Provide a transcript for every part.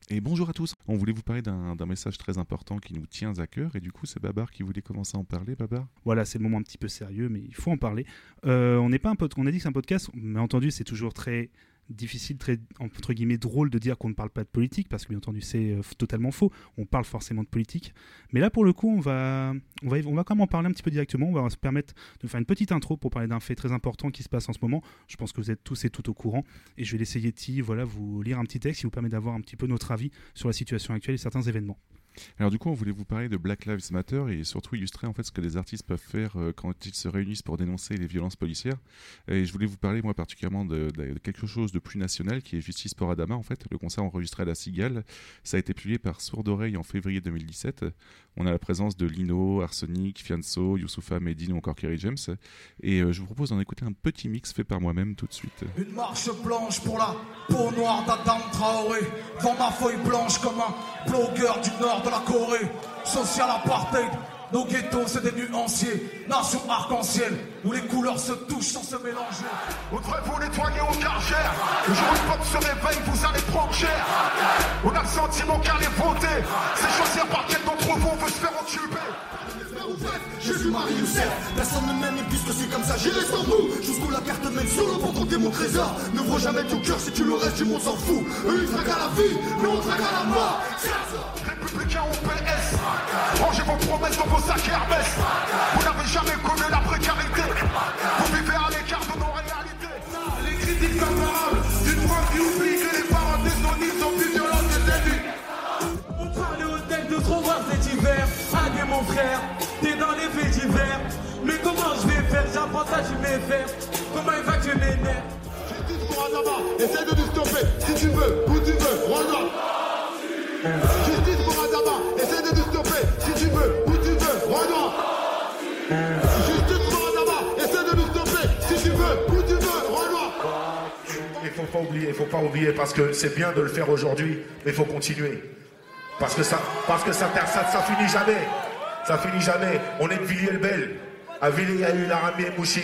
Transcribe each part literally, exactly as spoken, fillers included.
Et bonjour à tous. On voulait vous parler d'un, d'un message très important qui nous tient à cœur. Et du coup, c'est Babar qui voulait commencer à en parler. Babar ? Voilà, c'est le moment un petit peu sérieux, mais il faut en parler. Euh, on n'est pas un pod- on a dit que c'est un podcast, mais entendu, c'est toujours très difficile, très entre guillemets drôle de dire qu'on ne parle pas de politique, parce que bien entendu, c'est euh, totalement faux. On parle forcément de politique. Mais là, pour le coup, on va, on va, on va quand même en parler un petit peu directement. On va se permettre de faire une petite intro pour parler d'un fait très important qui se passe en ce moment. Je pense que vous êtes tous et toutes au courant. Et je vais laisser Yeti, voilà, vous lire un petit texte qui vous permet d'avoir un petit peu notre avis sur la situation actuelle et certains événements. Alors du coup, on voulait vous parler de Black Lives Matter et surtout illustrer en fait ce que les artistes peuvent faire euh, quand ils se réunissent pour dénoncer les violences policières. Et je voulais vous parler moi particulièrement de, de, de quelque chose de plus national qui est Justice pour Adama en fait. Le concert enregistré à la Cigale, ça a été publié par Sourde Oreille en février deux mille dix-sept. On a la présence de Lino, Arsenic, Fianso, Youssoupha, Medine ou encore Kerry James. Et euh, je vous propose d'en écouter un petit mix fait par moi-même tout de suite. Une marche blanche pour la peau noire d'Adam Traoré. Dans ma feuille blanche comme un blogueur du nord de la Corée. Social apartheid, nos ghettos c'est des nuanciers. Nation arc-en-ciel, où les couleurs se touchent sans se mélanger. On devrait vous nettoyer au cargère. Le jour où le peuple se réveille, vous allez prendre cher. On a le sentiment qu'aller voter, c'est choisir par quel d'entre vous on veut se faire entuber. Jésus, Marie, Youssef, personne ne m'aime et puisque c'est comme ça, j'irai sans vous. Jusqu'où la carte mène sur le pont compter mon trésor. N'ouvre jamais ton cœur si tu le restes du monde s'en fout. Eux ils traquent à la vie, nous on traque à la mort. Républicains au P S, rangez vos promesses dans vos sacs Hermès. Vous n'avez jamais connu la précarité. Vous vivez à l'écart de nos réalités. Les critiques comparables d'une France qui oublie que les parents des sonistes sont plus violents que des élus. On parlait au deck de trop voir cet hiver. Allez mon frère, t'es dans les faits divers. Mais comment je vais faire? J'apprends ça, je vais faire. Comment évacuer mes nerfs? Justice pour Adama, essaie de nous stopper. Si tu veux, où tu veux, regarde. Justice pour Adama, essaie de nous stopper. Si tu veux, où tu veux, regarde. Justice pour Adama, essaie de nous stopper. Si tu veux, où tu veux, regarde. Il faut pas oublier, il faut pas oublier parce que c'est bien de le faire aujourd'hui, mais il faut continuer. Parce que ça, parce que ça, ça, ça finit jamais. Ça finit jamais. On est de Villiers-le-Bel. À Villiers, il y a eu Laramie et Mouchy.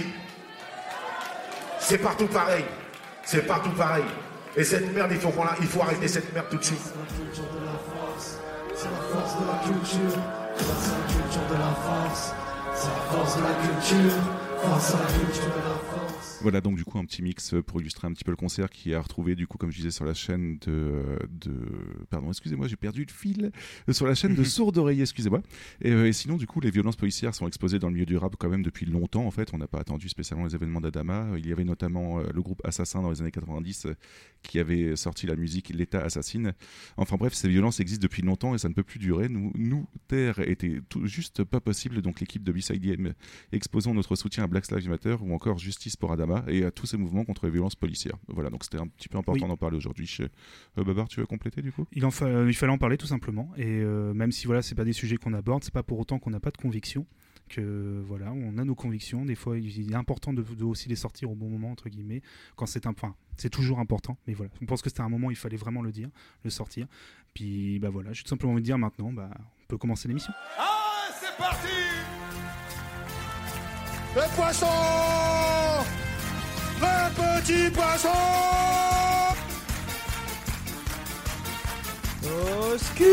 C'est partout pareil. C'est partout pareil. Et cette merde, il faut, qu'on la, il faut arrêter cette merde tout de suite. C'est la culture de la force. C'est la force de la culture. Face à la culture de la force. C'est la force de la culture. Face à la culture de la force. Voilà donc du coup un petit mix pour illustrer un petit peu le concert qui a retrouvé du coup comme je disais sur la chaîne de, de pardon excusez-moi j'ai perdu le fil sur la chaîne de Sourde Oreille excusez-moi et, euh, et sinon du coup les violences policières sont exposées dans le milieu du rap quand même depuis longtemps en fait on n'a pas attendu spécialement les événements d'Adama. Il y avait notamment euh, le groupe Assassin dans les années quatre-vingt-dix euh, qui avait sorti la musique L'État assassine. Enfin bref ces violences existent depuis longtemps et ça ne peut plus durer. Nous, nous taire était tout juste pas possible donc l'équipe de B-Side M exposant notre soutien à Black Lives Matter ou encore Justice pour Adama et à tous ces mouvements contre les violences policières. Voilà, donc c'était un petit peu important oui. d'en parler aujourd'hui. Chez... Euh, Babar, tu veux compléter du coup ? il, en fa... euh, il fallait en parler tout simplement. Et euh, même si voilà, c'est pas des sujets qu'on aborde, c'est pas pour autant qu'on n'a pas de conviction. Que voilà, on a nos convictions. Des fois, il est important de, de aussi les sortir au bon moment entre guillemets. Quand c'est un point, c'est toujours important. Mais voilà, on pense que c'était un moment où il fallait vraiment le dire, le sortir. Puis bah voilà, j'ai tout simplement envie de dire maintenant, bah on peut commencer l'émission. Ah, c'est parti. Le poisson. Le petit poisson. Au ski.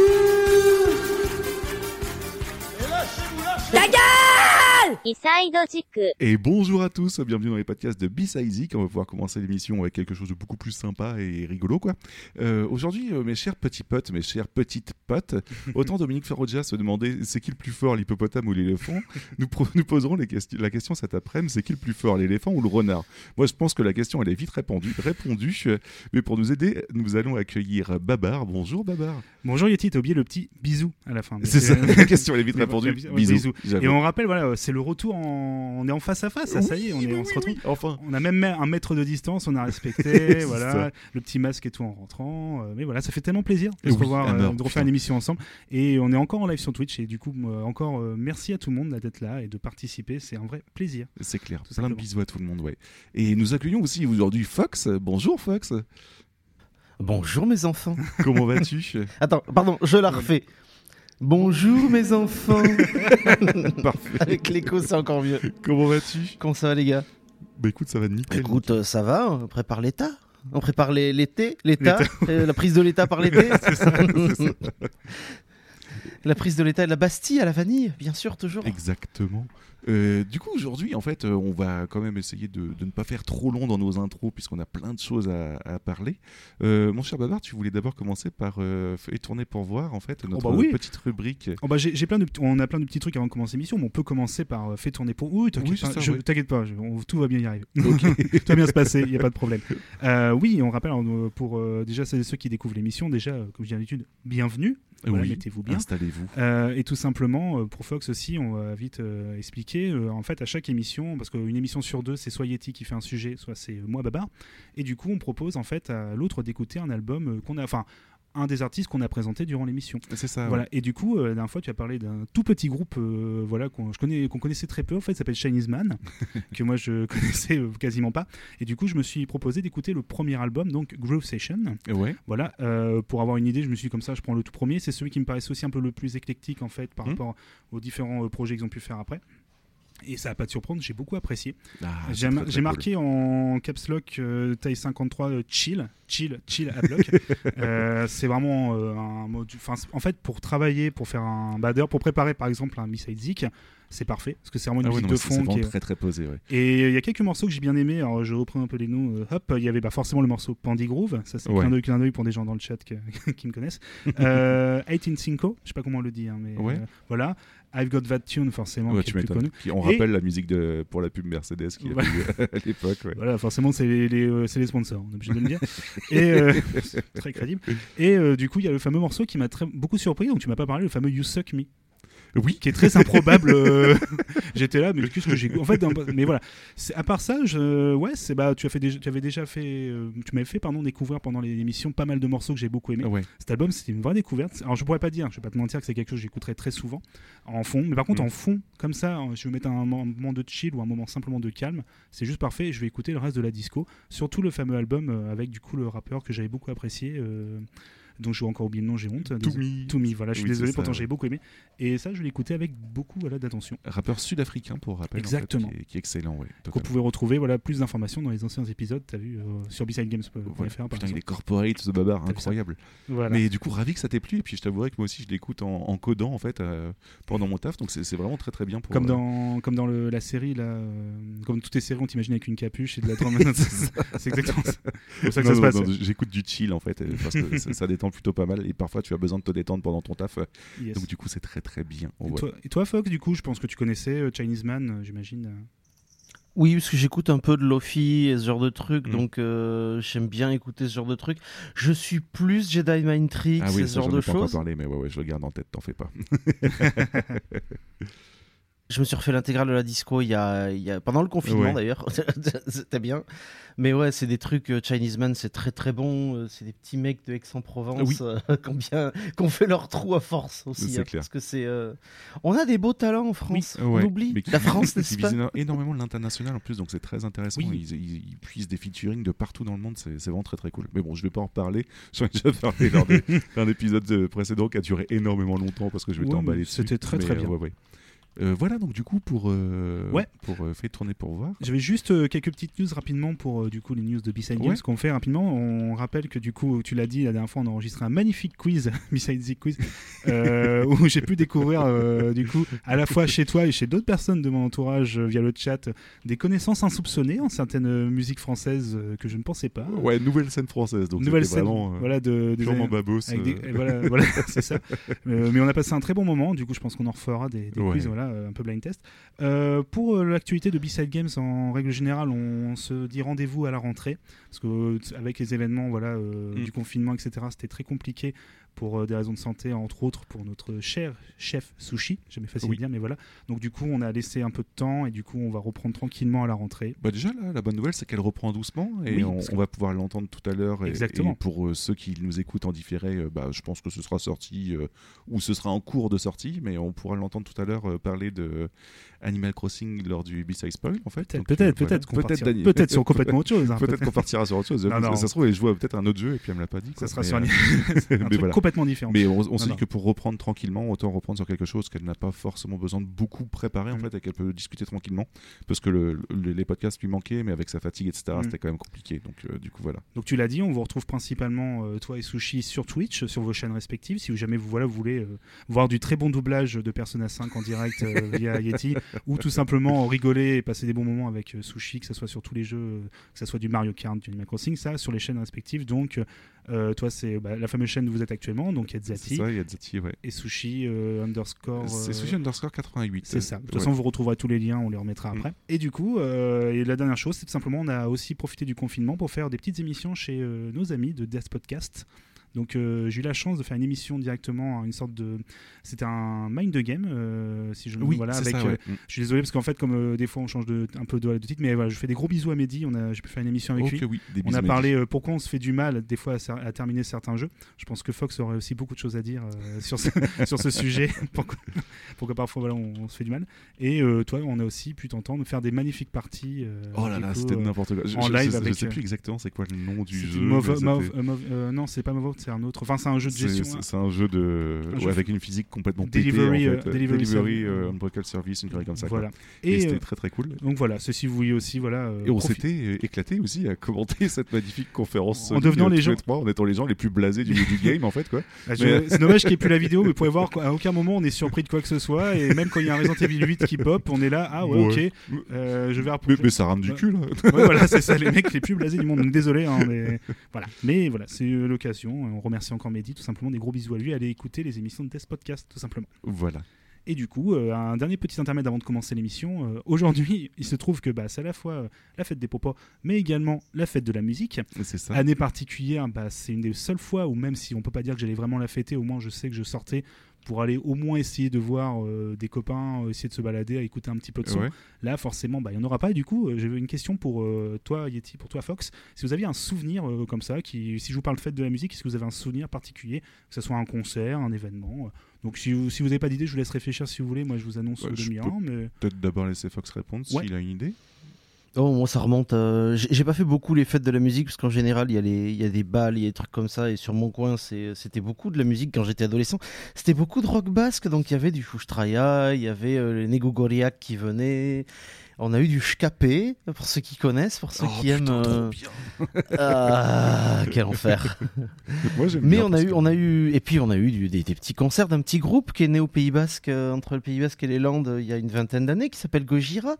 Et lâchez-vous, lâchez-vous. Ta gueule! Et bonjour à tous, bienvenue dans les podcasts de B-Side Zik. On va pouvoir commencer l'émission avec quelque chose de beaucoup plus sympa et rigolo quoi. Euh, aujourd'hui, euh, mes chers petits potes, mes chères petites potes, autant Dominique Farrugia se demandait c'est qui le plus fort, l'hippopotame ou l'éléphant, nous, pro- nous poserons les questions, la question cet après-midi, c'est qui le plus fort, l'éléphant ou le renard. Moi je pense que la question elle est vite répondue, répondue mais pour nous aider, nous allons accueillir Babar. Bonjour Babar. Bonjour Yeti, t'as oublié le petit bisou à la fin. Mais c'est, c'est ça, la question elle est vite répondue, bisous. bisous. Et on rappelle, voilà, c'est le retour, en... on est en face à face, ça, oui, ça y est, on, est, oui, on se retrouve. Oui, enfin. On a même un mètre de distance, on a respecté, voilà, ça. Le petit masque et tout en rentrant. Euh, mais voilà, ça fait tellement plaisir de se oui, revoir, euh, de refaire l'émission ensemble. Et on est encore en live sur Twitch. Et du coup, euh, encore euh, merci à tout le monde d'être là et de participer. C'est un vrai plaisir. C'est clair. Plein simplement. De bisous à tout le monde, ouais. Et nous accueillons aussi aujourd'hui Fox. Bonjour Fox. Bonjour mes enfants. Comment vas-tu? Attends, pardon, je la refais. Bonjour mes enfants. Parfait. Avec l'écho, c'est encore mieux. Comment vas-tu? Comment ça va les gars? Bah écoute, ça va nickel. Écoute, nickel. ça va, on prépare l'état. On prépare les- l'été, l'État, euh, la prise de l'État par l'été. C'est ça, c'est ça. La prise de l'État et la Bastille à la vanille, bien sûr, toujours. Exactement. Euh, du coup, aujourd'hui, en fait, euh, on va quand même essayer de, de ne pas faire trop long dans nos intros, puisqu'on a plein de choses à, à parler. Euh, mon cher Babar, tu voulais d'abord commencer par euh, et tourner pour voir, en fait, notre bah oui. petite rubrique. Oh bah j'ai, j'ai plein de, on a plein de petits trucs avant de commencer l'émission, mais on peut commencer par euh, fait tourner pour. Oui, t'inquiète Oui, c'est pas, ça, je- ouais. t'inquiète pas, je- on- tout va bien y arriver. Ok. Tout va bien se passer, il n'y a pas de problème. Euh, oui, on rappelle euh, pour euh, déjà celles et ceux qui découvrent l'émission, déjà, euh, comme je dis d'habitude, bienvenue. Voilà, Oui, mettez-vous bien. installez-vous. Euh, et tout simplement, euh, pour Fox aussi, on va vite euh, expliquer. euh, en fait, à chaque émission, parce qu'une émission sur deux, c'est soit Yeti qui fait un sujet, soit c'est euh, moi, Babar. Et du coup, on propose en fait à l'autre d'écouter un album euh, qu'on a, enfin, un des artistes qu'on a présenté durant l'émission. C'est ça. Voilà. ouais. Et du coup, euh, la dernière fois, tu as parlé d'un tout petit groupe, euh, voilà, qu'on, je connais, qu'on connaissait très peu. En fait, ça s'appelle Chinese Man, que moi je connaissais euh, quasiment pas. Et du coup, je me suis proposé d'écouter le premier album, donc Groove Session. Ouais. Voilà, euh, pour avoir une idée, je me suis dit comme ça, je prends le tout premier. C'est celui qui me paraissait aussi un peu le plus éclectique en fait par Mhm. rapport aux différents euh, projets qu'ils ont pu faire après. Et ça va pas te surprendre, j'ai beaucoup apprécié. Ah, c'est j'ai très, ma- très j'ai cool. marqué en caps lock euh, taille cinquante-trois euh, chill, chill, chill à bloc. Euh, c'est vraiment euh, un mode. Enfin, c'est- en fait, pour travailler, pour faire un bader, pour préparer par exemple un B-side Zik, c'est parfait parce que c'est vraiment une Ah ouais, musique non, de c'est c'est fond vraiment qui est. très très posé. Ouais. Et il y a quelques morceaux que j'ai bien aimés. Alors je reprends un peu les noms. Euh, hop, il y avait bah, forcément le morceau Pandy Groove. Ça c'est Ouais. clin d'œil, clin d'œil pour des gens dans le chat que- qui me connaissent. Euh, eighteen Cinco, je sais pas comment on le dit, hein, mais Ouais. euh, voilà. I've Got That Tune, forcément, Ouais, qui tu est le plus m'étonnes. connu. Qui- On Et- rappelle la musique de, pour la pub Mercedes qu'il y Voilà. avait eu à l'époque. Ouais. Voilà, forcément, c'est les, les, euh, c'est les sponsors, on est obligé de le dire. Et euh, c'est très crédible. Et euh, du coup, il y a le fameux morceau qui m'a très, beaucoup surpris, donc tu m'as pas parlé, le fameux You Suck Me, Oui. qui est très improbable. euh, J'étais là, mais qu'est-ce que j'ai. En fait, dans- mais voilà. C'est- À part ça, je... ouais, c'est bah, tu as fait déjà, tu avais déjà fait, euh, tu m'avais fait pardon découvrir pendant les émissions pas mal de morceaux que j'ai beaucoup aimé. Ouais. Cet album, c'était une vraie découverte. Alors, je pourrais pas dire, je vais pas te mentir que c'est quelque chose que j'écouterais très souvent en fond. Mais par contre, Mm. en fond, comme ça, je vais mettre un moment un moment de chill ou un moment simplement de calme. C'est juste parfait. Et je vais écouter le reste de la disco. Surtout le fameux album euh, avec du coup le rappeur que j'avais beaucoup apprécié. Euh, dont je vais encore oublier le nom, j'ai honte. To Me. To Me, voilà, je suis Oui, désolé, c'est ça, pourtant ouais. j'ai beaucoup aimé. Et ça, je l'ai écouté avec beaucoup voilà, d'attention. Rappeur sud-africain, pour rappel. en fait, Exactement. qui, est, qui est excellent. Ouais, Qu'on totalement. pouvait retrouver voilà, plus d'informations dans les anciens épisodes, t'as vu, euh, sur b side games point f r Voilà. par Putain, il est exemple. corporate, ce babar, T'as vu ça incroyable. Voilà. Mais du coup, ravi que ça t'ait plu. Et puis, je t'avouerai que moi aussi, je l'écoute en, en codant, en fait, euh, pendant mon taf. Donc, c'est c'est vraiment très, très bien pour. Comme euh, dans, comme dans le- la série, là, euh, comme toutes les séries, on t'imagine avec une capuche et de la drum. c'est exactement ça. C'est comme ça que non, ça se non, passe. non, j'écoute du chill, en fait, euh, parce que ça, ça détend plutôt pas mal. Et parfois, tu as besoin de te détendre pendant ton taf. euh, Yes. Donc, du coup, c'est très, très bien. et, Ouais. toi, et toi, Fox, du coup, je pense que tu connaissais euh, Chinese Man, euh, j'imagine. euh. Oui, parce que j'écoute un peu de Lofi et ce genre de trucs, Mm. donc euh, j'aime bien écouter ce genre de trucs. Je suis plus Jedi Mind Tricks Ah et oui, ce ça, genre j'en de ai pas encore choses. parlé, mais ouais, ouais, je le garde en tête, t'en fais pas. Je me suis refait l'intégrale de la disco il y a, il y a... pendant le confinement Ouais. d'ailleurs, c'était bien. Mais ouais, c'est des trucs, euh, Chinese Man, c'est très très bon. euh, C'est des petits mecs de Aix-en-Provence Oui. euh, qui ont bien, qui ont fait leur trou à force aussi. C'est hein, clair. parce que c'est, euh, on a des beaux talents en France. On Ouais, oublie mais qui- la France, qui n'est-ce pas? visent éno- énormément l'international en plus, donc c'est très intéressant. Oui. Ils, ils, ils puissent des featuring de partout dans le monde, c'est c'est vraiment très très cool. Mais bon, je vais pas en reparler. J'en ai déjà parlé lors des- d'un épisode euh, précédent qui a duré énormément longtemps parce que je vais Ouais, t'emballer mais dessus. c'était très, Mais, très euh, bien. ouais, ouais. Euh, voilà donc du coup pour euh, Ouais. pour euh, fait tourner pour voir. J'avais juste euh, quelques petites news rapidement pour euh, du coup les news de B-Side Games Ouais. qu'on fait rapidement. On rappelle que du coup, tu l'as dit la dernière fois, on a enregistré un magnifique quiz, B-Side Zik quiz, euh, où j'ai pu découvrir euh, du coup à la fois chez toi et chez d'autres personnes de mon entourage euh, via le chat des connaissances insoupçonnées en certaines euh, musiques françaises euh, que je ne pensais pas. Ouais, nouvelle scène française donc Nouvelle c'était scène, vraiment euh, voilà, de, des purement années- babos. avec des- euh, et voilà, voilà, c'est ça. Euh, mais on a passé un très bon moment. Du coup, je pense qu'on en refera des, des Ouais. quiz, voilà, euh, un peu blind test. Euh, pour euh, l'actualité de B-Side Games, en règle générale, on se dit rendez-vous à la rentrée parce que euh, avec les événements, voilà, euh, Mm. du confinement, et cetera, c'était très compliqué pour euh, des raisons de santé, entre autres pour notre cher chef Sushi. Jamais facile Oui. à dire, mais voilà. Donc du coup, on a laissé un peu de temps et du coup, on va reprendre tranquillement à la rentrée. Bah déjà là, la bonne nouvelle c'est qu'elle reprend doucement et Oui, on, parce que- on va pouvoir l'entendre tout à l'heure. Et, Exactement. et pour euh, ceux qui nous écoutent en différé, euh, bah, je pense que ce sera sorti euh, ou ce sera en cours de sortie, mais on pourra l'entendre tout à l'heure euh, par parler de Animal Crossing lors du B-Side Spoil en fait. Peut-être, Donc, peut-être, euh, peut-être, voilà. qu'on peut-être, partira- Dani. peut-être sur complètement autre chose. hein, Peut-être qu'on partira sur autre chose. Non, non. Ça se trouve, et je vois peut-être un autre jeu et puis elle me l'a pas dit. Ça quoi. sera Mais, sur un, euh, un mais truc voilà. complètement différent. Mais on, on se Non, dit non. que pour reprendre tranquillement, autant reprendre sur quelque chose qu'elle n'a pas forcément besoin de beaucoup préparer en Mm. fait et qu'elle peut discuter tranquillement. Parce que le, le- les podcasts lui manquaient, mais avec sa fatigue, et cetera, Mm. c'était quand même compliqué. Donc euh, du coup, voilà. Donc tu l'as dit, on vous retrouve principalement euh, toi et Sushi sur Twitch, sur vos chaînes respectives. Si jamais vous, voilà, vous voulez euh, voir du très bon doublage de Persona cinq en direct euh, via Yeti, ou tout simplement rigoler et passer des bons moments avec euh, Sushi, que ce soit sur tous les jeux, euh, que ce soit du Mario Kart, du Animal Crossing, ça sur les chaînes respectives. Donc euh, toi c'est bah, la fameuse chaîne où vous êtes actuellement, donc C'est Yatzati ça, il y a Zati, ouais. et Sushi euh, underscore. C'est euh, Sushi underscore quatre-vingt-huit. C'est ça. De toute Ouais. façon, vous retrouverez tous les liens, on les remettra Mm. après. Et du coup, euh, et la dernière chose, c'est tout simplement, on a aussi profité du confinement pour faire des petites émissions chez euh, nos amis de Death Podcast. Donc, euh, j'ai eu la chance de faire une émission directement, une sorte de. C'était un mind game, euh, si je me Oui, voilà, c'est avec. ça, euh, ouais. Mm. je suis désolé parce qu'en fait, comme euh, des fois on change de, un peu de, de titre, mais voilà, je fais des gros bisous à Mehdi. On a, j'ai pu faire une émission avec Ok, lui. oui, des On bisous, a Mehdi. parlé euh, pourquoi on se fait du mal des fois à, cer- à terminer certains jeux. Je pense que Fox aurait aussi beaucoup de choses à dire euh, sur, ce, sur ce sujet. Pourquoi, pourquoi parfois voilà, on, on se fait du mal. Et euh, toi, on a aussi pu t'entendre faire des magnifiques parties. euh, Oh là du là, coup, c'était euh, n'importe quoi. Je, en je- live je- avec, je sais euh, plus exactement c'est quoi le nom du c'était jeu. Mauve- mais c'était- Mauve- euh, Mauve- euh, non, c'est pas Mauve, c'est un autre. Enfin, c'est un jeu de C'est- gestion. C'est c'est un jeu de Un ouais, jeu avec une physique complètement Delivery, pétée, en euh, fait. Delivery Delivery, service. euh, Unbreakable Service, une connerie comme ça. quoi. Voilà. Et, Et, c'était euh, très très cool. donc voilà, ceci vous voyez aussi, voilà. euh, Et on profi- s'était euh, éclaté aussi à commenter cette magnifique conférence. En Sony, devenant euh, les tous gens- trois, en étant les gens les plus blasés du, du game en fait quoi. Ah, je- Mais- C'est dommage qu'il n'y ait plus la vidéo, mais vous pouvez voir qu'à aucun moment on est surpris de quoi que ce soit. Et même quand il y a un Resident Evil huit qui pop, on est là, ah ouais, Ouais. ok, euh, je vais Mais, reprendre. mais ça rame du Ouais. cul là. Ouais, voilà, c'est ça, les mecs les plus blasés du monde. Donc désolé, hein, mais voilà. Mais voilà, c'est euh, l'occasion. On remercie encore Mehdi, tout simplement. Des gros bisous à lui. Allez écouter les émissions de Test Podcast, tout simplement. Voilà. Et du coup, euh, un dernier petit intermède avant de commencer l'émission. Euh, Aujourd'hui, il se trouve que bah, c'est à la fois euh, la fête des popas, mais également la fête de la musique. C'est ça. Année particulière, bah, c'est une des seules fois où même si on peut pas dire que j'allais vraiment la fêter, au moins je sais que je sortais pour aller au moins essayer de voir euh, des copains, euh, essayer de se balader, à écouter un petit peu de son. Ouais. Là, forcément, bah, il n'y en aura pas. Et du coup, euh, j'avais une question pour euh, toi, Yeti, pour toi, Fox. Si vous aviez un souvenir euh, comme ça, qui, si je vous parle de fête de la musique, est-ce que vous avez un souvenir particulier, que ce soit un concert, un événement euh, Donc, si vous si vous n'avez pas d'idée, je vous laisse réfléchir si vous voulez. Moi, je vous annonce Ouais, le je mien. peux- Mais... Peut-être d'abord laisser Fox répondre Ouais. s'il a une idée. Oh, moi, ça remonte. euh, J'ai j'ai pas fait beaucoup les fêtes de la musique parce qu'en général, il y, a les- il y a des balles, il y a des trucs comme ça. Et sur mon coin, c'est- c'était beaucoup de la musique quand j'étais adolescent. C'était beaucoup de rock basque. Donc, il y avait du Fouchtraya, il y avait euh, les Nego Goriak qui venaient. On a eu du Shkapé, pour ceux qui connaissent, pour ceux Oh, qui putain, aiment. trop euh, bien. Ah, quel enfer. Moi j'aime Mais bien on a parce eu, que- on a eu, et puis on a eu du- des, des petits concerts d'un petit groupe qui est né au Pays Basque, euh, entre le Pays Basque et les Landes, euh, il y a une vingtaine d'années, qui s'appelle Gojira.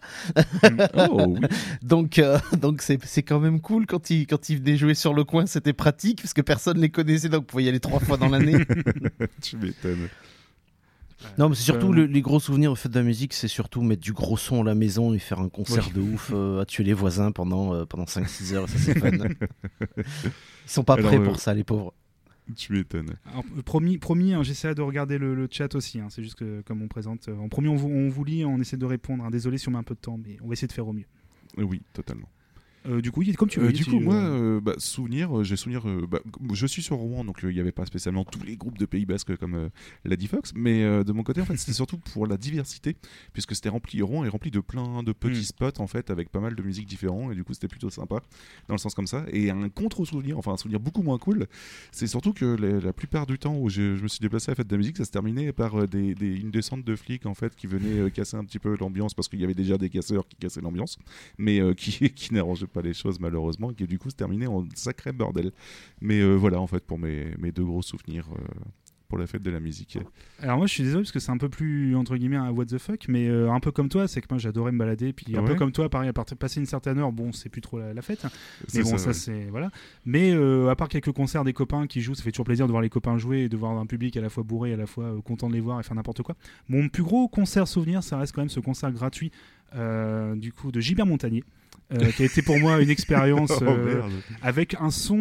Oh oui. Donc, euh, donc c'est, c'est quand même cool quand ils, quand ils venaient jouer sur le coin, c'était pratique parce que personne les connaissait, donc vous pouvez y aller trois fois dans l'année. Tu m'étonnes. Non, mais c'est surtout Euh, le- les gros souvenirs au fait de la musique, c'est surtout mettre du gros son à la maison et faire un concert Oui. de ouf, euh, à tuer les voisins pendant, euh, pendant cinq six heures, et ça c'est fun. Ils sont pas Alors, prêts euh, pour ça, les pauvres. Tu m'étonnes. Alors, euh, promis, promis hein, j'essaierai de regarder le, le chat aussi. Hein, c'est juste que comme on présente, euh, en premier on vous, on vous lit, on essaie de répondre. Hein, désolé si on met un peu de temps, mais on va essayer de faire au mieux. Euh, Oui, totalement. Euh, du coup, Yeti, comme tu veux. Euh, du Yeti, coup, euh, moi, euh, bah, souvenir, euh, j'ai souvenir. euh, bah, je suis sur Rouen, donc euh, il n'y avait pas spécialement tous les groupes de Pays Basque comme euh, l'a dit Fox, mais euh, de mon côté, en fait, c'était surtout pour la diversité, puisque c'était rempli. Rouen est rempli de plein de petits Mm. spots, en fait, avec pas mal de musiques différentes, et du coup, c'était plutôt sympa, dans le sens comme ça. Et un contre-souvenir, enfin un souvenir beaucoup moins cool, c'est surtout que les- la plupart du temps où je, je me suis déplacé à la fête de la musique, ça se terminait par euh, des, des- une descente de flics, en fait, qui venaient euh, casser un petit peu l'ambiance, parce qu'il y avait déjà des casseurs qui cassaient l'ambiance, mais euh, qui, qui n'arrangeaient pas les choses, malheureusement. Et qui du coup se terminait en sacré bordel. Mais euh, voilà en fait pour mes, mes deux gros souvenirs euh, pour la fête de la musique. Alors moi je suis désolé parce que c'est un peu plus entre guillemets un what the fuck, mais euh, un peu comme toi, c'est que moi j'adorais me balader, puis un Ouais. peu comme toi, pareil, à part passer une certaine heure, bon c'est plus trop la, la fête, hein. mais C'est bon ça, ouais. c'est voilà. Mais euh, à part quelques concerts des copains qui jouent, ça fait toujours plaisir de voir les copains jouer et de voir un public à la fois bourré, à la fois euh, content de les voir et faire n'importe quoi. Mon plus gros concert souvenir, ça reste quand même ce concert gratuit euh, du coup de Gilbert Montagnier, euh, qui a été pour moi une expérience Oh, euh, merde. avec un son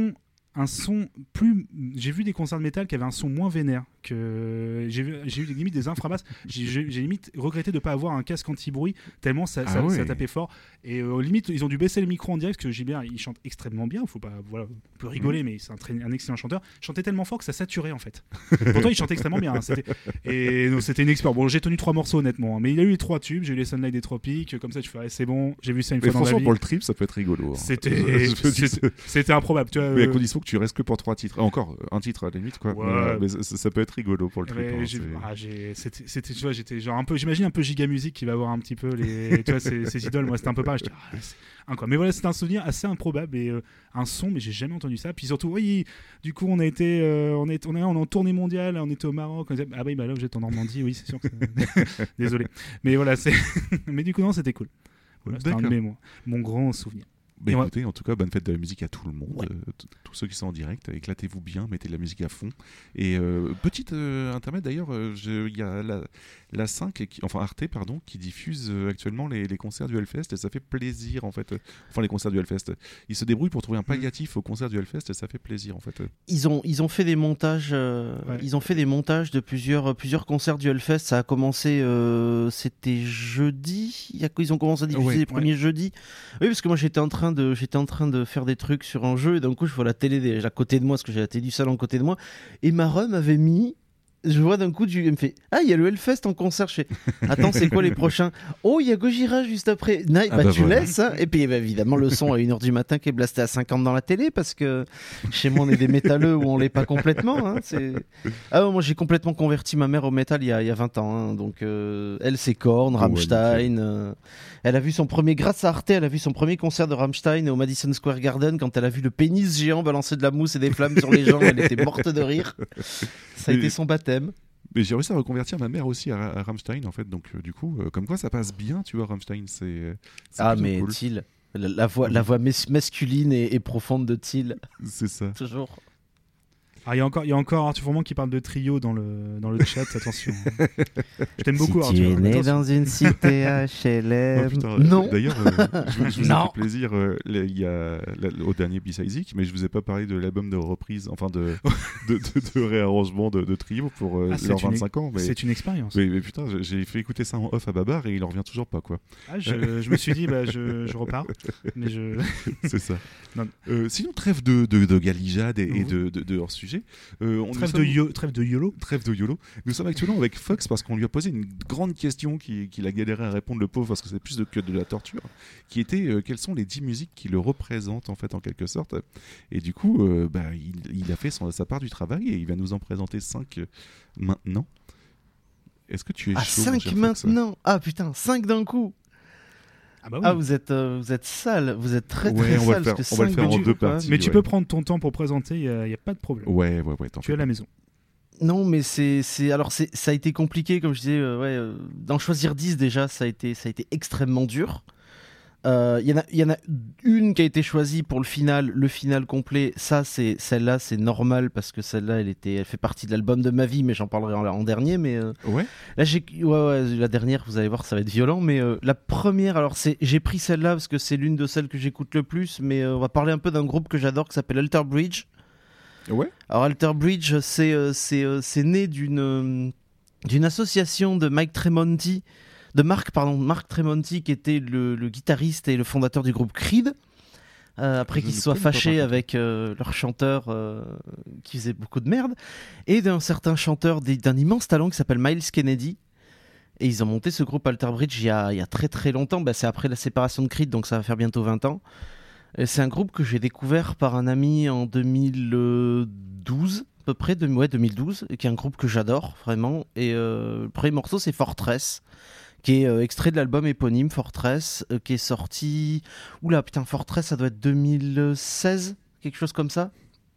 un son plus. J'ai vu des concerts de métal qui avaient un son moins vénère. Que j'ai vu, j'ai eu limite des infrabasses. J'ai, j'ai, j'ai limite regretté de ne pas avoir un casque anti-bruit tellement ça, Ah ça, ouais. ça tapait fort. Et euh, limite, ils ont dû baisser le micro en direct parce que Gilbert, il chante extrêmement bien. Faut pas, voilà, on peut rigoler, mmh. mais c'est un, très, un excellent chanteur. Il chantait tellement fort que ça saturait en fait. Pourtant, il chantait extrêmement bien. Hein, c'était... Et non, c'était une expérience. Bon, j'ai tenu trois morceaux honnêtement, hein, mais il a eu les trois tubes. J'ai eu les Sunlight des Tropiques. Comme ça, tu fais, ouais, c'est bon. J'ai vu ça une mais fois dans la vie. Franchement, pour le trip, ça peut être rigolo. Hein. C'était, c'était, c'était improbable. Tu vois, mais à euh... condition que tu restes que pour trois titres. Encore un titre à la limite, quoi. Ouais. Mais, mais ça, ça peut être rigolo pour le trip. Hein, j'ai... Ah, j'ai... C'était, c'était, tu vois, j'étais genre un peu, j'imagine un peu Giga Music qui va avoir un petit peu les, tu vois, ses, ses idoles. Moi, c'était un peu pareil. J'étais, ah, c'est... Incroyable. Mais voilà, c'était un souvenir assez improbable et euh, un son, mais j'ai jamais entendu ça. Puis surtout, oui, du coup, on a été, euh, on est, on est, on est en tournée mondiale, on était au Maroc. On était... Ah bah, bah là, j'étais en Normandie, oui, c'est sûr. Que c'est... Désolé, mais voilà, c'est. Mais du coup, non, c'était cool. Voilà, c'était un de mes, mon, mon grand souvenir. Bah écoutez, en tout cas, bonne fête de la musique à tout le monde, ouais. euh, t- tous ceux qui sont en direct, éclatez-vous bien, mettez de la musique à fond. Et euh, petite euh, intermède d'ailleurs, il y a la, la cinq, qui, enfin Arte, pardon, qui diffuse euh, actuellement les, les concerts du Hellfest et ça fait plaisir en fait. Euh, enfin les concerts du Hellfest, ils se débrouillent pour trouver un palliatif mmh. au concert du Hellfest et ça fait plaisir en fait. Ils ont ils ont fait des montages, euh, ouais. ils ont fait des montages de plusieurs plusieurs concerts du Hellfest. Ça a commencé, euh, c'était jeudi. Il y a, ils ont commencé à diffuser ouais, les premiers ouais. jeudis. Oui, parce que moi j'étais en train de j'étais en train de faire des trucs sur un jeu et d'un coup je vois la télé à côté de moi parce que j'ai la télé du salon à côté de moi et ma rhum avait mis, je vois d'un coup du, elle me fait ah il y a le Hellfest en concert, je fais attends c'est quoi les prochains, oh il y a Gojira juste après, nah, ah bah, bah tu voilà. laisses hein. Et puis bah, évidemment le son à une heure du matin qui est blasté à cinquante dans la télé parce que chez moi on est des métalleux où on l'est pas complètement hein. C'est... Ah ouais, moi j'ai complètement converti ma mère au métal il y a, il y a vingt ans hein. Donc euh, elle c'est Korn, Rammstein, ouais, euh, elle a vu son premier, grâce à Arte, elle a vu son premier concert de Rammstein au Madison Square Garden quand elle a vu le pénis géant balancer de la mousse et des flammes sur les gens, elle était morte de rire. Ça a et... été son baptême. Mais j'ai réussi à reconvertir ma mère aussi à, à Rammstein en fait, donc euh, du coup, euh, comme quoi ça passe bien, tu vois, Rammstein, c'est. c'est ah mais cool. Thiel, la, la voix, la voix mes- masculine et, et profonde de Thiel. C'est ça. Toujours. Ah, il y a encore, il y a encore Arthur Fourmont qui parle de trio dans le, dans le chat, attention. Je t'aime beaucoup, si Arthur. Tu es né attention. Dans une cité H L M. Oh, putain, non. D'ailleurs, euh, je, je vous ai fait plaisir euh, il y a, là, au dernier B-Sizik, mais je vous ai pas parlé de l'album de reprise, enfin de, de, de, de réarrangement de, de trio pour euh, ah, leurs vingt-cinq ans. Mais... C'est une expérience. Mais, mais putain, j'ai fait écouter ça en off à Babar et il en revient toujours pas, quoi. Ah, je, je me suis dit, bah, je, je repars. Mais je... C'est ça. Euh, sinon, trêve de, de, de galijade et, mmh. et de, de, de hors-sujet. Euh, on trêve, sommes... de yo- trêve de YOLO. Trêve de YOLO. Nous sommes actuellement avec Fox parce qu'on lui a posé une grande question qu'il qui a galéré à répondre, le pauvre, parce que c'est plus de, que de la torture, qui était euh, quelles sont les dix musiques qui le représentent en fait en quelque sorte. Et du coup, euh, bah, il, il a fait son, sa part du travail et il va nous en présenter cinq euh, maintenant. Est-ce que tu es ah, chaud cinq maintenant Fox? Ah putain, cinq d'un coup. Ah, bah oui. Ah vous êtes euh, vous êtes sale, vous êtes très ouais, très on sale. Va le faire, on va le faire en deux parties. Mais tu ouais. peux prendre ton temps pour présenter, il y, y a pas de problème. Ouais ouais ouais. Tu es à la maison. Non mais c'est c'est alors c'est ça a été compliqué comme je disais euh, ouais euh, d'en choisir dix déjà ça a été ça a été extrêmement dur. Il euh, y en a il y en a une qui a été choisie pour le final, le final complet. Ça c'est celle-là c'est normal parce que celle-là elle était elle fait partie de l'album de ma vie mais j'en parlerai en, en dernier mais euh, ouais. Là j'ai ouais, ouais la dernière vous allez voir ça va être violent mais euh, la première alors c'est j'ai pris celle-là parce que c'est l'une de celles que j'écoute le plus mais euh, on va parler un peu d'un groupe que j'adore qui s'appelle Alter Bridge. Ouais. Alors Alter Bridge, c'est euh, c'est euh, c'est né d'une euh, d'une association de Mike Tremonti, de Mark pardon, Mark Tremonti qui était le, le guitariste et le fondateur du groupe Creed. Euh, après qu'ils se soient fâchés avec euh, leur chanteur euh, qui faisait beaucoup de merde et d'un certain chanteur d'un immense talent qui s'appelle Miles Kennedy. Et ils ont monté ce groupe Alter Bridge il y a il y a très très longtemps. Bah, c'est après la séparation de Creed donc ça va faire bientôt vingt ans. Et c'est un groupe que j'ai découvert par un ami en deux mille douze, à peu près, de, ouais, deux mille douze, qui est un groupe que j'adore, vraiment. Et euh, le premier morceau, c'est Fortress, qui est euh, extrait de l'album éponyme Fortress, euh, qui est sorti... Oula, putain, Fortress, ça doit être deux mille seize, quelque chose comme ça.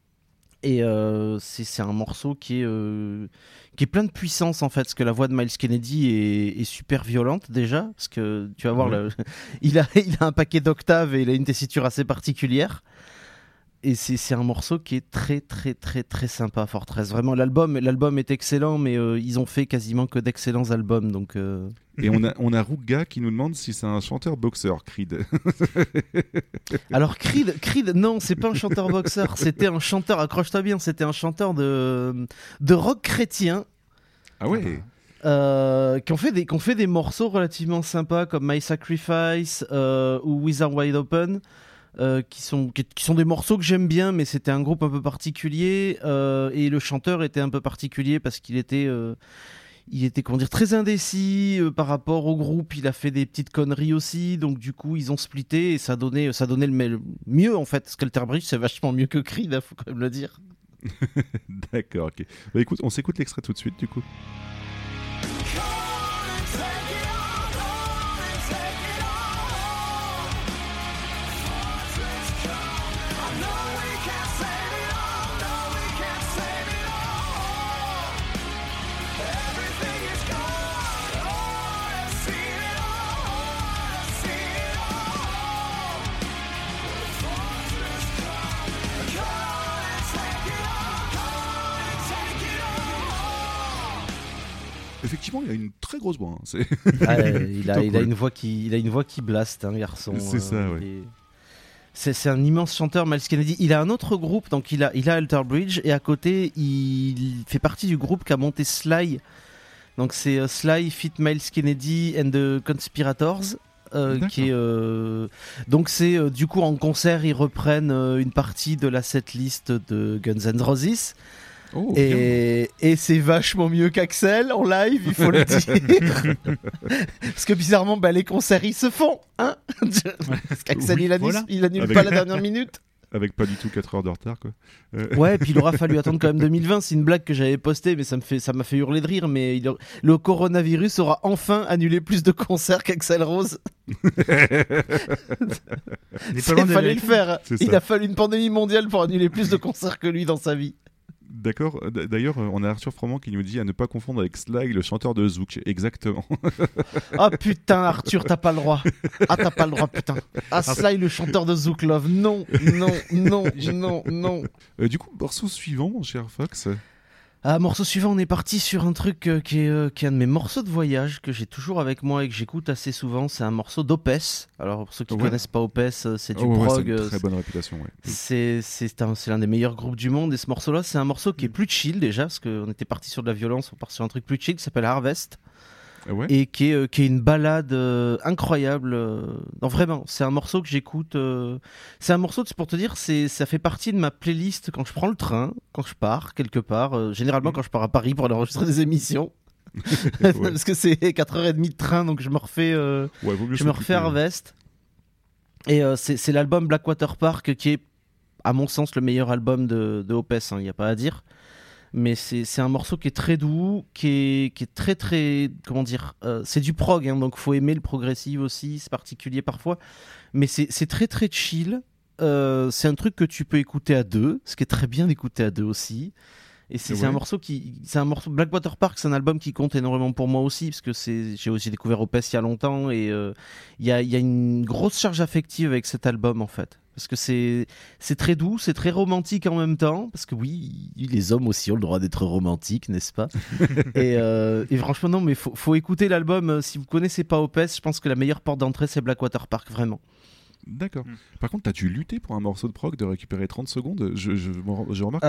Et euh, c'est, c'est un morceau qui est, euh, qui est plein de puissance en fait, parce que la voix de Miles Kennedy est, est super violente déjà, parce que tu vas voir, ouais. le, il, a, il a un paquet d'octaves et il a une tessiture assez particulière. Et c'est, c'est un morceau qui est très très très très sympa, Fortress. Vraiment, l'album, l'album est excellent, mais euh, ils ont fait quasiment que d'excellents albums, donc... Euh... Et on a, on a Ruga qui nous demande si c'est un chanteur boxeur, Creed. Alors Creed, Creed, non, c'est pas un chanteur boxeur, c'était un chanteur, accroche-toi bien, c'était un chanteur de, de rock chrétien. Ah ouais. Euh, qui, ont fait des, qui ont fait des morceaux relativement sympas comme My Sacrifice euh, ou With Arms Wide Open, euh, qui, sont, qui, qui sont des morceaux que j'aime bien, mais c'était un groupe un peu particulier euh, et le chanteur était un peu particulier parce qu'il était, euh, il était comment dire, très indécis euh, par rapport au groupe. Il a fait des petites conneries aussi, donc du coup ils ont splitté et ça donnait, ça donnait le, le mieux en fait. Skelter Bridge c'est vachement mieux que Creed, hein, faut quand même le dire. D'accord, ok. Bah écoute, on s'écoute l'extrait tout de suite du coup. Effectivement, il a une très grosse voix. Hein. C'est... Ah, il, a, il, a une voix qui, il a une voix qui blaste, hein, garçon. C'est euh, ça, ouais. Et... C'est, c'est un immense chanteur, Myles Kennedy. Il a un autre groupe, donc il a, il a Alter Bridge, et à côté, il fait partie du groupe qui a monté Sly. Donc c'est uh, Sly, Fit Myles Kennedy and the Conspirators. Euh, qui est, euh... Donc c'est euh, du coup en concert, ils reprennent euh, une partie de la setlist de Guns N' Roses. Oh, et, et c'est vachement mieux qu'Axel en live, il faut le dire. Parce que bizarrement, bah, les concerts ils se font, hein. Parce qu'Axel Oui, il, annule, voilà. il annule Avec... pas la dernière minute. Avec pas du tout quatre heures de retard, quoi. Euh... Ouais, puis il aura fallu attendre quand même deux mille vingt. C'est une blague que j'avais postée, mais ça me fait, ça m'a fait hurler de rire. Mais il... le coronavirus aura enfin annulé plus de concerts qu'Axl Rose. Il fallait le faire. Il a fallu une pandémie mondiale pour annuler plus de concerts que lui dans sa vie. D'accord. D'ailleurs, on a Arthur Froment qui nous dit à ne pas confondre avec Sly, le chanteur de Zouk. Exactement. Ah oh, putain, Arthur, t'as pas le droit. Ah, t'as pas le droit, putain. Ah, Sly, le chanteur de Zouk Love. Non, non, non, non, non. Euh, du coup, morceau suivant, mon cher Fox. Ah, morceau suivant, on est parti sur un truc euh, qui, est, euh, qui est un de mes morceaux de voyage que j'ai toujours avec moi et que j'écoute assez souvent. C'est un morceau d'Opeth. Alors, pour ceux qui ne ouais. connaissent pas Opeth, euh, c'est du oh, prog. Ouais, c'est une très bonne réputation. Ouais. C'est, c'est, un, c'est l'un des meilleurs groupes du monde. Et ce morceau-là, c'est un morceau qui est plus chill déjà, parce qu'on était parti sur de la violence, on part sur un truc plus chill qui s'appelle Harvest. Ouais. Et qui est, euh, qui est une balade euh, incroyable. Euh... Non, vraiment, c'est un morceau que j'écoute. Euh... C'est un morceau, pour te dire, c'est... ça fait partie de ma playlist quand je prends le train, quand je pars quelque part. Euh, généralement, mmh. quand je pars à Paris pour aller enregistrer des émissions. ouais. Parce que c'est quatre heures trente de train, donc je me refais, euh... ouais, je me refais Harvest. Et euh, c'est, c'est l'album Blackwater Park qui est, à mon sens, le meilleur album de, de Opeth. Il hein, n'y a pas à dire. Mais c'est, c'est un morceau qui est très doux, qui est, qui est très très, comment dire, euh, c'est du prog, hein, donc faut aimer le progressif aussi, c'est particulier parfois, mais c'est, c'est très très chill, euh, c'est un truc que tu peux écouter à deux, ce qui est très bien d'écouter à deux aussi, et c'est, c'est, ouais. c'est un morceau qui, c'est un morceau, Blackwater Park, c'est un album qui compte énormément pour moi aussi, parce que c'est, j'ai aussi découvert Opeth il y a longtemps, et il euh, y, a, y a une grosse charge affective avec cet album en fait. Parce que c'est, c'est très doux, c'est très romantique en même temps. Parce que oui, les hommes aussi ont le droit d'être romantiques, n'est-ce pas? et, euh, et franchement, non, mais il faut, faut écouter l'album. Si vous ne connaissez pas Opeth, je pense que la meilleure porte d'entrée, c'est Blackwater Park, vraiment. D'accord. Mmh. Par contre, t'as dû lutter pour un morceau de prog de récupérer trente secondes. Je, je, je remarque que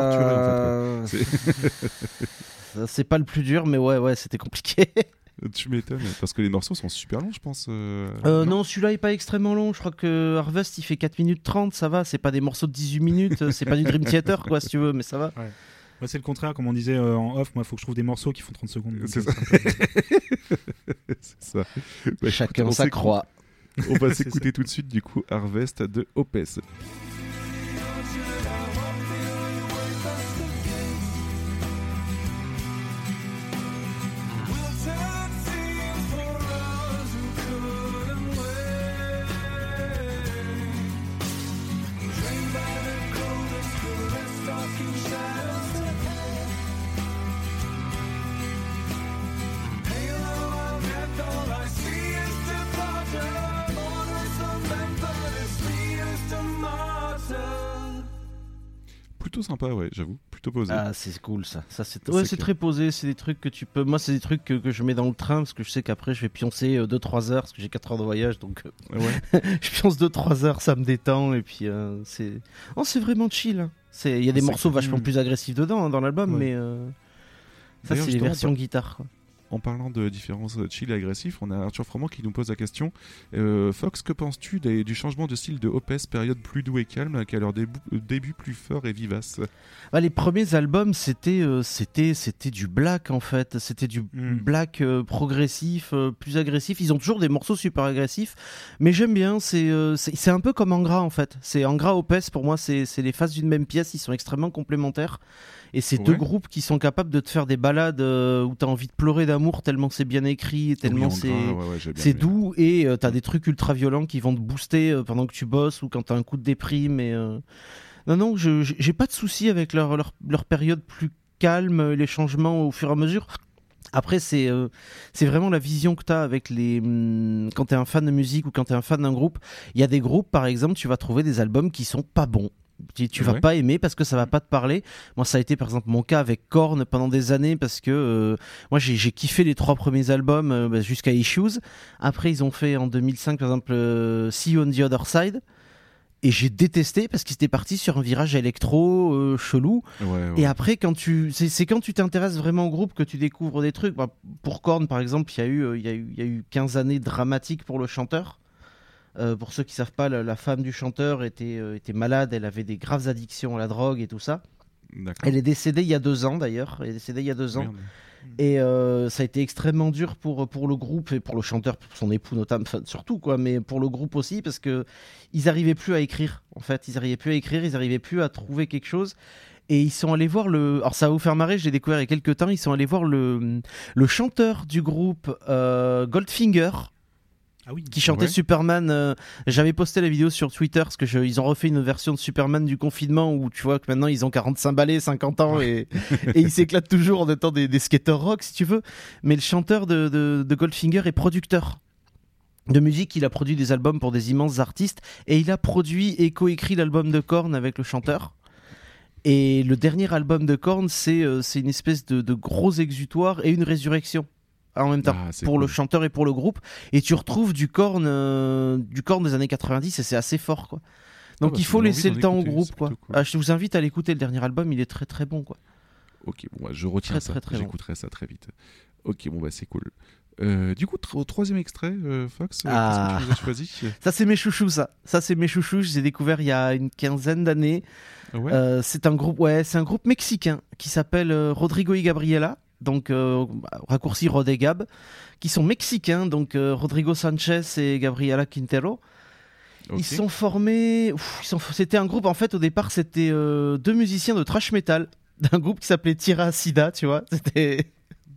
euh... j'ai torturé, en fait. C'est... c'est pas le plus dur, mais ouais, ouais, c'était compliqué. Tu m'étonnes, parce que les morceaux sont super longs, je pense. Euh... Euh, non, celui-là est pas extrêmement long. Je crois que Harvest il fait quatre minutes trente, ça va. C'est pas des morceaux de dix-huit minutes, c'est pas du Dream Theater, quoi, si tu veux, mais ça va. Ouais. Moi, c'est le contraire, comme on disait euh, en off. Moi, il faut que je trouve des morceaux qui font trente secondes. C'est ça. c'est ça. Bah, chacun sa croix. On va s'écouter tout de suite, du coup, Harvest de Opeth. Tomorrow plutôt sympa, ouais, j'avoue, plutôt posé. Ah, c'est cool ça. Ça c'est C'est ouais, c'est clair. très posé. C'est des trucs que tu peux. Moi, c'est des trucs que, que je mets dans le train parce que je sais qu'après je vais pioncer deux trois heures parce que j'ai quatre heures de voyage, donc euh, Ouais. je pionce deux trois heures, ça me détend et puis euh, c'est. Oh, c'est vraiment chill. hein. C'est. Il y a des C'est morceaux cool. vachement plus agressifs dedans hein, dans l'album, Ouais. mais euh, ça D'ailleurs, c'est les justement, versions guitare. Quoi. En parlant de différences chill et agressifs, on a Arthur Froment qui nous pose la question. Euh, Fox, que penses-tu des- du changement de style de Opeth, période plus doux et calme, qu'à leur début, début plus fort et vivace? Bah, les premiers albums, c'était euh, c'était c'était du black en fait, c'était du Mm. black euh, progressif, euh, plus agressif. Ils ont toujours des morceaux super agressifs, mais j'aime bien. C'est euh, c'est c'est un peu comme Angra en fait. C'est Angra Opeth pour moi, c'est c'est les faces d'une même pièce. Ils sont extrêmement complémentaires. Et c'est Ouais. deux groupes qui sont capables de te faire des balades euh, où t'as envie de pleurer d'amour tellement c'est bien écrit, tellement Oui, en c'est gras, ouais, ouais, j'ai bien c'est aimé. doux et euh, t'as des trucs ultra violents qui vont te booster euh, pendant que tu bosses ou quand t'as un coup de déprime. Et, euh, Non, non, je je- j'ai pas de souci avec leur, leur, leur période plus calme, euh, les changements au fur et à mesure. Après, c'est euh, c'est vraiment la vision que tu as avec les. hum, quand tu es un fan de musique ou quand tu es un fan d'un groupe. Il y a des groupes, par exemple, tu vas trouver des albums qui sont pas bons. Tu, tu vas Ouais. pas aimer parce que ça va pas te parler. Moi, ça a été par exemple mon cas avec Korn pendant des années parce que euh, moi j'ai j'ai kiffé les trois premiers albums euh, bah, jusqu'à Issues. Après, ils ont fait en deux mille cinq par exemple euh, See You on the Other Side. Et j'ai détesté parce qu'ils étaient partis sur un virage électro euh, chelou. Ouais, ouais. Et après, quand tu, c'est, c'est quand tu t'intéresses vraiment au groupe que tu découvres des trucs. Bah, pour Korn, par exemple, il y a eu, euh, il y a eu, il y a eu quinze années dramatiques pour le chanteur. Euh, pour ceux qui savent pas, la, la femme du chanteur était, euh, était malade. Elle avait des graves addictions à la drogue et tout ça. D'accord. Elle est décédée il y a deux ans d'ailleurs. Elle est décédée il y a deux ans. Merde. Et euh, ça a été extrêmement dur pour, pour le groupe et pour le chanteur, pour son époux notamment, enfin, surtout quoi, mais pour le groupe aussi parce que ils arrivaient plus à écrire. En fait, ils arrivaient plus à écrire, ils arrivaient plus à trouver quelque chose. Et ils sont allés voir le. Alors ça va vous faire marrer, je l'ai découvert il y a quelques temps. Ils sont allés voir le, le chanteur du groupe euh, Goldfinger. Ah oui. Qui chantait Ouais. Superman. euh, J'avais posté la vidéo sur Twitter parce que je- ils ont refait une version de Superman du confinement où tu vois que maintenant ils ont quarante-cinq balais, cinquante ans et, et ils s'éclatent toujours en étant des, des skaters rock si tu veux. Mais le chanteur de, de, de Goldfinger est producteur de musique. Il a produit des albums pour des immenses artistes et il a produit et coécrit l'album de Korn avec le chanteur. Et le dernier album de Korn, c'est euh, c'est une espèce de, de gros exutoire et une résurrection en même temps Ah, c'est pour cool. le chanteur et pour le groupe. Et tu retrouves du Korn, euh, du Korn des années quatre-vingt-dix et c'est assez fort quoi. Donc bah, il ça faut donne laisser envie le d'en temps au écouter, groupe c'est quoi. plutôt cool. Ah, je vous invite à l'écouter le dernier album, il est très très bon quoi. Ok, bon, bah, je retiens Très, ça. très, très bon. J'écouterai ça très vite. Ok, bon, bah, c'est cool. Euh, du coup, tr- au troisième extrait, euh, Fox, euh, Ah. qu'est-ce que tu nous as choisi? Ça c'est mes chouchous ça. Ça c'est mes chouchous, je les ai découverts il y a une quinzaine d'années. Ah ouais. Euh, c'est un groupe, ouais, c'est un groupe mexicain qui s'appelle euh, Rodrigo y Gabriela, donc euh, bah, raccourci Rod et Gab, qui sont mexicains, donc euh, Rodrigo Sanchez et Gabriela Quintero. Ok. Ils sont formés, ouf, ils sont, c'était un groupe en fait au départ c'était euh, deux musiciens de thrash metal d'un groupe qui s'appelait Tira Sida, tu vois, c'était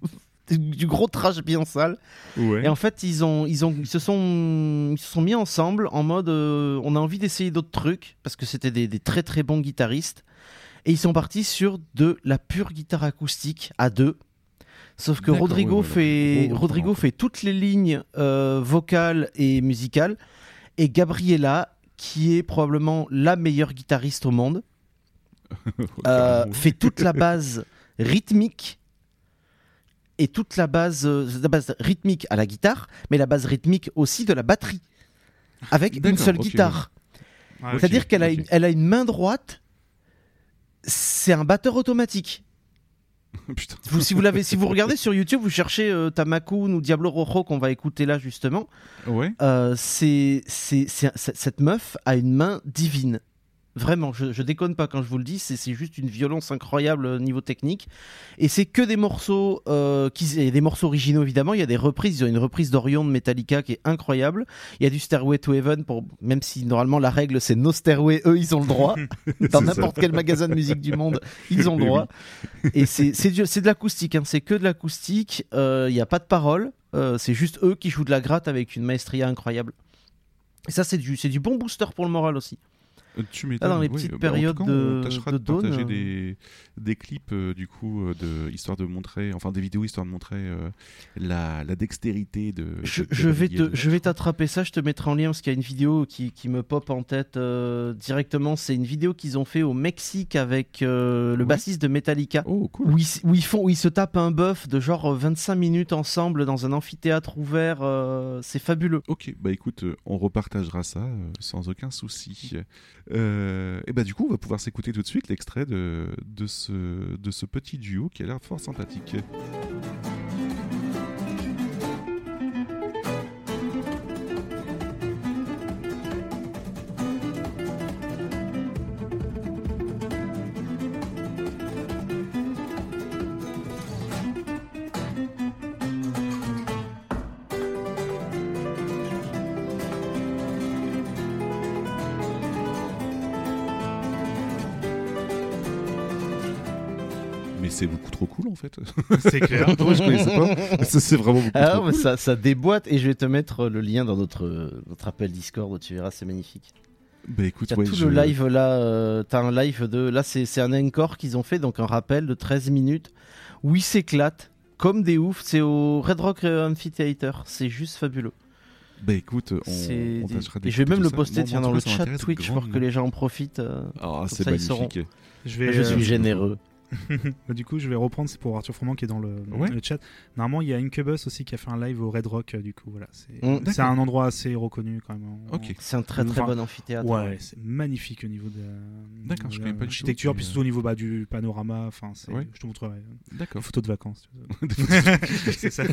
du gros trash bien sale. Ouais. Et en fait, ils, ont, ils, ont, ils, se sont, ils se sont mis ensemble en mode euh, on a envie d'essayer d'autres trucs parce que c'était des, des très très bons guitaristes. Et ils sont partis sur de la pure guitare acoustique à deux. Sauf que D'accord, Rodrigo, ouais, ouais, fait, gros Rodrigo talent. fait toutes les lignes euh, vocales et musicales. Et Gabriela, qui est probablement la meilleure guitariste au monde, euh, Carrément. fait toute la base rythmique et toute la base, euh, la base rythmique à la guitare, mais la base rythmique aussi de la batterie, avec une D'accord, seule ok, guitare. Ouais, Ok. C'est-à-dire qu'elle a, ok. une, elle a une main droite, c'est un batteur automatique. Putain. Vous, si, vous l'avez, si vous regardez sur YouTube, vous cherchez euh, Tamakun ou Diablo Rojo qu'on va écouter là justement, Ouais. euh, c'est, c'est, c'est- c'est- cette meuf a une main divine. Vraiment, je, je déconne pas quand je vous le dis, c'est, c'est juste une violence incroyable au niveau technique. Et c'est que des morceaux, euh, qui, il y a des morceaux originaux évidemment, il y a des reprises, ils ont une reprise d'Orion de Metallica qui est incroyable. Il y a du Stairway to Heaven, pour, même si normalement la règle c'est no Stairway, eux ils ont le droit. Dans C'est n'importe ça. quel magasin de musique du monde, ils ont le Et droit. Et c'est, c'est, du- c'est de l'acoustique, hein, c'est que de l'acoustique, euh, il n'y a pas de parole, euh, c'est juste eux qui jouent de la gratte avec une maestria incroyable. Et ça c'est du, c'est du bon booster pour le moral aussi. Tu m'étonnes. Ah, dans les oui. petites Bah, périodes en tout cas, de- on tâchera de de partager dawn, des, des clips euh, du coup euh, de histoire de montrer, enfin des vidéos histoire de montrer euh, la, la dextérité de. Je, de je vais Gabriel. te, je vais t'attraper ça, je te mettrai en lien parce qu'il y a une vidéo qui, qui me pop en tête euh, directement. C'est une vidéo qu'ils ont fait au Mexique avec euh, le Ouais. bassiste de Metallica. Oh cool. Où ils, où ils font, où ils se tapent un buff de genre vingt-cinq minutes ensemble dans un amphithéâtre ouvert. euh, c'est fabuleux. Ok, bah écoute, euh, on repartagera ça euh, sans aucun souci. Euh, et bah du coup, on va pouvoir s'écouter tout de suite l'extrait de, de, ce, de ce petit duo qui a l'air fort sympathique. Mais c'est beaucoup trop cool en fait. C'est clair. Moi je connaissais pas. Ça, c'est vraiment beaucoup Ah, trop mais cool. ça, ça déboîte et je vais te mettre le lien dans notre, notre appel Discord. Tu verras, c'est magnifique. Bah écoute, T'as ouais, tout je- le live là, euh, t'as un live de. Là, c'est c'est un encore qu'ils ont fait, donc un rappel de treize minutes où ils s'éclatent comme des oufs. C'est au Red Rock Amphitheater. C'est juste fabuleux. Bah écoute, on, C'est on des- tâchera Et je vais d'écouter même tout le ça. poster Moi, tiens, en dans tout le cas, ça chat m'intéresse Twitch pour grandement. que les gens en profitent. euh. Ah, Comme c'est ça, ils sauront. magnifique. Je vais, Je euh, suis généreux. Bah, du coup, je vais reprendre, c'est pour Arthur Froment qui est dans le, Ouais. le chat. Normalement, il y a Incubus aussi qui a fait un live au Red Rock. euh, Du coup, voilà, c'est Mm. c'est D'accord. un endroit assez reconnu quand même. en- Ok. C'est un très très Enfin, bon amphithéâtre. Ouais, c'est magnifique au niveau de la- D'accord, je de connais pas du tout, l'architecture, puis mais, surtout au niveau bah, du panorama. Enfin, c'est- Ouais. je te montrerai. D'accord. Photos de vacances. C'est ça.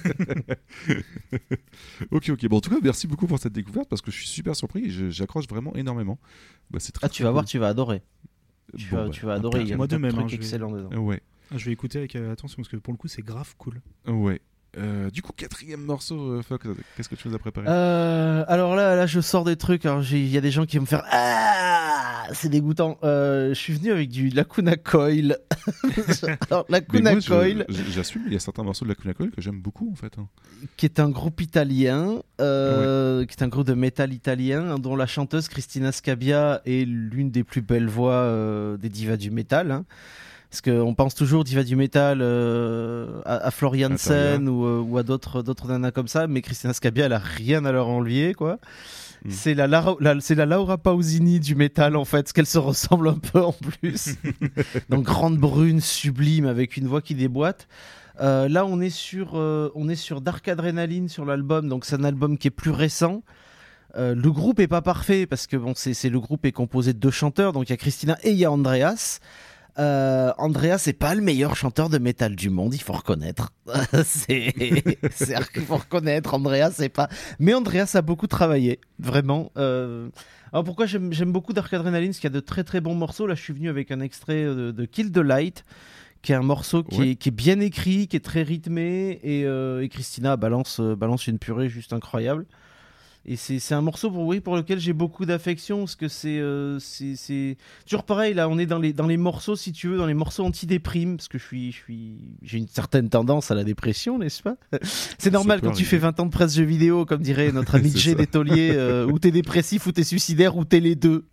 Ok, ok. Bon, en tout cas, merci beaucoup pour cette découverte parce que je suis super surpris et je- j'accroche vraiment énormément. Bah, c'est très, Ah, tu très vas cool. voir, tu vas adorer. Tu, Bon, vas, bah, tu vas adorer. Il y a Moi plein de de même, hein, trucs je vais- excellents dedans. Ouais, Je vais écouter avec euh, attention parce que pour le coup, c'est grave cool. ouais. Euh, du coup, quatrième morceau, euh, Fox, qu'est-ce que tu nous as préparé Euh, alors là, là, je sors des trucs. Alors, j'ai- il y a des gens qui vont me faire ah, c'est dégoûtant. Euh, je suis venu avec du Lacuna Coil. alors, Mais Lacuna moi, je- Coil, j- j'assume, il y a certains morceaux de Lacuna Coil que j'aime beaucoup en fait. hein. qui est un groupe italien, euh, qui est un groupe de métal italien, dont la chanteuse Cristina Scabbia est l'une des plus belles voix euh, des divas du métal. hein. Parce qu'on pense toujours diva du métal euh, à, à Florian Natalia. Sen ou, euh, ou à d'autres d'autres nanas comme ça, mais Cristina Scabbia, elle a rien à leur envier, quoi. Mm. C'est la, Lara- la- c'est la Laura Pausini du métal, en fait, parce qu'elle se ressemble un peu en plus. Donc, grande brune, sublime, avec une voix qui déboîte. Euh, là, on est sur, euh, on est sur Dark Adrenaline sur l'album, donc c'est un album qui est plus récent. Euh, le groupe est pas parfait parce que bon, c'est, c'est le groupe est composé de deux chanteurs, donc il y a Christina et il y a Andreas. Euh, Andreas c'est pas le meilleur chanteur de métal du monde, il faut reconnaître. c'est, c'est il faut reconnaître, Andreas c'est pas. Mais Andreas a beaucoup travaillé, vraiment. Euh... Alors pourquoi j'aime, j'aime beaucoup Dark Adrenaline, parce qu'il y a de très très bons morceaux. Là, je suis venu avec un extrait de, de Kill the Light, qui est un morceau qui, Ouais. est, qui est bien écrit, qui est très rythmé, et, euh, et Christina balance, euh, balance une purée juste incroyable. Et c'est, c'est un morceau pour, oui, pour lequel j'ai beaucoup d'affection, parce que c'est, euh, c'est, c'est toujours pareil, là on est dans les, dans les morceaux, si tu veux, dans les morceaux anti-déprime, parce que je suis, je suis, j'ai une certaine tendance à la dépression, n'est-ce pas? C'est normal peut quand tu arriver. fais vingt ans de presse jeux vidéo, comme dirait notre ami C'est Jay ça. Détolier, euh, ou t'es dépressif, ou t'es suicidaire, ou t'es les deux.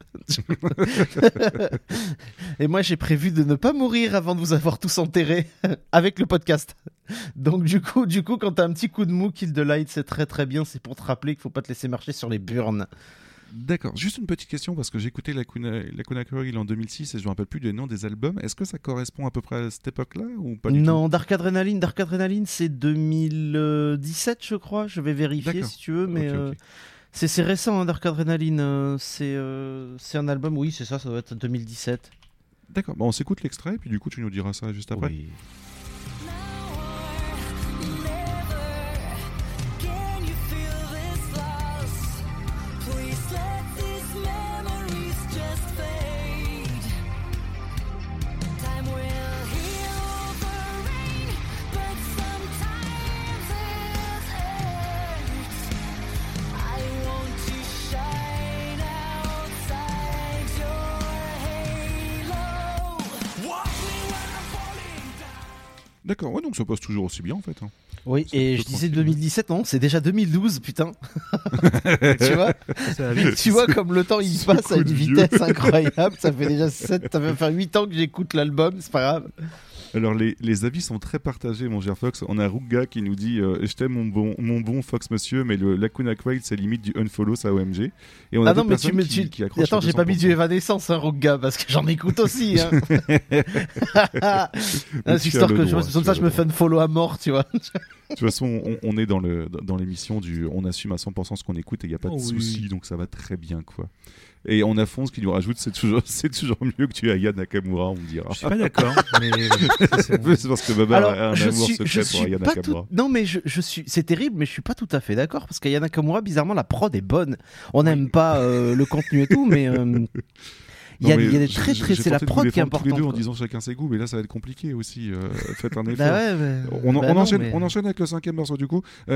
Et moi j'ai prévu de ne pas mourir avant de vous avoir tous enterrés avec le podcast. Donc du coup, du coup, quand t'as un petit coup de mou, Kill the Light, c'est très très bien. C'est pour te rappeler qu'il faut pas te laisser marcher sur les burns. D'accord, juste une petite question parce que j'ai écouté Lacuna, Lacuna Coil en deux mille six et je me rappelle plus des noms des albums. Est-ce que ça correspond à peu près à cette époque-là ou pas du Non, Dark Adrenaline, Dark Adrenaline, c'est deux mille dix-sept, je crois. Je vais vérifier D'accord. si tu veux, mais Ok, ok. euh, c'est, c'est récent, hein, Dark Adrenaline. euh, c'est, euh, c'est un album, oui, c'est ça, ça doit être deux mille dix-sept. tout D'accord, bon, on s'écoute l'extrait et puis du coup tu nous diras ça juste après. Oui. Can you feel this loss? Please let these memories just fade. Time will heal the rain, but sometimes it hurts. I want to shine outside your halo. Walk me when I'm falling down. D'accord, ouais, donc ça passe toujours aussi bien en fait. hein. Oui, C'est et plutôt je disais tranquille. deux mille dix-sept, non, c'est déjà deux mille douze, putain. Tu vois, Ça va vite. tu vois comme le temps il Ce passe à coup une de vieux. vitesse incroyable. Ça fait déjà sept, ça va faire huit ans que j'écoute l'album, c'est pas grave. Alors les, les avis sont très partagés, mon cher Fox. On a Ruga qui nous dit euh, je t'aime mon bon, mon bon Fox monsieur, mais le Lacuna Coil c'est limite du unfollow, ça O M G. Et on a Ah non, d'autres mais tu personnes me. qui, Tu... qui accrochent Attends, à j'ai pas mis du deux cents pour cent. Evanescence, hein, Roga, parce que j'en écoute aussi. Hein. Ah, Mais c'est tu histoire as le que je, droit, comme tu ça, as je le me droit. fais un follow à mort, tu vois. De toute façon, on, on est dans le dans l'émission du on assume à cent pour cent ce qu'on écoute et il n'y a pas de Oh oui. souci, donc ça va très bien quoi. Et on a Fonce qui nous rajoute c'est toujours c'est toujours mieux que tu aies Aya Nakamura, on me dira. Je suis pas d'accord, mais ça, c'est bon. C'est parce que Babar a un je amour suis, secret je pour suis Aya pas Nakamura. tout... Non, mais je, je suis. C'est terrible, mais je suis pas tout à fait d'accord parce qu'Aya Nakamura, bizarrement, la prod est bonne. On n'aime pas euh, le contenu et tout, mais euh, il y a, Non, mais il y a des j'ai- très j'ai- très. j'ai C'est la tenté de vous prod qui est défendre tous les importante. deux en quoi. disant chacun ses goûts, mais là ça va être compliqué aussi. euh, faites un effort. Bah ouais, mais- On, en- bah on non, enchaîne, mais- on enchaîne avec le cinquième morceau du coup. Euh,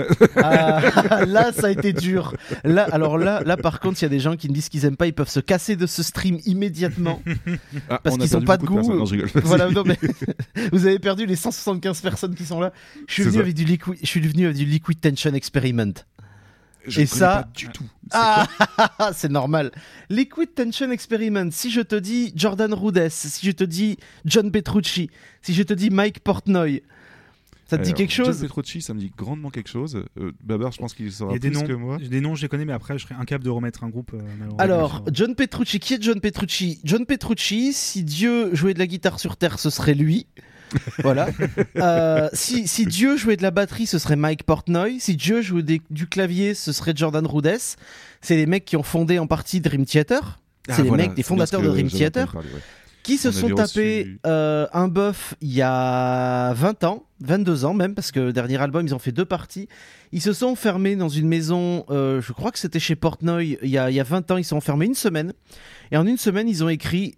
Ah, là, ça a été dur. Là, alors là, là, par contre, il y a des gens qui me disent qu'ils aiment pas, ils peuvent se casser de ce stream immédiatement. ah, Parce on a qu'ils ont perdu pas de beaucoup goût. personnes. Non, je rigole. Voilà, non, mais vous avez perdu les cent soixante-quinze personnes qui sont là. Je suis C'est venu ça. avec du liquid, je suis venu avec du liquid tension experiment. Je Et connais ça- pas du tout. C'est Ah, c'est normal. Liquid Tension Experiment. Si je te dis Jordan Rudess, si je te dis John Petrucci, si je te dis Mike Portnoy, ça te dit Alors, quelque chose John Petrucci, ça me dit grandement quelque chose. Euh, Babar, je pense qu'il Il saura y a des plus noms, que moi. j'ai des noms, je les connais, mais après, je serais incapable de remettre un groupe. euh, malheureusement. Alors, John Petrucci, qui est John Petrucci John Petrucci, si Dieu jouait de la guitare sur Terre, ce serait lui. Voilà. Euh, si, si Dieu jouait de la batterie, ce serait Mike Portnoy. Si Dieu jouait des- du clavier, ce serait Jordan Rudess. C'est les mecs qui ont fondé en partie Dream Theater. C'est Ah, les voilà, mecs des c'est fondateurs bien de ce que Dream j'avais entendu Theater. parler, ouais. Qui se On sont avait tapés reçu- euh, un bœuf il y a vingt ans, vingt-deux ans même, parce que le dernier album, ils ont fait deux parties. Ils se sont enfermés dans une maison, euh, je crois que c'était chez Portnoy, il y, a, il y a vingt ans, ils se sont enfermés une semaine. Et en une semaine, ils ont écrit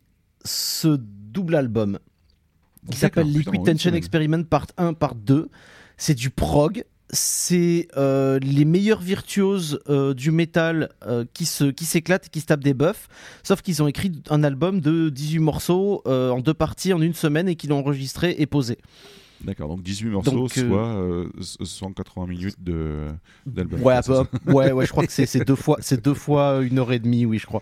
ce double album qui D'accord, s'appelle putain, Liquid en une Tension semaine. Experiment Part un, Part deux. C'est du prog. C'est euh, les meilleurs virtuoses euh, du métal euh, qui, se, qui s'éclatent et qui se tapent des buffs. Sauf qu'ils ont écrit un album de dix-huit morceaux euh, en deux parties en une semaine et qu'ils l'ont enregistré et posé. D'accord, donc dix-huit morceaux, Donc, euh, soit euh, cent quatre-vingts minutes de, d'album. Ouais, C'est ça. bah, ouais, ouais, je crois que c'est, c'est, deux fois, c'est deux fois une heure et demie, oui, je crois.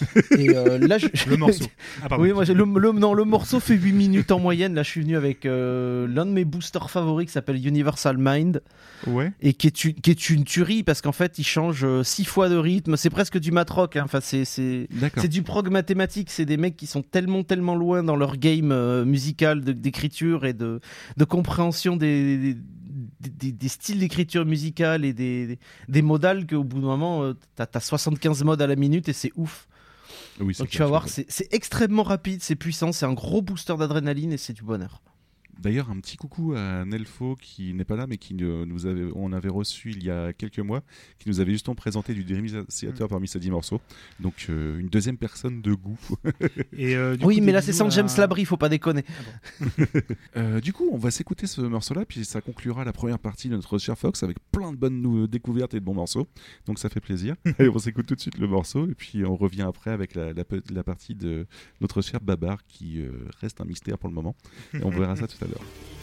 Et euh, là, je... Le morceau. Ah, pardon. Oui, moi, j'ai le, le- non, le morceau fait huit minutes en moyenne. Là, je suis venu avec euh, l'un de mes boosters favoris qui s'appelle Universal Mind Ouais. et qui est, une, qui est une tuerie parce qu'en fait, il change euh, six fois de rythme. C'est presque du mat rock. Hein. Enfin, c'est, c'est, D'accord. c'est du prog mathématique. C'est des mecs qui sont tellement, tellement loin dans leur game euh, musical de- d'écriture et de, de compréhension des, des, des- des styles d'écriture musicale et des, des, des modales qu'au bout d'un moment, euh, t'as, t'as soixante-quinze modes à la minute et c'est ouf. Oui, c'est Donc tu clair, vas voir, je c'est, c'est extrêmement rapide, c'est puissant, c'est un gros booster d'adrénaline et c'est du bonheur. D'ailleurs, un petit coucou à Nelfo qui n'est pas là, mais qui euh, nous avait, on avait reçu il y a quelques mois, qui nous avait justement présenté du Dream Theater parmi ces dix morceaux. Donc, euh, une deuxième personne de goût. Et, euh, du Oui, coup, mais des là c'est bisous sans à- James Labrie, faut pas déconner. Euh, du coup, on va s'écouter ce morceau-là, puis ça conclura la première partie de notre cher Fox avec plein de bonnes nou- découvertes et de bons morceaux. Donc, ça fait plaisir. Et on s'écoute tout de suite le morceau, et puis on revient après avec la, la, pe- la partie de notre cher Babar qui euh, reste un mystère pour le moment. Et on verra ça tout à l'heure.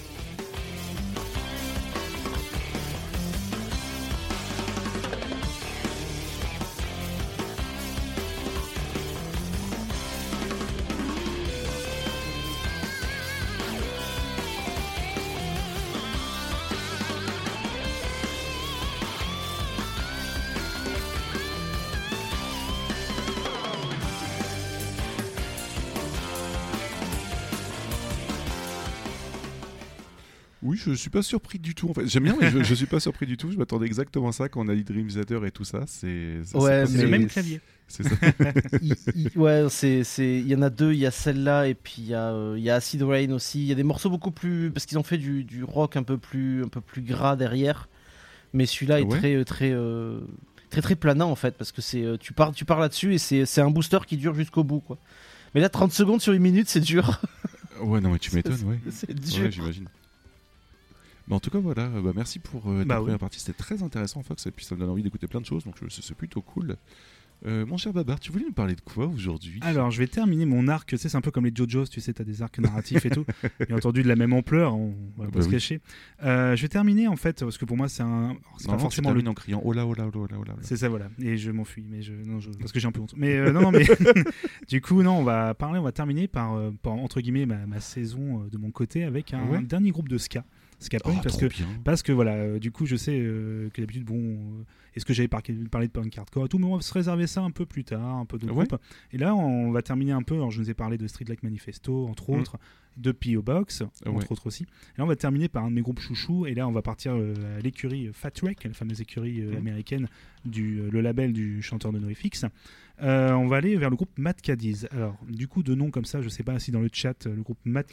Oui, je suis pas surpris du tout. En fait, j'aime bien, mais je, je suis pas surpris du tout. Je m'attendais exactement à ça quand on a dit Dream Theater et tout ça. C'est, c'est, Ouais, c'est C'est le mais- même clavier. c'est ça. il, il- ouais, c'est, c'est, il y en a deux, il y a celle-là et puis il y a, euh, il y a Acid Rain aussi. Il y a des morceaux beaucoup plus, parce qu'ils ont fait du, du rock un peu plus, un peu plus gras derrière. Mais celui-là est Ouais. très, très, euh, très, très planant en fait, parce que c'est, euh, tu pars, tu pars là-dessus et c'est, c'est un booster qui dure jusqu'au bout, quoi. Mais là, trente secondes sur une minute, c'est dur. Ouais, non, mais tu m'étonnes, ouais. C'est dur. Ouais, j'imagine. Bah, en tout cas, voilà. Bah, merci pour euh, ta Bah oui. première partie. C'était très intéressant, Fox. Et puis ça me donne envie d'écouter plein de choses. Donc, je- c'est, c'est plutôt cool. Euh, mon cher Babar, tu voulais nous parler de quoi aujourd'hui? Alors, je vais terminer mon arc. Tu sais, c'est un peu comme les JoJo's, tu sais, t'as des arcs narratifs et tout. Bien entendu, de la même ampleur, on va Bah pas se oui. cacher. Euh, je vais terminer en fait, parce que pour moi, c'est un. alors, c'est pas Non, forcément tu le. termines en criant oh là, oh là, oh là, oh là, oh là. C'est ça, voilà. Et je m'enfuis, mais je... Non, je... parce que j'ai un peu honte. Mais euh, non, non, mais du coup, non, on va parler, on va terminer par, euh, par entre guillemets, ma, ma saison euh, de mon côté avec un, Ouais. un dernier groupe de ska. Ska Oh, punk, parce trop que bien. Parce que voilà, euh, du coup, je sais euh, que d'habitude, bon, euh, est-ce que j'avais par- parlé de punk hardcore et tout, mais on va se réserver ça un peu plus tard, un peu d'autres Ouais. groupes. Et là, on va terminer un peu. Alors, je vous ai parlé de Street Like Manifesto, entre Mm. autres, de P O Box, Ouais. entre autres aussi. Et là, on va terminer par un de mes groupes chouchous. Et là, on va partir euh, à l'écurie euh, Fat Wreck, la fameuse écurie euh, Mm. américaine, du, euh, le label du chanteur de NoFX. Euh, on va aller vers le groupe Mad Caddies. Alors, du coup, de nom comme ça, je sais pas si dans le chat, euh, le groupe Mad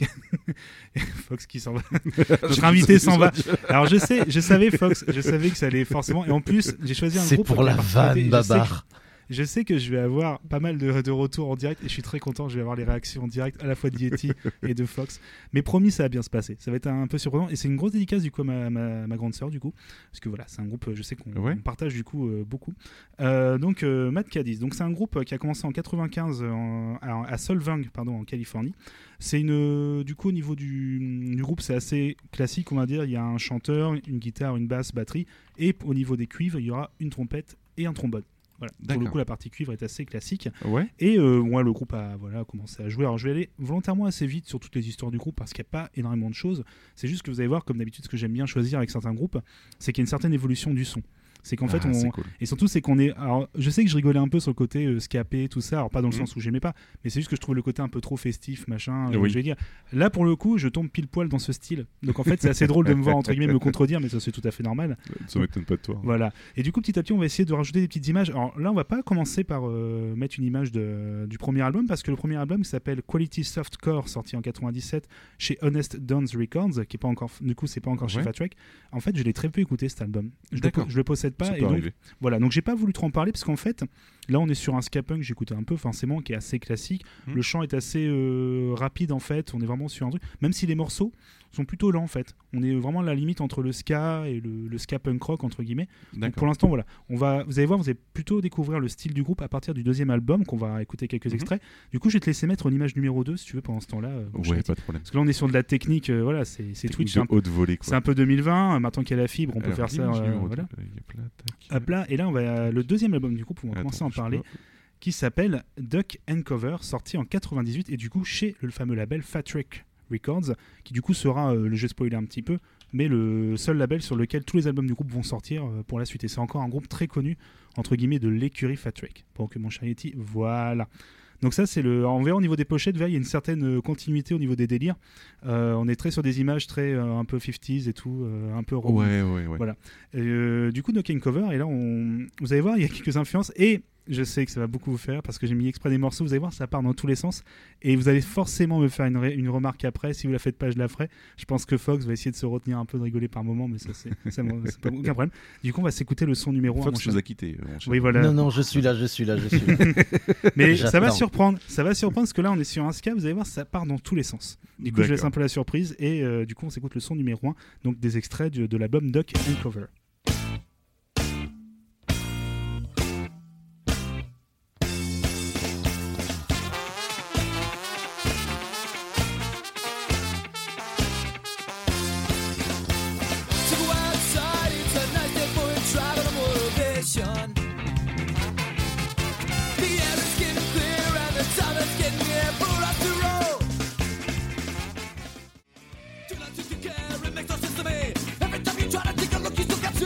Fox qui s'en va. Notre invité s'en va. Alors, je sais, je savais Fox, je savais que ça allait forcément. Et en plus, j'ai choisi un C'est groupe. pour qui a la particularité. vanne, Je sais que- Babar. Je sais que je vais avoir pas mal de, de retours en direct et je suis très content. Je vais avoir les réactions en direct à la fois de Yeti et de Fox. Mais promis, ça va bien se passer. Ça va être un peu surprenant et c'est une grosse dédicace du coup à ma, ma, ma grande sœur du coup, parce que voilà, c'est un groupe, je sais qu'on Ouais. on partage du coup euh, beaucoup. Euh, donc euh, Mad Caddies. Donc c'est un groupe euh, qui a commencé en quatre-vingt-quinze en- à, à Solvang, pardon, en Californie. C'est une, euh, du coup au niveau du, du groupe, c'est assez classique, on va dire. Il y a un chanteur, une guitare, une basse, batterie, et au niveau des cuivres, il y aura une trompette et un trombone. Voilà. Pour le D'accord. coup, la partie cuivre est assez classique. Ouais. Et euh, moi, le groupe a voilà, commencé à jouer. Alors, je vais aller volontairement assez vite sur toutes les histoires du groupe parce qu'il n'y a pas énormément de choses. C'est juste que vous allez voir, comme d'habitude, ce que j'aime bien choisir avec certains groupes, c'est qu'il y a une certaine évolution du son. C'est qu'en fait, Ah, on... c'est cool. et surtout, c'est qu'on est. Alors, je sais que je rigolais un peu sur le côté euh, scapé, tout ça. Alors, pas dans le Mhm. sens où j'aimais pas, mais c'est juste que je trouve le côté un peu trop festif, machin. euh, Oui. Je vais dire. Là, pour le coup, je tombe pile poil dans ce style. Donc, en fait, c'est assez drôle de me voir entre guillemets me contredire, mais ça c'est tout à fait normal. Ça m'étonne pas de toi. hein. Voilà. Et du coup, petit à petit, on va essayer de rajouter des petites images. Alors là, on va pas commencer par euh, mettre une image de, du premier album, parce que le premier album s'appelle Quality Softcore, sorti en quatre-vingt-dix-sept chez Honest Dons Records, qui est pas encore, du coup, c'est pas encore chez Ouais. Fat Wreck. En fait, je l'ai très peu écouté cet album. Je le, D'accord. po- je le possède pas. Ça Et peut donc, arriver. voilà. Donc, j'ai pas voulu trop en parler, parce qu'en fait, là, on est sur un ska punk, j'écoutais un peu, forcément, qui est assez classique. Mhm. Le chant est assez euh, rapide, en fait. On est vraiment sur un truc. Même si les morceaux sont plutôt lents, en fait. On est vraiment à la limite entre le ska et le, le ska punk rock, entre guillemets. Donc D'accord. pour l'instant, voilà. On va, vous allez voir, vous allez plutôt découvrir le style du groupe à partir du deuxième album, qu'on va écouter quelques Mhm. extraits. Du coup, je vais te laisser mettre une image numéro deux, si tu veux, pendant ce temps-là. euh, mon cher Ouais, Yeti. pas de problème. Parce que là, on est sur de la technique, euh, voilà, c'est c'est Twitch, c'est de un, peu- haute volée, quoi. c'est un peu deux mille vingt. euh, Maintenant qu'il y a la fibre, on peut Alors, faire ça. l'image euh, numéro voilà. deux, euh, yep, là, tac. Hop là, et là, on va le deuxième album du groupe, on va Attends, commencer à en je parler, vois. qui s'appelle Duck and Cover, sorti en quatre-vingt-dix-huit, et du coup, chez le fameux label Fat Wreck Records, qui du coup sera, euh, je vais spoiler un petit peu, mais le seul label sur lequel tous les albums du groupe vont sortir euh, pour la suite. Et c'est encore un groupe très connu, entre guillemets, de l'écurie Fat Wreck. Pour que mon cher Yeti, voilà. Donc ça, c'est le. On verra au niveau des pochettes, vous voyez, il y a une certaine euh, continuité au niveau des délires. Euh, on est très sur des images très euh, un peu cinquantaise et tout, euh, un peu rock. Ouais, ouais, ouais. Voilà. Euh, du coup, Duck and Cover, et là, on... vous allez voir, il y a quelques influences, et je sais que ça va beaucoup vous faire, parce que j'ai mis exprès des morceaux, vous allez voir, ça part dans tous les sens, et vous allez forcément me faire une, ré- une remarque après, si vous la faites pas, je la ferai. Je pense que Fox va essayer de se retenir un peu, de rigoler par moment, mais ça, c'est, ça me- c'est pas aucun problème. Du coup, on va s'écouter le son numéro un. Fox nous a quittés, euh, mon cher. Oui, voilà. Non, non, je suis là, je suis là, je suis là. Mais ça va J'attends. surprendre, ça va surprendre, parce que là, on est sur un ska, vous allez voir, ça part dans tous les sens. Du coup, je laisse D'accord. un peu la surprise, et euh, du coup, on s'écoute le son numéro un, donc des extraits de, de l'album Duck and Cover. To go outside, it's a nice day for a travel and motivation. The air is getting clear and the time is getting near for us to roll. Too much to care, it makes no sense to me. Every time you try to take a look, you still get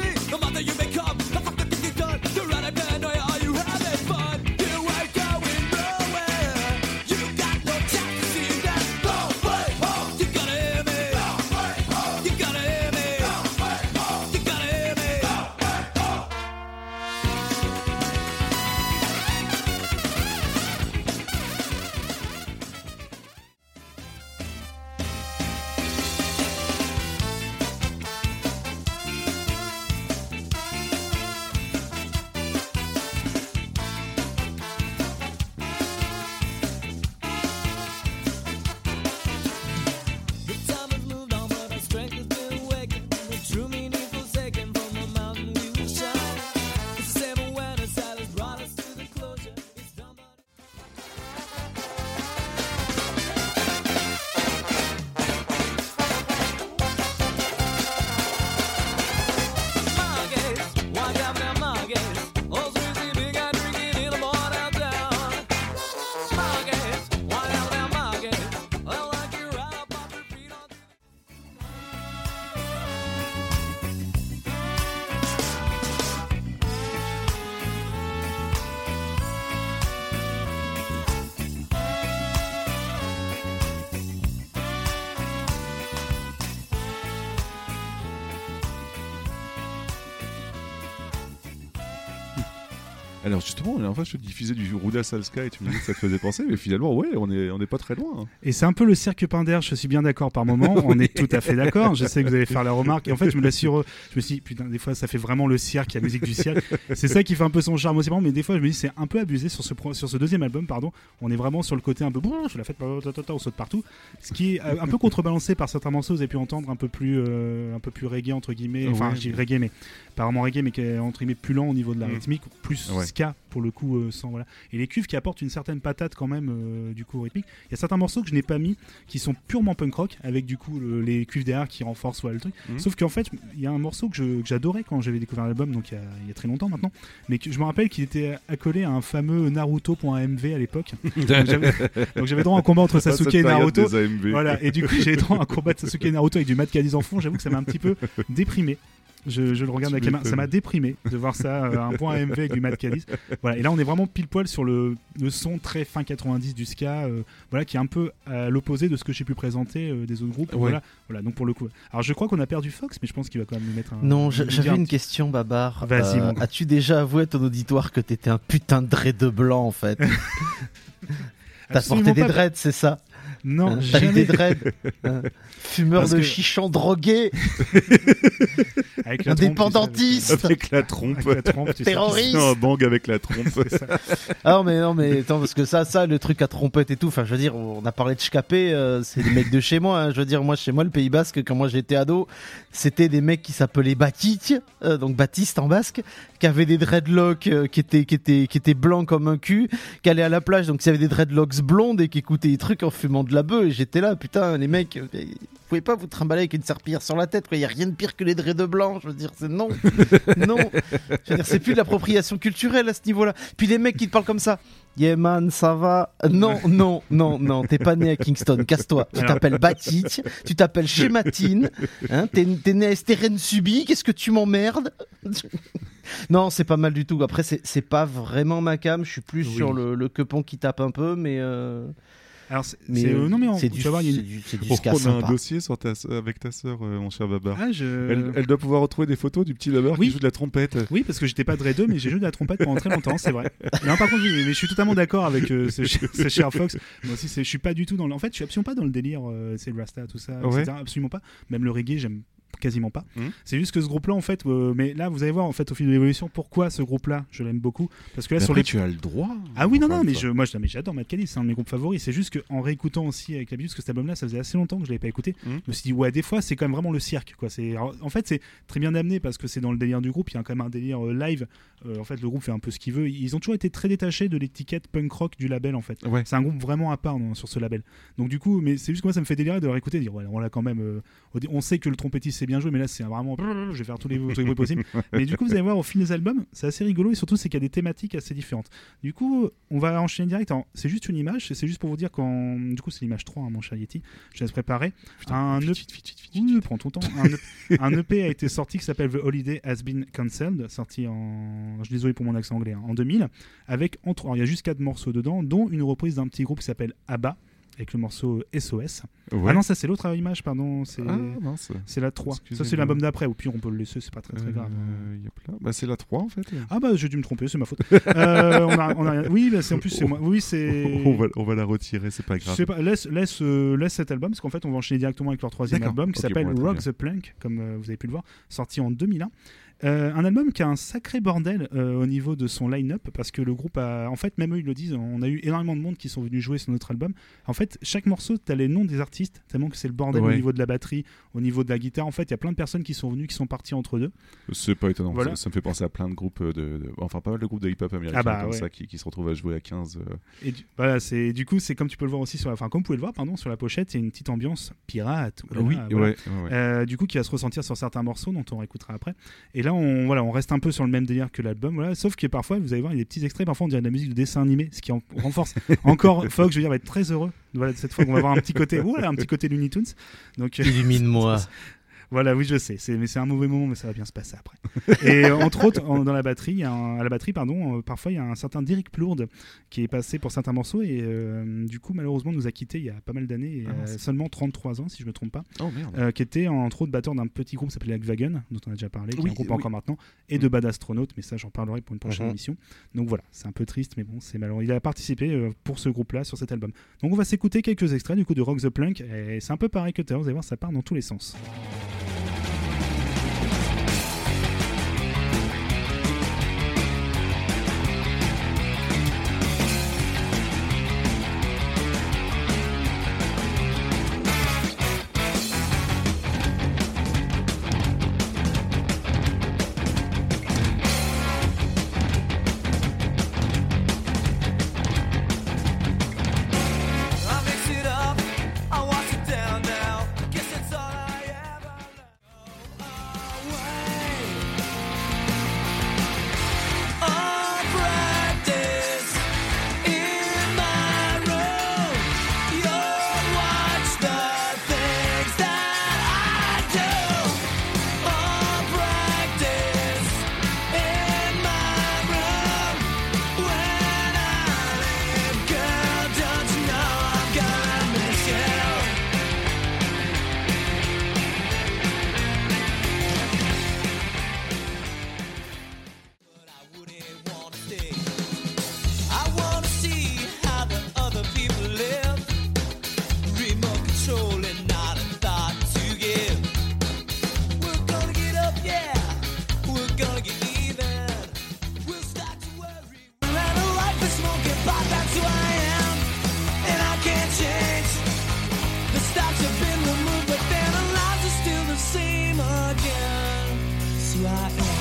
Alors justement, la dernière fois, je te diffusais du Ruda Salska et tu me disais que ça te faisait penser, mais finalement, ouais, on est, on est pas très loin. Hein. Et c'est un peu le cirque Pinder, je suis bien d'accord par moment, on est tout à fait d'accord, je sais que vous allez faire la remarque, et en fait je me l'assure, je me suis dit, putain, des fois ça fait vraiment le cirque, la musique du cirque, c'est ça qui fait un peu son charme aussi, mais des fois je me dis c'est un peu abusé sur ce, sur ce deuxième album, pardon, on est vraiment sur le côté un peu, je la fête, on saute partout, ce qui est un peu contrebalancé par certains morceaux, vous avez pu entendre un peu plus, euh, un peu plus reggae entre guillemets, enfin ouais, je dis mais... reggae, mais pas vraiment reggae, mais qui est entre guillemets plus lent au niveau de la mmh. rythmique, plus ouais. ska pour le coup, euh, sans voilà, et les cuves qui apportent une certaine patate quand même euh, du coup rythmique. Il y a certains morceaux que je n'ai pas mis qui sont purement punk rock avec du coup le, les cuves derrière qui renforcent voilà, le truc. Mmh. Sauf qu'en fait, il y a un morceau que, je, que j'adorais quand j'avais découvert l'album, donc il y, a, il y a très longtemps maintenant, mais que je me rappelle qu'il était accolé à un fameux Naruto.amv à l'époque. donc, j'avais, donc j'avais droit à un combat entre Sasuke et Naruto. Voilà, et du coup j'avais droit à un combat de Sasuke et Naruto avec du Mad Cadiz en fond. J'avoue que ça m'a un petit peu déprimé. Je, je le regarde avec la main, ça m'a déprimé de voir ça, euh, un point A M V avec du Mad Cadiz. Voilà, et là on est vraiment pile poil sur le, le son très fin quatre-vingt-dix du ska, euh, voilà, qui est un peu à l'opposé de ce que j'ai pu présenter euh, des autres groupes. Ouais. Voilà, voilà, donc pour le coup. Alors je crois qu'on a perdu Fox, mais je pense qu'il va quand même nous mettre un. Non, un, j'avais un une petit... question, Babar. Vas-y. Euh, as-tu déjà avoué à ton auditoire que t'étais un putain de dread blanc en fait? T'as porté des dreads, c'est ça? Non, hein, jamais. T'as eu des dreads, hein, fumeur Parce de que... chichon drogué, avec la indépendantiste, trompe, avec la trompe, avec la trompe terroriste, un bang avec la trompe. Ah mais non mais attends parce que ça, ça le truc à trompette et tout. Enfin je veux dire, on a parlé de Chkapé, euh, c'est des mecs de chez moi. Hein, je veux dire moi chez moi le Pays Basque quand moi j'étais ado, c'était des mecs qui s'appelaient Batit, euh, donc Baptiste en basque, qui avaient des dreadlocks euh, qui étaient qui étaient qui étaient blancs comme un cul, qui allaient à la plage donc ils avaient des dreadlocks blondes et qui écoutaient des trucs en fumant de la beuh. Et j'étais là, putain, les mecs, vous pouvez pas vous trimballer avec une serpillière sur la tête, quoi. Y a rien de pire que les dreads blancs. Je veux dire, c'est non, non. Je veux dire, c'est plus de l'appropriation culturelle à ce niveau-là. Puis les mecs qui te parlent comme ça. Yeah man, ça va. Non, non, non, non, t'es pas né à Kingston, casse-toi. Tu t'appelles Batit, tu t'appelles Chématine, hein, t'es, t'es né à Estérène Subi, qu'est-ce que tu m'emmerdes? Non, c'est pas mal du tout. Après, c'est, c'est pas vraiment ma cam, je suis plus oui. sur le, le quepon qui tape un peu, mais. Euh... Alors c'est, mais c'est, euh, non mais on, c'est du, voir, c'est une... du, c'est du oh, ska on a sympa. un dossier sur ta, avec ta sœur, euh, mon cher Babar. Ah, je... elle, elle doit pouvoir retrouver des photos du petit Babar oui. qui joue de la trompette. Oui, parce que j'étais pas dreadeux, mais j'ai joué de la trompette pendant très longtemps, c'est vrai. Non, par contre, mais je suis totalement d'accord avec euh, ce, ce cher Fox. Moi aussi, c'est, je suis pas du tout dans le. En fait, je suis absolument pas dans le délire, euh, c'est le Rasta, tout ça, ouais. et cetera. Absolument pas. Même le reggae, j'aime quasiment pas. Mmh. C'est juste que ce groupe-là, en fait, euh, mais là, vous allez voir, en fait, au fil de l'évolution, pourquoi ce groupe-là, je l'aime beaucoup. Parce que là, mais sur après, les. tu as le droit. Ah oui, non, non, mais je, moi, je, mais j'adore Mad Cadiz, c'est un de mes groupes favoris. C'est juste qu'en réécoutant aussi avec l'habitude, parce que cet album-là, ça faisait assez longtemps que je l'avais pas écouté. Mmh. Je me suis dit, ouais, des fois, c'est quand même vraiment le cirque, quoi. C'est, alors, en fait, c'est très bien amené parce que c'est dans le délire du groupe. Il y a quand même un délire euh, live. Euh, en fait, le groupe fait un peu ce qu'il veut. Ils ont toujours été très détachés de l'étiquette punk rock du label, en fait. Ouais. C'est un groupe vraiment à part non, sur ce label. Donc, du coup, mais c'est juste que moi, ça me fait délirer de le réécouter, de dire, ouais, on l'a quand même. Euh, on sait que le trompettiste c'est bien joué, mais là, c'est vraiment. Je vais faire tous les, tous les bruits possibles. Mais du coup, vous allez voir au fil des albums, c'est assez rigolo et surtout, c'est qu'il y a des thématiques assez différentes. Du coup, on va enchaîner direct. Alors, c'est juste une image, c'est juste pour vous dire quand. Du coup, c'est l'image trois, hein, mon cher Yeti. Je laisse préparer. Putain, un vite, E P... vite, vite, vite, vite, oui, prends ton temps. Un, e... un E P a été sorti qui s'appelle The Holiday Has Been Cancelled, sorti en. Je suis désolé pour mon accent anglais, hein, en deux mille. Avec entre. Alors, il y a juste quatre morceaux dedans, dont une reprise d'un petit groupe qui s'appelle ABBA. Avec le morceau S O S. Ouais. Ah non, ça c'est l'autre image, pardon. C'est, ah, mince. C'est la trois. Excusez-moi. Ça c'est l'album d'après, ou puis on peut le laisser, c'est pas très très euh, grave. Yep là. Bah, c'est la trois en fait. Ah bah j'ai dû me tromper, c'est ma faute. euh, on a, on a... Oui, bah, c'est, en plus c'est moi. Oui, c'est... On va, on va la retirer, c'est pas grave. C'est pas... Laisse, laisse, euh, laisse cet album, parce qu'en fait on va enchaîner directement avec leur troisième D'accord. album qui okay, s'appelle bon, Rock the Plank, comme euh, vous avez pu le voir, sorti en deux mille un. Euh, un album qui a un sacré bordel euh, au niveau de son line-up parce que le groupe a, en fait, même eux ils le disent, on a eu énormément de monde qui sont venus jouer sur notre album. En fait, chaque morceau, t'as les noms des artistes, tellement que c'est le bordel ouais. au niveau de la batterie, au niveau de la guitare. En fait, il y a plein de personnes qui sont venues, qui sont parties entre deux. C'est pas étonnant, voilà. ça, ça me fait penser à plein de groupes, de, de, enfin pas mal de groupes de hip-hop américains ah bah, comme ouais. ça qui, qui se retrouvent à jouer à quinze. Euh... Et du, voilà, c'est, du coup, c'est comme tu peux le voir aussi sur la, enfin comme vous pouvez le voir, pardon, sur la pochette, il y a une petite ambiance pirate. Voilà, oui, voilà. ouais, ouais, ouais. Euh, du coup, qui va se ressentir sur certains morceaux dont on réécoutera après. Et là, on, voilà, on reste un peu sur le même délire que l'album, voilà, sauf que parfois, vous allez voir, il y a des petits extraits, parfois on dirait de la musique de dessin animé, ce qui en renforce encore. Fox, je veux dire, va être très heureux. Voilà, cette fois, on va avoir un petit côté, voilà, un petit côté Looney Tunes. Donc, illumine-moi. Voilà, oui, je sais. C'est, mais c'est un mauvais moment, mais ça va bien se passer après. Et euh, entre autres, en- dans la batterie, il y a un- à la batterie, pardon, euh, parfois il y a un certain Derek Plourde qui est passé pour certains morceaux et euh, du coup, malheureusement, nous a quittés il y a pas mal d'années, et, Ah, euh, mince. seulement trente-trois ans, si je me trompe pas, Oh merde. euh, qui était entre autres batteur d'un petit groupe qui s'appelait Lagwagon, dont on a déjà parlé, qui Oui, est un groupe oui. encore maintenant, et de Bad Astronaut, mais ça, j'en parlerai pour une prochaine Mhm. émission. Donc voilà, c'est un peu triste, mais bon, c'est malheureux. Il a participé euh, pour ce groupe-là sur cet album. Donc on va s'écouter quelques extraits du coup de Rock the Plunk, et c'est un peu pareil que tout à l'heure, vous allez voir, ça part dans tous les sens. I mix it up, I wash it down now. Guess that's all I ever know. Away. All practice in my room. You'll watch the things that I do. All practice in my room. When I leave, girl, don't you know I'm gonna miss you? But I wouldn't wanna stay. I wanna see how the other people live. Remote control and not a thought to give. We're gonna get up, yeah. We're gonna get even. We'll start to worry. Around a life of smoking pot, that's who I am. And I can't change. The stops have been removed, but then our lives are still the same again. So I am.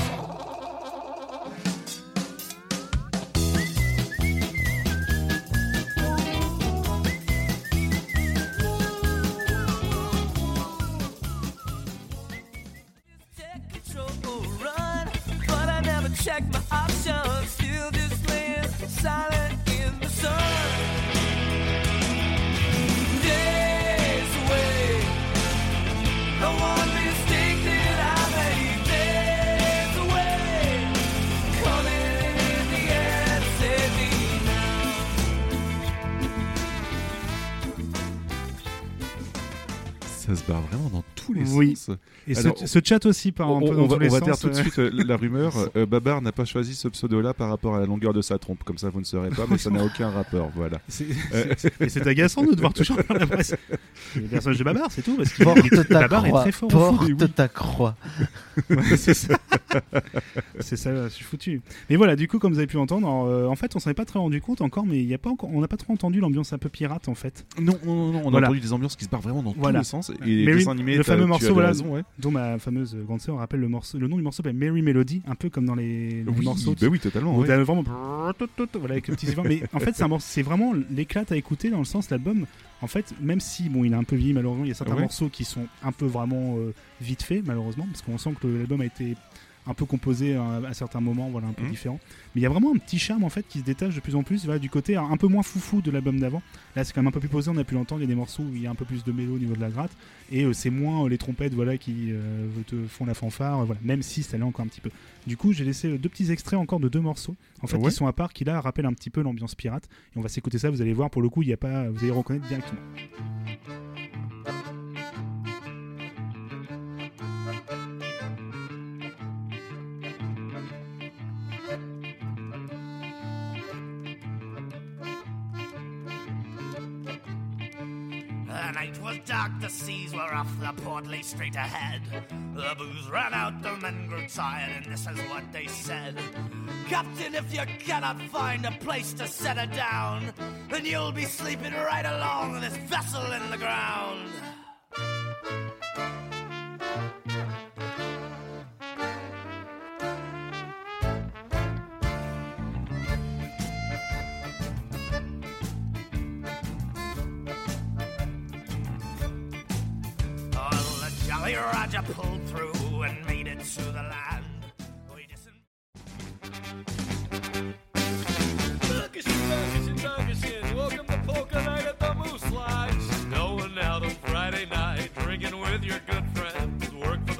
Take control, run, but I never check my options. Still just laying silent in the sun. Days away, no one mistake that I made. Days away, coming in the end, save me now. Ça se barre vraiment dans tous les Oui. sens. Et Alors, ce, ce chat aussi part On, un peu on dans va, tous les on va sens. dire tout de euh. suite euh, la rumeur. euh, Babar n'a pas choisi ce pseudo-là par rapport à la longueur de sa trompe. Comme ça, vous ne saurez pas, mais ça n'a aucun rapport. Voilà. C'est, Euh. c'est- et c'est agaçant de devoir toujours faire la presse. Le personnage de Babar, c'est tout, parce que Porte ta Babar est croix. très fort au foot. Porte ta croix. Ouais, c'est ça. C'est ça, je suis foutu. Mais voilà, du coup, comme vous avez pu entendre, euh, en fait, on s'en est pas très rendu compte encore, mais il y a pas encore, on n'a pas trop entendu l'ambiance un peu pirate, en fait. Non, non, non, non, on Voilà. a entendu des ambiances qui se barrent vraiment dans Voilà. tous les sens. Et les Mary- dessins animés, le t'as- fameux tu morceau, avais voilà, raison, ouais. dont ma fameuse grande sœur rappelle le morceau, le nom du morceau, s'appelle Merry Melody, un peu comme dans les, les Oui, morceaux. bah oui, totalement. Où ouais. t'as vraiment voilà, avec le petit suivant. Mais en fait, c'est, un morceau- c'est vraiment l'éclate à écouter dans le sens l'album. En fait, même si bon, il a un peu vieilli malheureusement, il y a certains Ouais. morceaux qui sont un peu vraiment euh, vite faits malheureusement, parce qu'on sent que l'album a été un peu composé à, à certains moments, voilà, un peu Mhm. différent. Mais il y a vraiment un petit charme en fait qui se détache de plus en plus, voilà, du côté un peu moins foufou de l'album d'avant. Là, c'est quand même un peu plus posé, on a pu l'entendre. Il y a des morceaux où il y a un peu plus de mélo au niveau de la gratte, et euh, c'est moins euh, les trompettes, voilà, qui euh, te font la fanfare, euh, voilà. Même si ça l'est encore un petit peu. Du coup, j'ai laissé euh, deux petits extraits encore de deux morceaux, en fait, Ouais. qui sont à part, qui là rappellent un petit peu l'ambiance pirate. Et on va s'écouter ça. Vous allez voir, pour le coup, il y a pas, vous allez reconnaître directement. The night was dark, the seas were off, the port lay straight ahead. The booze ran out, the men grew tired, and this is what they said. Captain, if you cannot find a place to set her down, then you'll be sleeping right along this vessel in the ground. Oh, the Jolly Roger pulled through and made it to the land. We just... Welcome to Polka Night at the Moose Lodge. Going out on Friday night, drinking with your good friends. Work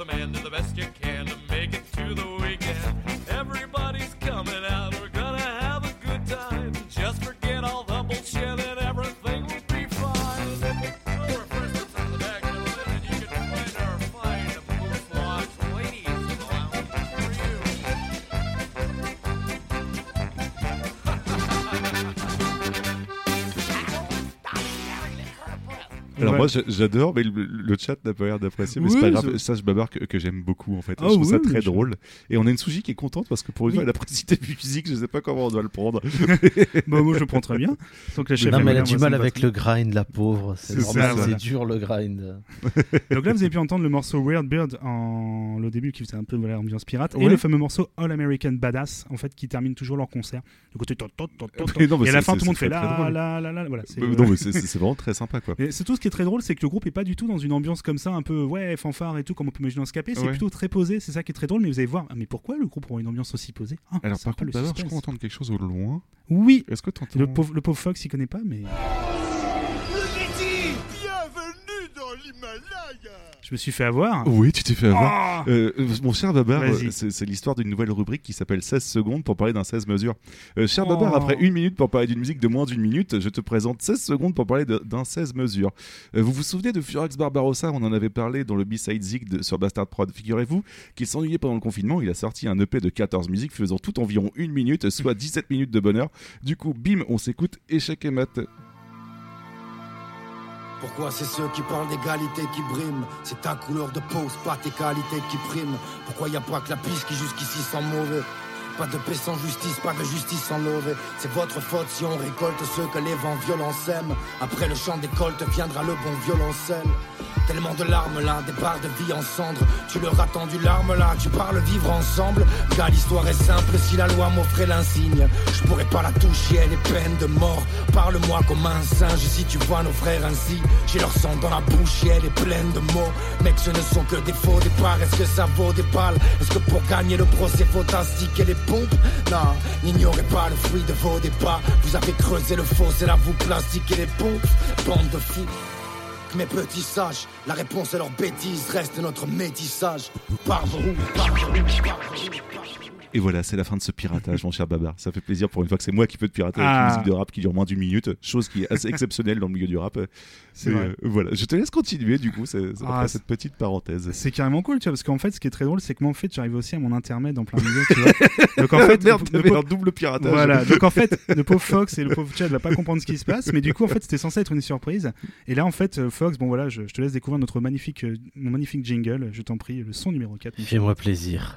Alors Ouais. moi j'a- j'adore, mais le, le chat n'a pas l'air d'apprécier, mais Oui, c'est pas grave. c'est- Ça, je babarre que, que j'aime beaucoup en fait. Ah je trouve oui, ça mais très je- drôle. Et on a une Suji qui est contente parce que pour une Oui. fois elle apprécie tes musiques. Je sais pas comment on doit le prendre. Bah, moi, je le prends très bien. Donc, la chef Non, aime mais elle a bien, du moi, ça mal me va avec très le grind, la pauvre. C'est C'est normal, ça, c'est voilà. dur le grind. bien. Donc là, vous avez pu entendre le morceau Weird Bird en le début qui faisait un peu voilà, ambiance pirate et Ouais. le fameux morceau All American Badass en fait qui termine toujours leur concert. Du côté tot, tot, tot, tot, tot. Mais non, mais et à la c'est- fin c'est- tout le monde c'est fait très, très la drôle. la la la voilà. c'est- Euh, non, mais c'est- c'est c'est vraiment très sympa quoi. Mais c'est tout ce qui est très drôle, c'est que le groupe est pas du tout dans une ambiance comme ça, un peu ouais fanfare et tout comme on peut imaginer en scapé. C'est Ouais. plutôt très posé. C'est ça qui est très drôle. Mais vous allez voir, ah, mais pourquoi le groupe aura une ambiance aussi posée Ah, Alors c'est par pas contre, le d'abord, je suspense. crois entendre quelque chose au loin. Oui. Est-ce que tu entends Le pauvre, le pauvre Fox, il connaît pas, mais Bienvenue dans l'Himalaya. je me suis fait avoir. Oui, tu t'es fait avoir. Ah Euh, euh, mon cher Babar, Vas-y. euh, c'est c'est l'histoire d'une nouvelle rubrique qui s'appelle seize secondes pour parler d'un seize mesures. Euh, cher Oh. Babar, après une minute pour parler d'une musique de moins d'une minute, je te présente seize secondes pour parler de- d'un seize mesures. Euh, vous vous souvenez de Furax Barbarossa? On en avait parlé dans le B-Side Zig de- sur Bastard Prod. Figurez-vous qu'il s'ennuyait pendant le confinement. Il a sorti un E P de quatorze musiques faisant tout environ une minute, soit dix-sept minutes de bonheur. Du coup, bim, on s'écoute Échec et Mat. Pourquoi c'est ceux qui parlent d'égalité qui briment? C'est ta couleur de peau, c'est pas tes qualités qui priment. Pourquoi y a pas que la piste qui jusqu'ici sent mauvais? Pas de paix sans justice, pas de justice sans lever. C'est votre faute si on récolte ceux que les vents violents sèment. Après le chant des coltes viendra le bon violoncelle. Tellement de larmes là, des barres de vie en cendres. Tu leur as tendu l'arme là, tu parles vivre ensemble. Gars, l'histoire est simple, si la loi m'offrait l'insigne, je pourrais pas la toucher, elle est peine de mort. Parle-moi comme un singe, si tu vois nos frères ainsi. J'ai leur sang dans la bouche et elle est pleine de mots. Mec, ce ne sont que des faux départs, est-ce que ça vaut des balles? Est-ce que pour gagner le procès faut astiquer les pompes? Non, n'ignorez pas le fruit de vos débats. Vous avez creusé le fossé, là vous plastiquez les pompes. Bande de fous. Mes petits sages, la réponse à leurs bêtises reste notre métissage. Barberou, barberou, barberou. Et voilà, c'est la fin de ce piratage, mon cher Babar. Ça fait plaisir pour une fois que c'est moi qui peux te pirater avec Ah. une musique de rap qui dure moins d'une minute, chose qui est assez exceptionnelle dans le milieu du rap. C'est Mais, vrai. euh, voilà, je te laisse continuer du coup, c'est, c'est Ah, après c'est- cette petite parenthèse. C'est carrément cool, tu vois, parce qu'en fait, ce qui est très drôle, c'est que moi, en fait, j'arrive aussi à mon intermède en plein milieu, tu vois. Donc en fait, Merde, le t'avais pauvre- un double piratage. Voilà, donc en fait, le pauvre Fox et le pauvre Chad va pas comprendre ce qui se passe, mais du coup, en fait, c'était censé être une surprise. Et là, en fait, euh, Fox, bon voilà, je, je te laisse découvrir notre magnifique, euh, mon magnifique jingle, je t'en prie, le son numéro quatre. Fais-moi plaisir.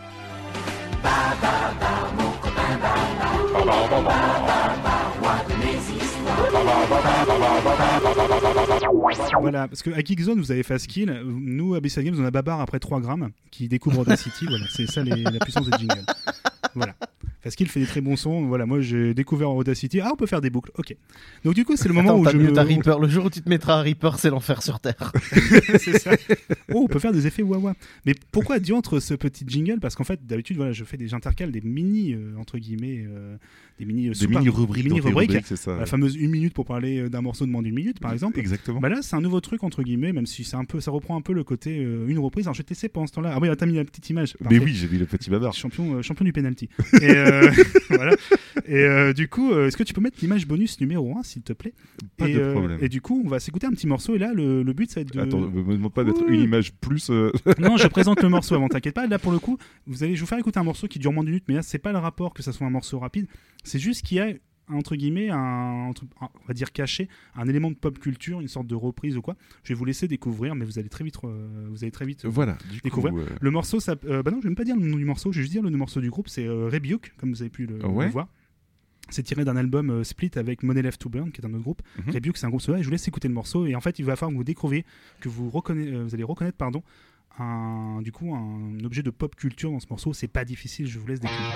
Voilà, parce qu'à Geekzone, vous avez Fast Kill, nous, à B C Games, on a Babar après trois grammes, qui découvre Audacity, voilà, c'est ça les- la puissance des jingles. Voilà. Fast Kill fait des très bons sons, voilà, moi j'ai découvert Audacity, ah, on peut faire des boucles, ok. Donc du coup, c'est le moment Attends, où t'as je mieux me... ta Reaper. Le jour où tu te mettras à Reaper, c'est l'enfer sur Terre. C'est ça. Oh, on peut faire des effets wah-wah. Mais pourquoi diantre ce petit jingle? Parce qu'en fait, d'habitude, voilà, je fais des j'intercale des mini, euh, entre guillemets, euh, des mini, euh, Des sous-par- mini-rubriques des dans tes mini-rubriques. rubriques, c'est ça. La fameuse une minute pour parler euh, d'un morceau de moins d'une minute, par exemple. Exactement. Bah là, c'est un nouveau truc, entre guillemets, même si c'est un peu, ça reprend un peu le côté euh, une reprise. Alors, je vais te laisser pendant ce temps-là. Ah oui, t'as mis la petite image. Mais Parfait. oui, j'ai vu le petit Babar. Champion, euh, champion du penalty. Et, euh, voilà. Et euh, du coup, euh, est-ce que tu peux mettre l'image bonus numéro un, s'il te plaît? Pas et, de euh, problème. et du coup, on va s'écouter un petit morceau. Et là, le, le but, ça va être de. Attends, me demande pas d'être Oui. une image plus. euh, Non, je présente le morceau avant, t'inquiète pas. Là, pour le coup, vous allez, je vais vous faire écouter un morceau qui dure moins d'une minute, mais là, c'est pas le rapport que ça soit un morceau rapide. C'est juste qu'il y a, entre guillemets, un, entre- un- on va dire caché, un élément de pop culture, une sorte de reprise ou quoi. Je vais vous laisser découvrir, mais vous allez très vite, euh, vous allez très vite. euh, Voilà, du Découvrir. coup. euh, Le morceau, ça, euh, bah non, je vais même pas dire le nom du morceau, je vais juste dire le nom du morceau du groupe, c'est euh, Rebuke, comme vous avez pu le, Ouais. le voir. C'est tiré d'un album euh, Split avec Money Left to Burn, qui est un autre groupe. Mhm. Rebuke, c'est un groupe solo, et je vous laisse écouter le morceau. Et en fait, il va falloir que vous découvriez, que vous, reconna- euh, vous allez reconnaître, pardon, un, du coup, un objet de pop culture dans ce morceau. C'est pas difficile, je vous laisse découvrir.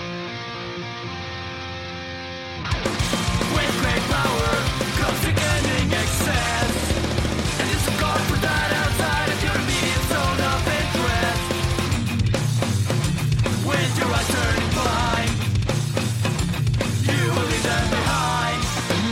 With great power comes sickening excess, and it's a call for that outside of your immediate zone of interest. With your eyes turning blind, you will leave them behind.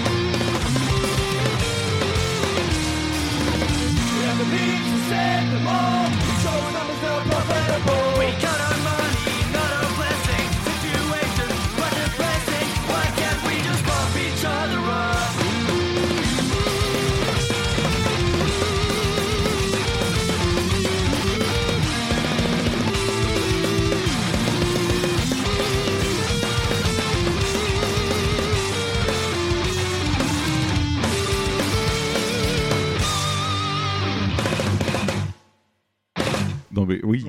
We have the means to send them all. We show numbers that are profitable. We got our money, not our blessing. Situations, but depressing. Why can't we just bump each other up?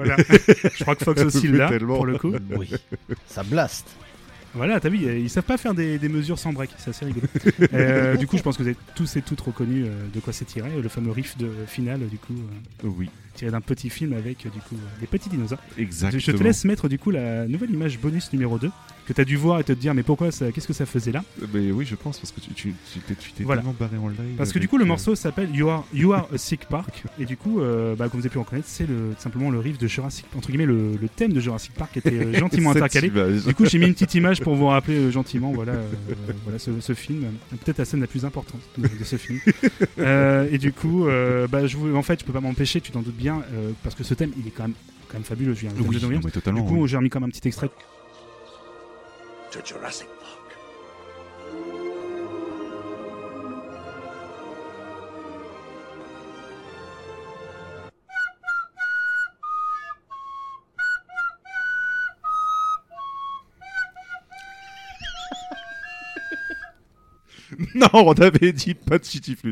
Voilà. Je crois que Fox aussi là, Tellement. pour le coup. Oui, ça blast. Voilà, t'as vu, ils savent pas faire des, des mesures sans break, c'est assez rigolo. euh, du coup, je pense que vous avez tous et toutes reconnu euh, de quoi c'est tiré, le fameux riff de finale, du coup, euh, Oui, tiré d'un petit film avec euh, du coup euh, des petits dinosaures. exactement. Je te laisse mettre du coup la nouvelle image bonus numéro deux que t'as dû voir et te dire mais pourquoi ça, qu'est-ce que ça faisait là. Mais oui, je pense, parce que tu, tu, tu t'es, tu t'es Voilà. tellement barré en live. Parce que du avec, coup le euh, morceau s'appelle You Are, you Are a Sick Park et du coup euh, bah, comme vous avez pu en connaître c'est le, simplement le riff de Jurassic, entre guillemets le, le thème de Jurassic Park qui était euh, gentiment cette intercalé. image. Du coup j'ai mis une petite image pour vous rappeler euh, gentiment voilà, euh, voilà ce, ce film, peut-être la scène la plus importante de, de ce film. Euh, et du coup euh, bah, je vous, en fait je peux pas m'empêcher, tu t'en doutes bien, euh, parce que ce thème il est quand même, quand même fabuleux, je viens de Oui, le dire. mais totalement. Du coup oui. j'ai remis comme un petit extrait. To Jurassic Park. Non, on avait dit pas de shitty flute.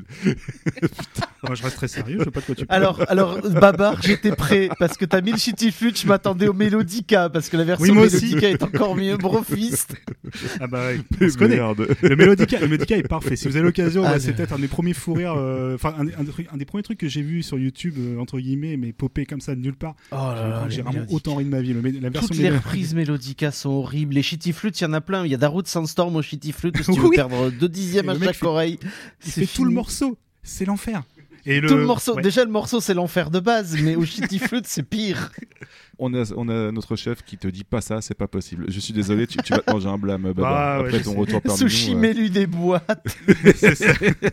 Moi je reste très sérieux, je sais pas de quoi tu parles. Alors, alors Babar, j'étais prêt parce que t'as mis le shitty flute, je m'attendais au Melodica parce que la version Oui, moi aussi. Melodica est encore mieux, brofist. Ah bah ouais, on se connaît. Merde. Le Melodica, le Melodica est parfait. Si vous avez l'occasion, Ah, ouais, le- c'est peut-être un des premiers fous rires, euh, enfin un, un des trucs- un des premiers trucs que j'ai vu sur YouTube euh, entre guillemets, mais popé comme ça de nulle part. Oh là là, j'ai les vraiment Melodica. autant ri de ma vie. Le, la version Toutes les Mélo- reprises Melodica sont horribles. Les shitty flutes, il y en a plein. Il y a Darude Sandstorm au shitty flute si tu veux Oui. perdre deux dixièmes Et à le mec chaque fait- oreille. il C'est fait tout le fini. morceau. C'est l'enfer. Et Tout le morceau. ouais. Déjà, le morceau, c'est l'enfer de base, mais au shitty flute, c'est pire. On a, on a notre chef qui te dit pas ça, c'est pas possible. Je suis désolé, tu, tu vas te manger un blâme, Baba. Ah, ouais, Après je ton sais. retour parmi Sushi nous. euh, Mélu des boîtes. C'est ça.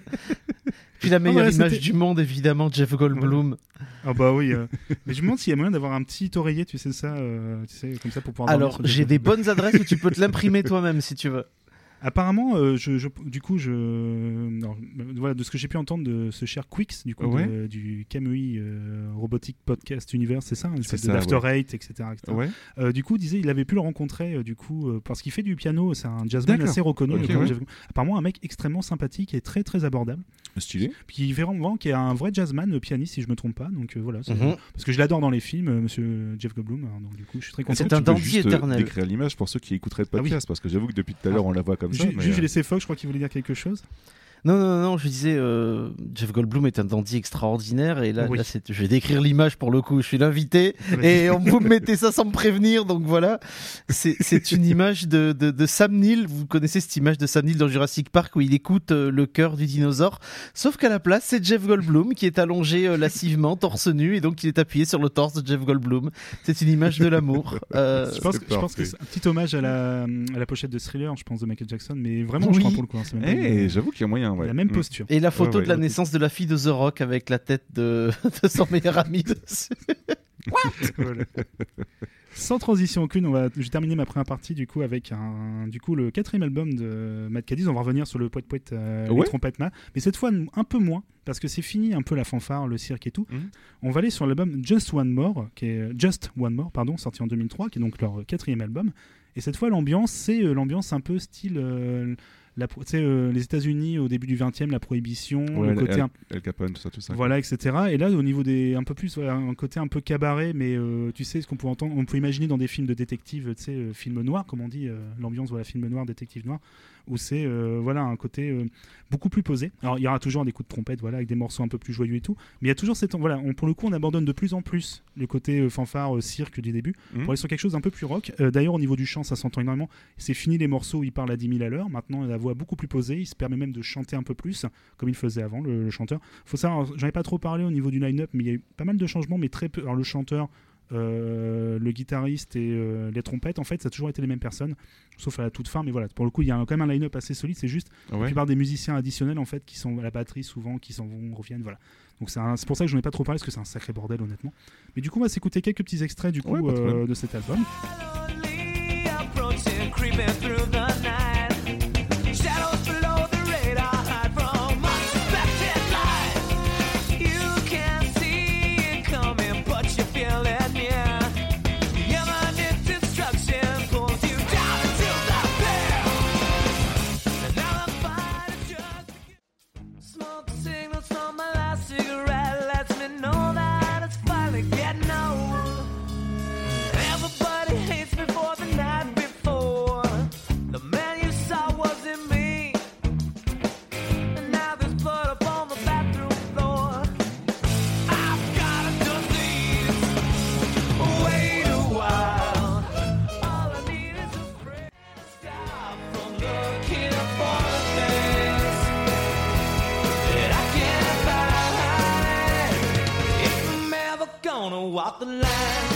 Puis la meilleure Ah ouais, image c'était- du monde, évidemment, Jeff Goldblum. Ah bah oui. euh. Mais je me demande s'il y a moyen d'avoir un petit oreiller, tu sais ça, euh, tu sais comme ça pour pouvoir. dormir Alors, sur j'ai le- des bonnes adresses où tu peux te l'imprimer toi-même si tu veux. Apparemment, euh, je, je- du coup, je, non, euh, voilà, de ce que j'ai pu entendre de ce cher Quix, du coup, Ouais. de- du Kamui euh, Robotic Podcast Universe, c'est ça, une C'est espèce ça, de After ouais. Eight, et cetera, et cetera. Ouais. Euh, du coup, il disait, il avait pu le rencontrer, euh, du coup, euh, parce qu'il fait du piano, c'est un jazzman D'accord. assez reconnu. Ok, le grand ouais. Jeff- Apparemment, un mec extrêmement sympathique et très très abordable. Stylé. Puis il fait vraiment qu'il est un vrai jazzman, euh, pianiste, si je me trompe pas. Donc euh, voilà, c'est- Mhm. parce que je l'adore dans les films, euh, Monsieur Jeff Goldblum. hein, donc du coup, je suis très content. C'est Tu un peux dandy juste, euh, éternel. décrire l'image pour ceux qui écouteraient le Ah oui. podcast, parce que j'avoue que depuis tout à l'heure, on la voit comme ça. Ju- mais, Juste, j'ai euh, laissé Fox, je crois qu'il voulait dire quelque chose. Non, non, non, je disais, euh, Jeff Goldblum est un dandy extraordinaire. Et là, Oui. là c'est, je vais décrire l'image pour le coup. Je suis l'invité. Vas-y. Et on vous me mettez ça sans me prévenir. Donc voilà. C'est, c'est une image de, de, de Sam Neill. Vous connaissez cette image de Sam Neill dans Jurassic Park où il écoute euh, le cœur du dinosaure. Sauf qu'à la place, c'est Jeff Goldblum qui est allongé euh, lascivement, torse nu. Et donc il est appuyé sur le torse de Jeff Goldblum. C'est une image de l'amour. Euh, Je pense, c'est que, je pense que parfait. c'est un petit hommage à la, à la pochette de Thriller, je pense, de Michael Jackson, mais vraiment, Oui. je crois pour le coup. hein, c'est même pas Eh, une- j'avoue qu'il y a moyen. Ouais. la même Mm. posture. Et la photo Ouais, ouais. de la naissance de la fille de The Rock avec la tête de, de son meilleur ami dessus. Voilà. Sans transition aucune, on va, j'ai terminé ma première partie du coup avec un, du coup le quatrième album de Mad Cadiz. On va revenir sur le poète poète, euh, Ouais. les trompettes ma, mais cette fois un peu moins parce que c'est fini un peu la fanfare, le cirque et tout. Mhm. On va aller sur l'album Just One More, qui est Just One More, pardon, sorti en deux mille trois, qui est donc leur quatrième album. Et cette fois l'ambiance, c'est euh, l'ambiance un peu style. Euh, la, pro- tu sais, euh, les États-Unis au début du vingtième, la prohibition, Ouais, le côté El, un- El Capone, tout ça, tout ça. voilà, et cetera. Et là, au niveau des un peu plus, voilà, un côté un peu cabaret, mais euh, tu sais ce qu'on peut entendre, on peut imaginer dans des films de détectives, tu sais, euh, film noir, comme on dit, euh, l'ambiance, voilà, film noir, détective noir, où c'est euh, voilà un côté euh, beaucoup plus posé. Alors il y aura toujours des coups de trompette, voilà, avec des morceaux un peu plus joyeux et tout, mais il y a toujours cette, voilà, on, pour le coup, on abandonne de plus en plus le côté euh, fanfare, euh, cirque du début, Mhm. pour aller sur quelque chose d'un peu plus rock. Euh, D'ailleurs, au niveau du chant, ça s'entend énormément. C'est fini les morceaux où il parle à dix mille à l'heure. Maintenant, la voix beaucoup plus posée. Il se permet même de chanter un peu plus, comme il faisait avant, le, le chanteur. Faut savoir, j'en ai pas trop parlé au niveau du line-up, mais il y a eu pas mal de changements, mais très peu. Alors, le chanteur, euh, le guitariste et euh, les trompettes, en fait, ça a toujours été les mêmes personnes, sauf à la toute fin. Mais voilà, pour le coup, il y a quand même un line-up assez solide. C'est juste la Ouais. plupart des musiciens additionnels, en fait, qui sont à la batterie souvent, qui s'en vont, reviennent, voilà. Donc c'est un- c'est pour ça que j'en ai pas trop parlé, parce que c'est un sacré bordel, honnêtement. Mais du coup, on va s'écouter quelques petits extraits du coup Ouais, pas de euh, problème. de cet album. Slowly approaching, creeping through the night. Shadows below the radar hide from unsuspected light. You can't see it coming, but you feel it near. The imminent destruction pulls you down into the pit. And now the fight is just beginning. Smoke signals from my last cigarette lets me know that it's finally getting old. walk the line.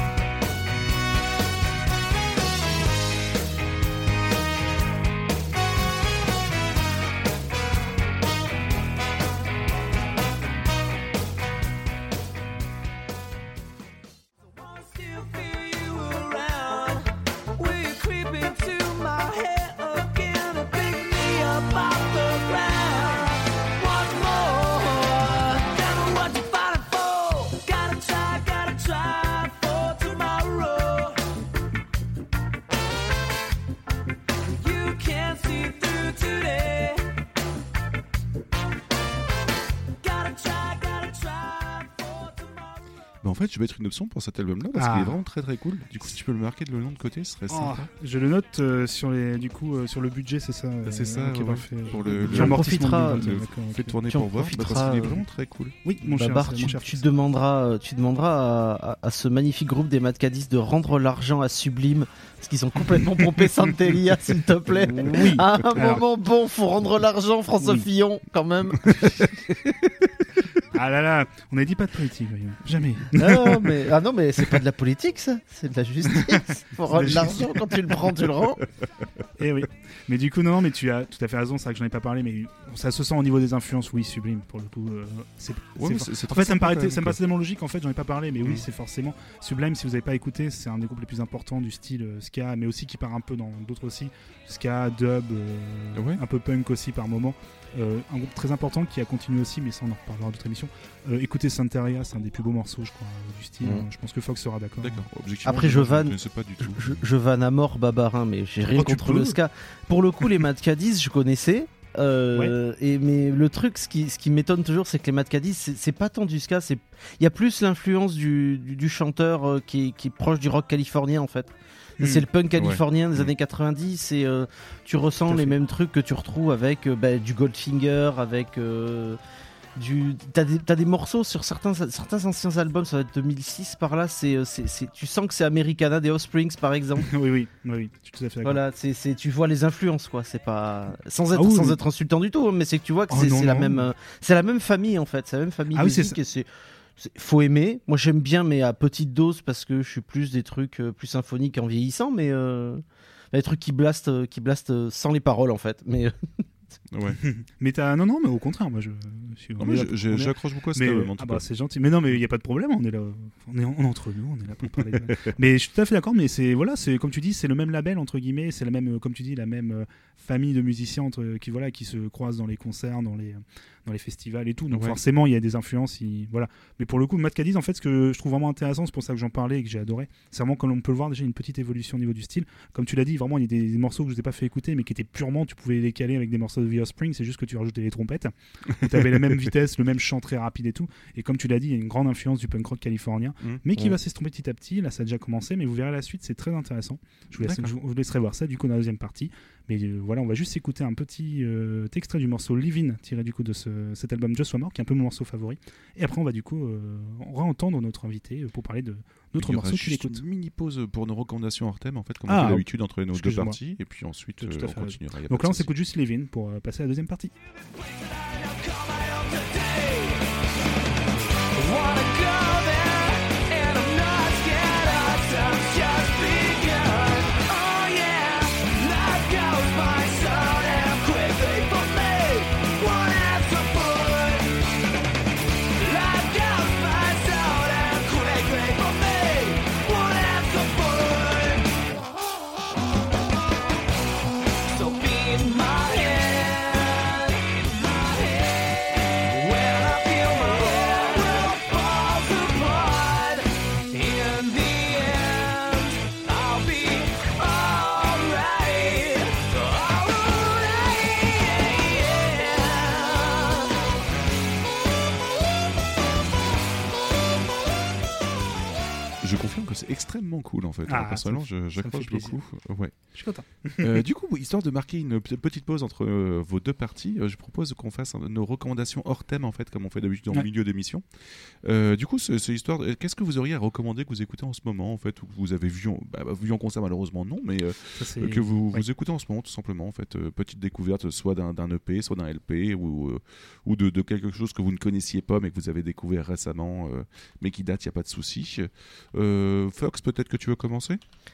En fait, je vais mettre une option pour cet album-là parce Ah. qu'il est vraiment très très cool. Du coup, si tu peux le marquer de le nom de côté, ce serait Oh, sympa. je le note euh, sur les, du coup, euh, sur le budget, c'est ça. euh, C'est ça, ok, ouais, parfait. pour le- Tu le- amortissements profiteras, de deux mille vingt et un, Le d'accord, fais ok. tourner Tu en pour voir, bah, parce profiteras, qu'il est euh, vraiment très cool. Oui, mon cher, Babar, c'est- tu, mon cher tu fils. demanderas, tu demanderas à, à- à ce magnifique groupe des Mad Caddies de rendre l'argent à Sublime parce qu'ils ont complètement pompé Santelia, s'il te plaît. Oui. À un Alors- moment bon, faut rendre l'argent, François Oui. Fillon, quand même. Ah là là, on n'a dit pas de politique, voyons. Jamais. non, mais, ah non, mais c'est pas de la politique, ça. C'est de la justice. Faut rendre justice. l'argent quand tu le prends, tu le rends. Eh oui. Mais du coup, non, non, mais tu as tout à fait raison, c'est vrai que j'en ai pas parlé, mais ça se sent au niveau des influences, oui, Sublime, pour le coup. euh, c'est, Ouais, c'est mais for- c'est- c'est En très fait, ça me sympa paraît, quand ça même, me quoi. paraît tellement logique, en fait, j'en ai pas parlé, mais oui, Mm. c'est forcément. Sublime, si vous avez pas écouté, c'est un des groupes les plus importants du style euh, ska, mais aussi qui part un peu dans d'autres aussi. Ska, dub, euh, Ouais. un peu punk aussi par moment. Euh, un groupe très important qui a continué aussi, mais ça on en reparlera dans d'autres émissions. Euh, écoutez Santeria, c'est un des plus beaux morceaux, je crois, euh, du style. Mm. Je pense que Fox sera d'accord. D'accord. Objectivement, Après, je ne vanne. connaissais pas du tout. Je, je vanne à mort Babarin, mais j'ai rien Oh, tu contre peux. le ska. Pour le coup, les Mad Caddies, je connaissais. euh, et, mais le truc, ce qui, ce qui m'étonne toujours, c'est que les Mad Caddies, c'est, c'est pas tant du ska. c'est- Il y a plus l'influence du, du, du chanteur euh, qui, est, qui est proche du rock californien, en fait. Hmm. C'est le punk californien des Hmm. années quatre-vingt-dix. Et euh, tu ressens Tout à les fait. mêmes trucs que tu retrouves avec euh, bah, du Goldfinger, avec. Euh, du... T'as des, t'as des morceaux sur certains, certains anciens albums, ça va être deux mille six par là. C'est, euh, c'est, c'est- tu sens que c'est Americana des Offsprings, par exemple. oui, oui, oui, oui, je suis tout à fait d'accord. Voilà, c'est, c'est, tu vois les influences, quoi. C'est pas sans être, Ah oui, sans oui. être insultant du tout, hein, mais c'est que tu vois que Oh c'est, non, c'est la non. même, euh, c'est la même famille en fait, c'est la même famille Ah oui, c'est musique et c'est, c'est- faut aimer. Moi, j'aime bien, mais à petite dose parce que je suis plus des trucs euh, plus symphoniques en vieillissant, mais euh, des trucs qui blastent, euh, qui blastent euh, sans les paroles en fait. Mais euh, Ouais. Mais t'as non, non, mais au contraire, moi je. je suis- Non, on mais est là je- pour- je- on est- j'accroche beaucoup à cet Mais, album, en ah tout bah cas. c'est gentil. Mais non, mais il y a pas de problème. On est là, on est, on est entre nous, on est là pour parler. de- mais je suis tout à fait d'accord. Mais c'est voilà, c'est comme tu dis, c'est le même label entre guillemets, c'est la même, euh, comme tu dis, la même euh, famille de musiciens entre, qui voilà, qui se croisent dans les concerts, dans les dans les festivals et tout. Donc Ouais. forcément, il y a des influences. il- Voilà. Mais pour le coup, Mad Caddies, en fait, ce que je trouve vraiment intéressant, c'est pour ça que j'en parlais et que j'ai adoré. C'est vraiment comme on peut le voir déjà une petite évolution au niveau du style. Comme tu l'as dit, vraiment, il y a des, des morceaux que je vous ai pas fait écouter, mais qui étaient purement, tu pouvais les caler avec des morceaux de The Offspring. C'est juste que tu rajoutais les trompettes. Tu avais la même vitesse, le même chant très rapide et tout. Et comme tu l'as dit, il y a une grande influence du punk rock californien, Mm. mais qui Mm. va s'estomper petit à petit. Là, ça a déjà commencé, mais vous verrez la suite, c'est très intéressant. Je vous, laisse- D'accord. je vous laisserai voir ça du coup dans la deuxième partie. Mais euh, voilà, on va juste écouter un petit euh, extrait du morceau Livin, tiré du coup de ce, cet album Just One More, qui est un peu mon morceau favori. Et après, on va du coup euh, réentendre notre invité euh, pour parler de d'autres Il y aura morceaux qu'il juste écoute. une mini pause pour nos recommandations hors thème, en fait, comme Ah, on fait d'habitude entre nos deux excuse-moi. parties, et puis ensuite Tu as tout euh, à on fait continuera. y a Donc pas là, on de souci. s'écoute juste Livin pour euh, passer à la deuxième partie. Wanna go there, and I'm not scared. Our time's just begun. Oh yeah, life goes by so damn quickly for me. One answer foot. Life goes by so damn quickly for me. One answer foot. So be in my head, c'est extrêmement cool en fait. Ah, Alors, personnellement, ça me- je- ça me j'accroche fait plaisir. beaucoup. Euh, ouais. Je suis content. Euh, du coup, histoire de marquer une p- petite pause entre euh, vos deux parties, euh, je propose qu'on fasse un- nos recommandations hors thème en fait, comme on fait d'habitude dans Ouais. le milieu d'émission. Euh, du coup, c'est c'est histoire. de- Qu'est-ce que vous auriez à recommander que vous écoutez en ce moment en fait, ou que vous avez vu en, bah, bah, vu en concert malheureusement non, mais euh, Ça, c'est- que vous, ouais. vous écoutez en ce moment tout simplement en fait, euh, petite découverte soit d'un d'un E P, soit d'un L P ou euh, ou de, de quelque chose que vous ne connaissiez pas mais que vous avez découvert récemment, euh, mais qui date, il y a pas de souci. Euh, Fox, peut-être que tu veux commencer.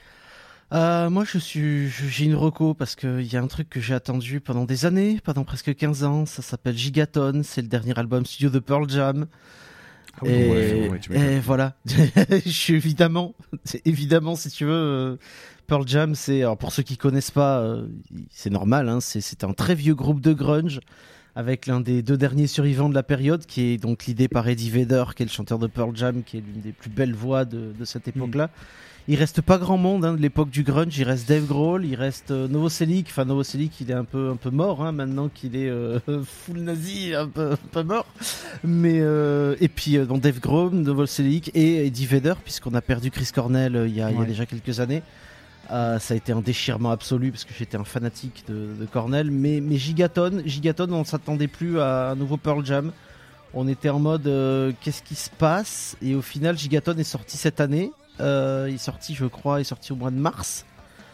Euh, moi, je suis, je- j'ai une reco parce qu'il y a un truc que j'ai attendu pendant des années, pendant presque quinze ans. Ça s'appelle Gigaton. C'est le dernier album studio de Pearl Jam. Ah oui, et, ouais, ouais, tu m'étonnes. et voilà. Je suis évidemment, c'est évidemment, si tu veux, euh, Pearl Jam, c'est, alors pour ceux qui connaissent pas, euh, c'est normal, hein, c'est, c'est un très vieux groupe de grunge avec l'un des deux derniers survivants de la période, qui est donc l'idée par Eddie Vedder, qui est le chanteur de Pearl Jam, qui est l'une des plus belles voix de, de cette époque-là. Il reste pas grand monde hein, de l'époque du grunge. Il reste Dave Grohl, il reste euh, Novoselic. Enfin, Novoselic, il est un peu, un peu mort hein, maintenant qu'il est euh, full nazi, un peu, un peu mort. Mais euh, et puis euh, donc Dave Grohl, Novoselic et Eddie Vedder, puisqu'on a perdu Chris Cornell euh, il y, a, il y a Ouais. déjà quelques années. Euh, ça a été un déchirement absolu parce que j'étais un fanatique de, de Cornell. Mais, mais Gigaton, Gigaton, on s'attendait plus à un nouveau Pearl Jam. On était en mode euh, qu'est-ce qui se passe, et au final Gigaton est sorti cette année. Euh, il est sorti, je crois, il est sorti au mois de mars,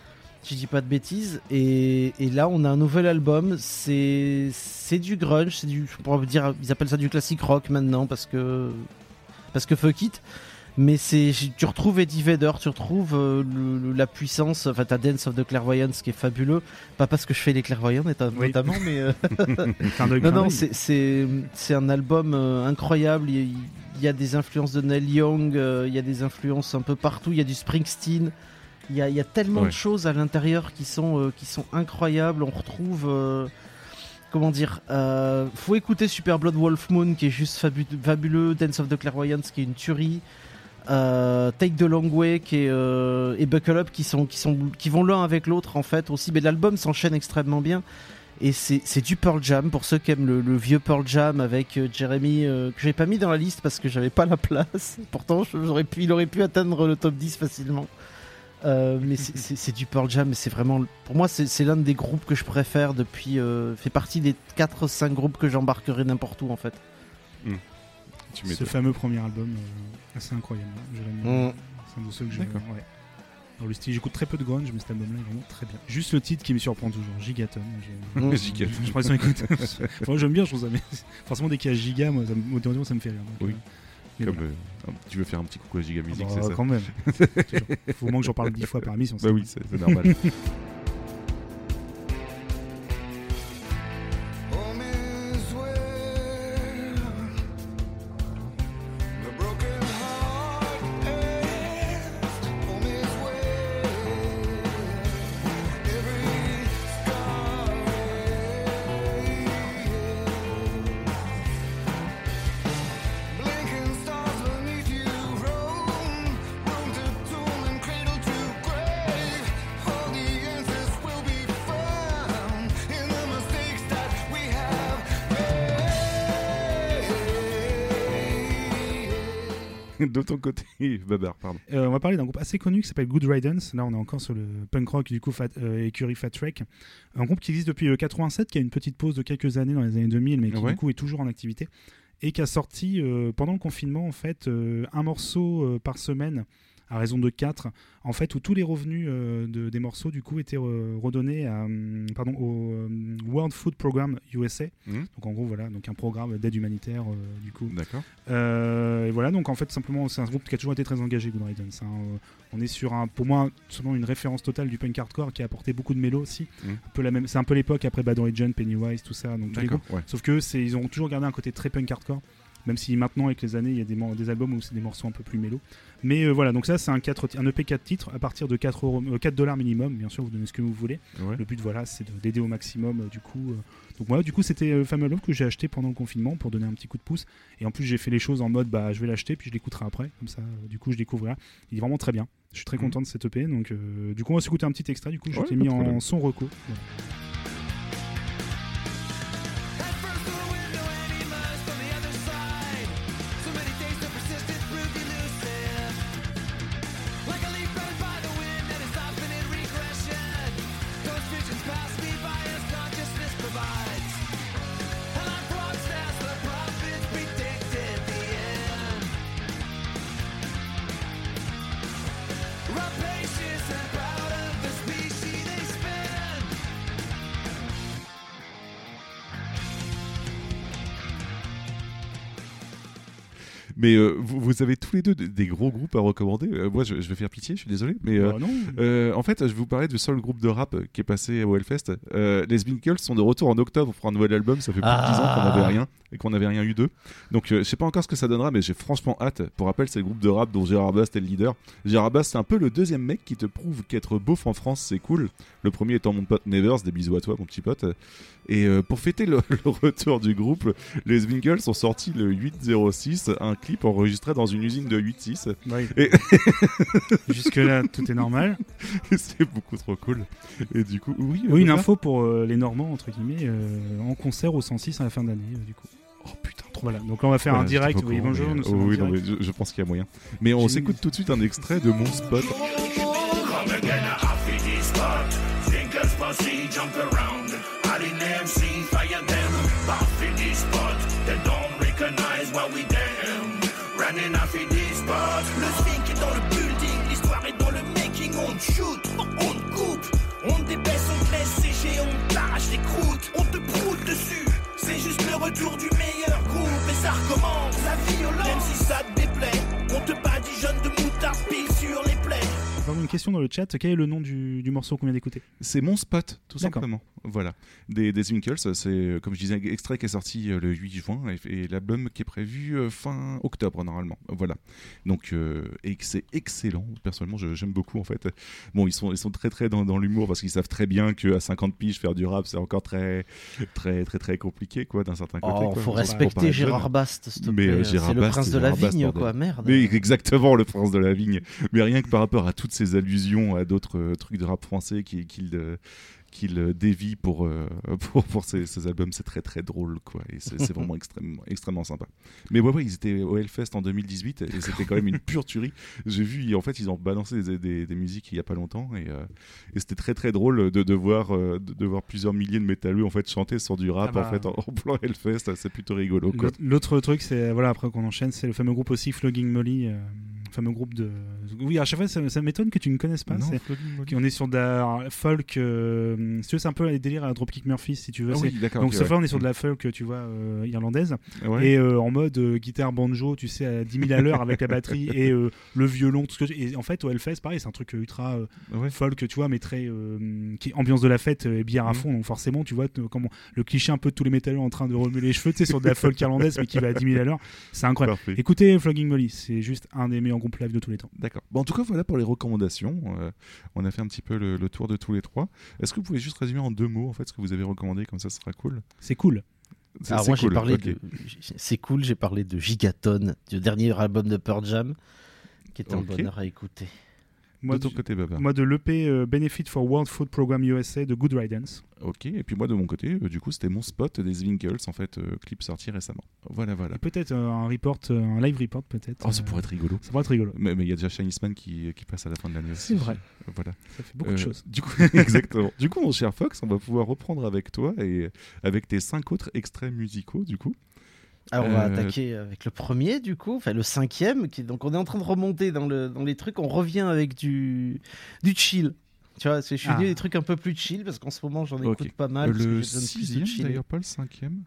si je dis pas de bêtises. Et, et là, on a un nouvel album. C'est c'est du grunge, c'est du, on pourrait dire, ils appellent ça du classique rock maintenant parce que parce que fuck it. Mais c'est, tu retrouves Eddie Vedder, tu retrouves euh, le- le- la puissance. Enfin, t'as Dance of the Clairvoyance qui est fabuleux. Pas parce que je fais les clairvoyants nota- Oui. notamment, mais euh, Clin d'œil, non, clin non, d'œil. c'est, c'est, c'est un album euh, incroyable. Il y, a, il y a des influences de Neil Young, euh, il y a des influences un peu partout. Il y a du Springsteen. Il y a, il y a tellement Ouais. de choses à l'intérieur qui sont, euh, qui sont incroyables. On retrouve. euh, comment dire euh, Faut écouter Super Blood Wolf Moon qui est juste fabu- fabuleux. Dance of the Clairvoyance qui est une tuerie. Euh, Take the Long Way qui est, euh, et Buckle Up qui, sont, qui, sont, qui vont l'un avec l'autre en fait aussi. Mais l'album s'enchaîne extrêmement bien. Et c'est, c'est du Pearl Jam pour ceux qui aiment le, le vieux Pearl Jam avec euh, Jeremy, euh, que j'ai pas mis dans la liste parce que j'avais pas la place. Pourtant, j'aurais pu, il aurait pu atteindre le top dix facilement. Euh, mais c'est, c'est, c'est du Pearl Jam, mais c'est vraiment, pour moi, c'est, c'est l'un des groupes que je préfère depuis. Euh, fait partie des quatre cinq groupes que j'embarquerai n'importe où en fait. Tu Ce m'étonnes. fameux premier album, euh, assez incroyable. hein. Je l'aime bien. Mm. C'est un de ceux que je. D'accord. Ouais. Dans le style, j'écoute très peu de grunge, mais cet album-là est vraiment très bien. Juste le titre qui me surprend toujours, Gigaton. Je, Mm. Gigaton. je prends son écoute. Enfin, j'aime bien, je trouve ça. Mais forcément, dès qu'il y a Giga, moi, ça me, automatiquement, ça me fait rire. donc, Oui. euh, mais Comme, voilà. euh, tu veux faire un petit coucou à Giga Music, Ah c'est bah, ça. quand même. Toujours. Faut au moins que j'en parle dix fois par émission. Bah oui, c'est c'est normal. Home is where the broken heart ends. Home is where every scar ends. Blinking stars beneath you roam, room to tomb and cradle to grave. All the answers will be found in the mistakes that we have made. De ton côté, Babar, pardon. Euh, on va parler d'un groupe assez connu qui s'appelle Good Riddance. Là, on est encore sur le punk rock du coup, Fat, euh, écurie Fat Wreck. Un groupe qui existe depuis euh, quatre-vingt-sept, qui a une petite pause de quelques années dans les années deux mille, mais qui Ouais. du coup est toujours en activité et qui a sorti euh, pendant le confinement en fait euh, un morceau euh, par semaine à raison de quatre, en fait, où tous les revenus euh, de, des morceaux du coup étaient euh, redonnés à, hum, pardon, au euh, World Food Program U S A. Mmh. Donc en gros voilà, donc un programme d'aide humanitaire euh, du coup. D'accord. Euh, et voilà, donc en fait, simplement, c'est un groupe qui a toujours été très engagé, Good Riddance. Hein. Euh, on est sur un, pour moi, selon une référence totale du punk hardcore qui a apporté beaucoup de mélo aussi. Mm. Un peu la même, c'est un peu l'époque après Bad Origin, Pennywise, tout ça. Donc tous les D'accord. groupes. Ouais. Sauf que c'est, ils ont toujours gardé un côté très punk hardcore. Même si maintenant, avec les années, il y a des, mor- des albums où c'est des morceaux un peu plus mélo. Mais euh, voilà, donc ça, c'est un, quatre, un E P quatre titres à partir de quatre, euros, euh, quatre dollars minimum. Bien sûr, vous donnez ce que vous voulez. Ouais. Le but, voilà, c'est de- d'aider au maximum, euh, du coup. euh. Donc voilà, du coup, c'était euh, le fameux album que j'ai acheté pendant le confinement pour donner un petit coup de pouce. Et en plus, j'ai fait les choses en mode, bah, je vais l'acheter, puis je l'écouterai après. Comme ça, euh, du coup, je découvrirai. Il est vraiment très bien. Je suis très Mhm. content de cet E P. Donc, euh, du coup, on va s'écouter un petit extrait. Du coup, je Ouais, t'ai pas mis de en problème. son reco. Voilà. At first through the window and he must on the other side. So many days so persistent proved elusive. Like Mais euh, vous, vous avez tous les deux des gros groupes à recommander. Euh, moi, je, je vais faire pitié, je suis désolé. Mais euh, Bah non. euh, en fait, je vais vous parler du seul groupe de rap qui est passé au Hellfest. Euh, les Winkles sont de retour en octobre pour un nouvel album. Ça fait plus de dix ans qu'on n'avait rien et qu'on n'avait rien eu d'eux. Donc, euh, je sais pas encore ce que ça donnera, mais j'ai franchement hâte. Pour rappel, c'est le groupe de rap dont Gérard Bast est le leader. Gérard Bast, c'est un peu le deuxième mec qui te prouve qu'être beauf en France, c'est cool. Le premier étant mon pote Nevers, des bisous à toi, mon petit pote. Et euh, pour fêter le, le retour du groupe, les Winkles ont sorti le huit zéro six, un clip enregistré dans une usine de huit six. Oui. Et... Jusque-là, tout est normal. C'est beaucoup trop cool. Et du coup, oui. Oui, une voilà. info pour euh, les Normands, entre guillemets, euh, en concert au cent six à la fin d'année, euh, du coup. Oh putain, trop Voilà, donc là on va faire Voilà, un direct. j'étais pas au Oui, courant, bonjour, mais, nous euh, sommes en oui, non, direct. mais je, je pense qu'il y a moyen. Mais on J'ai- s'écoute tout de suite un extrait de Mon Spot. Come again, I have this spot. Thinkers pussy jump around. All in M C, fire them. Off in this spot. They don't recognize what we damn. Running off in this spot. Le Sphinx est dans le building. L'histoire est dans le making. On te shoot, on te coupe. On te débaisse, on te laisse sécher. On t'arrache les croûtes. On te proute dessus. C'est juste le retour du meilleur groupe. Et ça recommence, la violence. Même si ça te déplaît. On te badigeonne de moutarde pile sur les plaies. On va avoir une question dans le chat. Quel est le nom du, du morceau qu'on vient d'écouter? C'est Mon Spot, tout D'accord. simplement. Voilà. Des, des Winkles, c'est, comme je disais, un extrait qui est sorti euh, le huit juin et, et l'album qui est prévu euh, fin octobre, normalement. Voilà. Donc, euh, et que c'est excellent. Personnellement, je, j'aime beaucoup, en fait. Bon, ils sont, ils sont très, très dans, dans l'humour parce qu'ils savent très bien qu'à cinquante piges, faire du rap, c'est encore très, très, très, très compliqué, quoi, d'un certain côté. Oh, quoi. faut Pour- pour respecter paraître Gérard jeune. Bast, s'il te Mais, plaît. euh, Gérard C'est le Bast, prince c'est de la Gérard Bast, vigne, bordel. quoi, merde. Mais exactement, le prince de la vigne. Mais rien que par rapport à toutes ces allusions à d'autres euh, trucs de rap français qui- qu'il euh, qu'il euh, dévie pour, euh, pour, pour ces, ces albums, c'est très très drôle, quoi. Et c'est, c'est vraiment extrêmement, extrêmement sympa. Mais ouais, ouais, ils étaient au Hellfest en deux mille dix-huit et c'était quand même une pure tuerie. J'ai vu, en fait, ils ont balancé des, des, des musiques il y a pas longtemps et, euh, et c'était très très drôle de, de, voir, euh, de, de voir plusieurs milliers de métalleux en fait chanter sur du rap Ah bah. en fait en, en plein Hellfest. C'est plutôt rigolo, quoi. L'autre- L'autre truc, c'est, voilà, après qu'on enchaîne, c'est le fameux groupe aussi, Flogging Molly. Euh, fameux groupe de. Oui, à chaque fois, ça, ça m'étonne que tu ne connaisses pas. Non, c'est... Flogging Molly. On est sur de la folk. Euh, si tu veux, c'est un peu les délires à Dropkick Murphys, si tu veux. Ah c'est- oui, d'accord. Donc, ok, cette fois, ouais. on est sur de la folk, tu vois, euh, irlandaise. Ouais. Et euh, en mode euh, guitare banjo, tu sais, à dix mille à l'heure avec la batterie et euh, le violon, tout ce que. Et en fait, au Hellfest, pareil, c'est un truc ultra euh, Ouais. folk, tu vois, mais très. Euh, qui, ambiance de la fête euh, et bière à Mhm. fond. Donc, forcément, tu vois, t- comment, le cliché un peu de tous les métalleux en train de remuer les cheveux, tu sais, sur de la folk irlandaise, mais qui va à dix mille à l'heure. C'est incroyable. Parfait. Écoutez Flogging Molly, c'est juste un des meilleurs groupes live de tous les temps. D'accord. Bon, en tout cas, voilà pour les recommandations. Euh, on a fait un petit peu le, le tour de tous les trois. Est-ce que vous pouvez juste résumer en deux mots en fait ce que vous avez recommandé, comme ça, ce sera cool. C'est cool. C'est, Alors c'est moi j'ai cool, parlé ok. de c'est cool, j'ai parlé de Gigaton, du dernier album de Pearl Jam, qui est un Ok. bonheur à écouter. Moi, de ton du- côté, Baba. moi de l'E P euh, Benefit for World Food Program U S A de Good Riddance. Ok. Et puis moi, de mon côté, euh, du coup, c'était Mon Spot des Winkles, en fait, euh, clip sorti récemment. Voilà, voilà. Et peut-être euh, un report, euh, un live report peut-être. Oh, ça euh, pourrait être rigolo. ça pourrait être rigolo. Mais mais il y a déjà Chinese Man qui, qui passe à la fin de l'année aussi. C'est vrai. Euh, Voilà. Ça fait beaucoup Euh, de choses. Du coup, exactement. Du coup, mon cher Fox, on va pouvoir reprendre avec toi et avec tes cinq autres extraits musicaux, du coup. Alors on va Euh, attaquer avec le premier du coup, enfin le cinquième, qui donc on est en train de remonter dans, le, dans les trucs, on revient avec du, du chill. Tu vois, je suis Ah. venu des trucs un peu plus chill parce qu'en ce moment j'en écoute Ok. pas mal. Euh, parce que le j'ai besoin de plus de sixième, chill. d'ailleurs, pas le cinquième.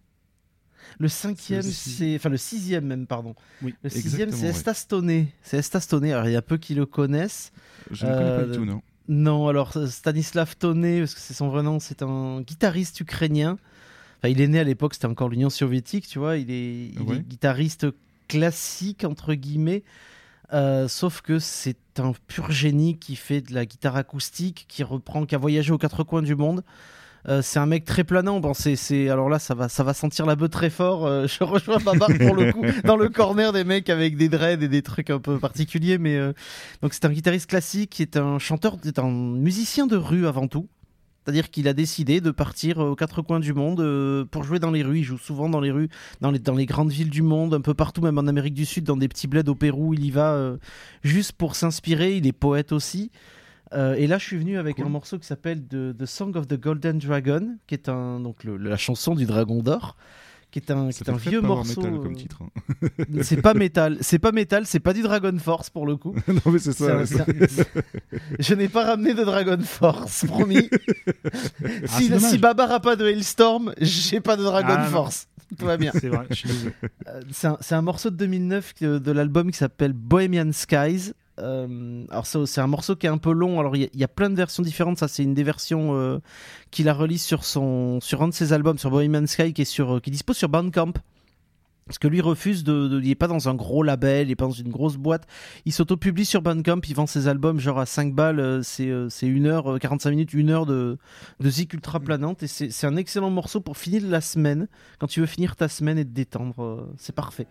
Le cinquième, C'est le six- c'est. Enfin, le sixième même, pardon. Oui, Le sixième, exactement, c'est ouais. Estastonné. C'est Estastonné. Alors, il y a peu qui le connaissent. Je ne connais pas Euh, du tout, non. Non, alors, Stanislav Tonné, parce que c'est son vrai nom, c'est un guitariste ukrainien. Enfin, il est né à l'époque, c'était encore l'Union soviétique, tu vois. Il est, il Ouais. est guitariste classique, entre guillemets. Euh, sauf que c'est un pur génie qui fait de la guitare acoustique, qui reprend, qui a voyagé aux quatre coins du monde. Euh, c'est un mec très planant. Bon, c'est, c'est... Alors là, ça va, ça va sentir la bœuf très fort. Euh, je rejoins Babar pour le coup dans le corner des mecs avec des dreads et des trucs un peu particuliers. Mais euh, donc c'est un guitariste classique qui est un chanteur, c'est un musicien de rue avant tout. C'est-à-dire qu'il a décidé de partir aux quatre coins du monde euh, pour jouer dans les rues. Il joue souvent dans les rues, dans les, dans les grandes villes du monde, un peu partout, même en Amérique du Sud, dans des petits bleds au Pérou. Il y va euh, juste pour s'inspirer. Il est poète aussi. Euh, et là, je suis venu avec Cool. un morceau qui s'appelle The, The Song of the Golden Dragon, qui est un, donc le- la chanson du dragon d'or, qui est un, qui Ça est un fait vieux Power morceau. Metal euh, comme titre. hein. C'est pas métal, c'est pas métal, c'est pas du Dragon Force pour le coup. non, mais c'est C'est ça. un- ouais, c'est un- c'est- Je n'ai pas ramené de Dragon Force, promis. Ah, si, c'est dommage. si Babar a pas de Hailstorm, j'ai pas de Dragon Ah, non. Force. Tout va bien. C'est vrai, je suis désolé. Euh, c'est, un, c'est un morceau de deux mille neuf de, de l'album qui s'appelle Bohemian Skies. Euh, alors c'est, c'est un morceau qui est un peu long. Alors il y, y a plein de versions différentes. Ça c'est une des versions euh, qu'il a release sur son sur un de ses albums, sur Bohemian Sky, qui est sur qui dispose sur Bandcamp. Parce que lui refuse de, de il est pas dans un gros label, il est pas dans une grosse boîte. Il s'auto-publie sur Bandcamp, il vend ses albums genre à cinq balles. C'est c'est une heure quarante-cinq minutes, une heure de de zik ultra planante. Et c'est c'est un excellent morceau pour finir la semaine. Quand tu veux finir ta semaine et te détendre, c'est parfait.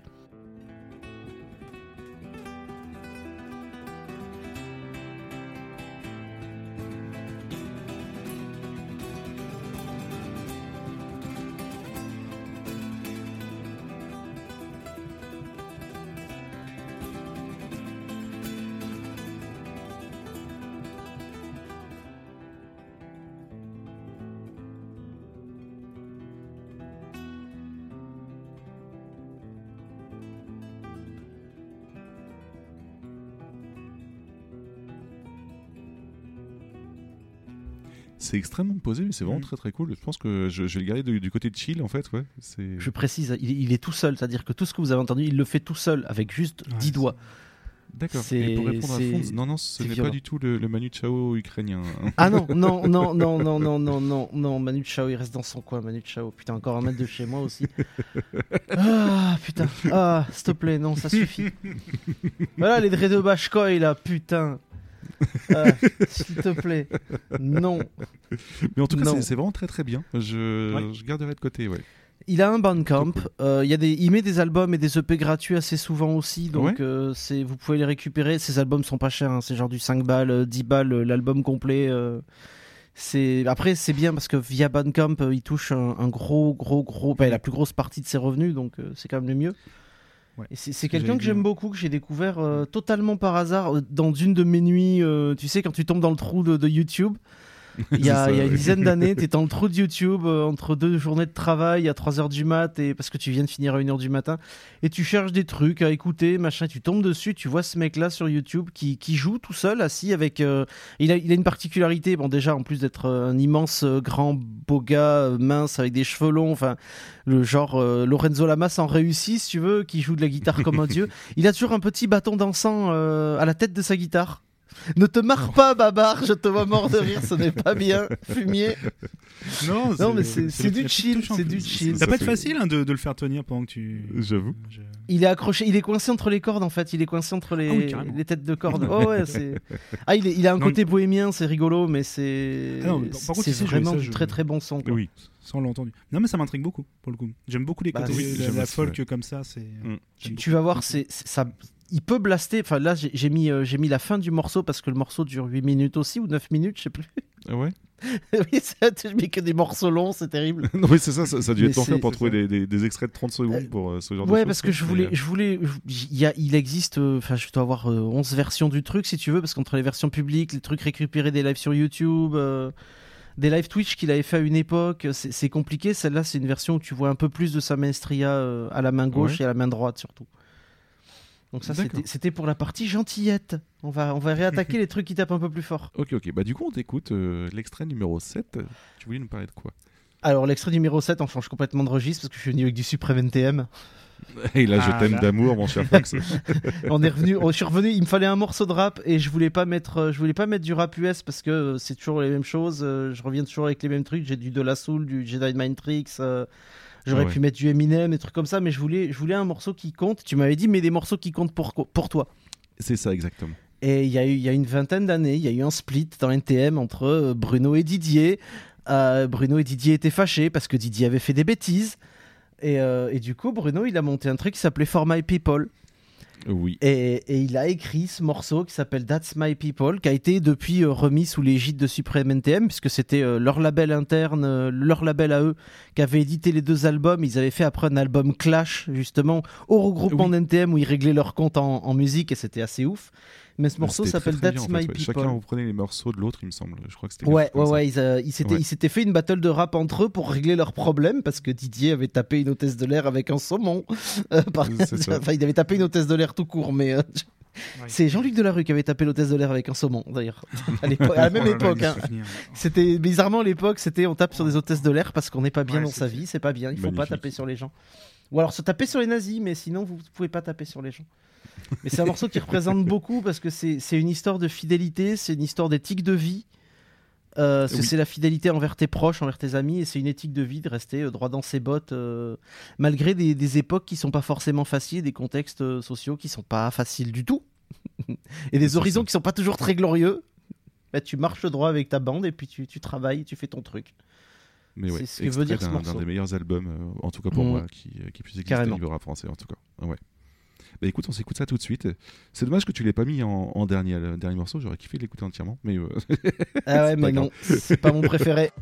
C'est extrêmement posé, mais c'est vraiment Mmh. très très cool. Je pense que je, je vais le garder du, du côté de chill en fait. Ouais. C'est... Je précise, il, il est tout seul, c'est-à-dire que tout ce que vous avez entendu, il le fait tout seul avec juste Ouais, dix c'est- doigts. D'accord. C'est- Et pour répondre c'est- à Fonz, non, non, ce c'est n'est violent. pas du tout le, le Manu Chao ukrainien. hein. Ah non, non, non, non, non, non, non, non, non, Manu Chao, il reste dans son coin, Manu Chao. Putain, encore un mètre de chez moi aussi. Ah, putain. Ah, s'il te plaît, non, ça suffit. Voilà, les dres de Bashkoy, là, putain. Ah, s'il te plaît. Non. Mais en tout cas, Non. c'est, c'est vraiment très très bien. Je, Ouais. je garderai de côté, ouais. Il a un Bandcamp, Cool. euh, il y a des, il met des albums et des E P gratuits assez souvent aussi, donc Ouais. euh, c'est, vous pouvez les récupérer. Ces albums sont pas chers, hein, c'est genre du cinq balles, euh, dix balles euh, l'album complet. euh, c'est... Après, c'est bien parce que via Bandcamp, euh, il touche un, un gros, gros, gros, bah, la plus grosse partie de ses revenus, donc euh, c'est quand même le mieux. Ouais. Et c'est, c'est que quelqu'un j'allais que j'aime dire. beaucoup, que j'ai découvert euh, totalement par hasard euh, dans une de mes nuits. euh, tu sais, quand tu tombes dans le trou de, de YouTube. Il y a, C'est ça, il y a une ouais. dizaine d'années, tu es dans le trou de YouTube euh, entre deux journées de travail à trois heures du mat, et, parce que tu viens de finir à une heure du matin, et tu cherches des trucs à écouter, machin, tu tombes dessus, tu vois ce mec-là sur YouTube qui, qui joue tout seul, assis avec... euh, il, a, il a une particularité, bon déjà, en plus d'être euh, un immense euh, grand beau gars, euh, mince, avec des cheveux longs, enfin, le genre euh, Lorenzo Lamas en réussi, si tu veux, qui joue de la guitare comme un dieu, il a toujours un petit bâton d'encens euh, à la tête de sa guitare. Ne te marre pas, Babar, je te vois mort de rire, ce n'est pas bien. Fumier. Non, Non, mais c'est, c'est la du petite chill, touche en c'est plus. du chill. Ça Ça peut être fait- facile hein, de, de le faire tenir pendant que tu. J'avoue. Je- Il est accroché, il est coincé entre les cordes en fait, il est coincé entre les, Ah oui, carrément. les têtes de cordes. Oh ouais, c'est. Ah, il, est- il a un Non, côté bohémien, c'est rigolo, mais c'est. Ah non, mais par- par contre, c'est il sait jouer, vraiment ça, du je- très très bon son. quoi. Oui. Ça, on l'a entendu. Non, mais ça m'intrigue beaucoup pour le coup. J'aime beaucoup les Bah, côtés oui, de la, j'aime la aussi, folk ouais. comme ça. C'est. Mm. Tu, tu vas voir, c'est, c'est- ça. Il peut blaster. Enfin là, j'ai, j'ai mis, euh, j'ai mis la fin du morceau parce que le morceau dure huit minutes aussi ou neuf minutes, je sais plus. Ah ouais. Oui, ça, je mets que des morceaux longs, c'est terrible. non, mais c'est ça, ça, ça a dû Mais être l'enfer c'est- pour c'est trouver ça. des, des, des extraits de trente secondes Euh, pour euh, ce genre de Ouais, choses. parce que quoi. je Mais, voulais, euh, je voulais, je- il y a, il existe, enfin, je dois avoir euh, onze versions du truc si tu veux, parce qu'entre les versions publiques, les trucs récupérés des lives sur YouTube, euh, des lives Twitch qu'il avait fait à une époque, c'est, c'est compliqué. Celle-là, c'est une version où tu vois un peu plus de sa maestria euh, à la main gauche Ouais. et à la main droite surtout. Donc ça, D'accord. c'était, c'était pour la partie gentillette. On va, on va réattaquer les trucs qui tapent un peu plus fort. Ok, ok. Bah, du coup, on t'écoute euh, l'extrait numéro sept. Tu voulais nous parler de quoi? Alors, l'extrait numéro sept, on change complètement de registre parce que je suis venu avec du Supreme N T M. Et là, je Ah, t'aime là. d'amour, mon cher Fox. On est revenu, on- je suis revenu, il me fallait un morceau de rap et je voulais pas mettre, euh, je voulais pas mettre du rap U S parce que euh, c'est toujours les mêmes choses. euh, Je reviens toujours avec les mêmes trucs. J'ai du De La Soul, du Jedi Mind Tricks. euh, J'aurais Ouais. pu mettre du Eminem, des trucs comme ça, mais je voulais, je voulais un morceau qui compte. Tu m'avais dit, mais des morceaux qui comptent pour, pour toi. C'est ça, exactement. Et il y a eu, il y a une vingtaine d'années, il y a eu un split dans N T M entre euh, Bruno et Didier. Euh, Bruno et Didier étaient fâchés parce que Didier avait fait des bêtises. Et, euh, et du coup, Bruno, il a monté un truc qui s'appelait For My People. Oui. Et, et il a écrit ce morceau qui s'appelle That's My People, qui a été depuis euh, remis sous l'égide de Supreme N T M, puisque c'était euh, leur label interne, euh, leur label à eux, qui avait édité les deux albums. Ils avaient fait après un album Clash, justement, au regroupement Oui. d'N T M, où ils réglaient leur compte en, en musique, et c'était assez ouf. Mais ce morceau C'était s'appelle très, très That's bien, en My fait, ouais. People. Chacun reprenait les morceaux de l'autre, il me semble. Je crois que c'était Ouais, quelque chose ouais, comme ouais, ils, euh, ils s'étaient, Ouais. ils s'étaient fait une battle de rap entre eux pour régler leurs problèmes parce que Didier avait tapé une hôtesse de l'air avec un saumon. Euh, par- C'est ça. Enfin, il avait tapé une hôtesse de l'air tout court, mais euh, Ouais. C'est Jean-Luc Delarue qui avait tapé l'hôtesse de l'air avec un saumon, d'ailleurs, à, l'époque, à la même Oh là là, époque. les hein. souvenirs. C'était bizarrement l'époque, c'était on tape sur des hôtesses de l'air parce qu'on n'est pas bien Ouais, dans c'est- sa vie, c'est pas bien, il faut pas Magnifique. taper sur les gens. Ou alors se taper sur les nazis, mais sinon vous pouvez pas taper sur les gens. Mais c'est un morceau qui représente beaucoup parce que c'est c'est une histoire de fidélité, c'est une histoire d'éthique de vie. Euh, c'est Oui. c'est la fidélité envers tes proches, envers tes amis, et c'est une éthique de vie de rester euh, droit dans ses bottes, euh, malgré des, des époques qui sont pas forcément faciles, des contextes euh, sociaux qui sont pas faciles du tout, et des C'est horizons ça. qui sont pas toujours très glorieux. Bah, tu marches droit avec ta bande et puis tu, tu travailles, tu fais ton truc. Mais ouais, C'est ce que veut extrait dire ce d'un- morceau. d'un des meilleurs albums, euh, en tout cas pour Mm. moi, qui, euh, qui puisse exister Carrément. au niveau rap français, en tout cas. Ah ouais. Bah écoute, on s'écoute ça tout de suite. C'est dommage que tu l'aies pas mis en, en dernier, le dernier morceau, j'aurais kiffé l'écouter entièrement, mais euh, Ah ouais, C'est mais pas non, c'est pas mon préféré.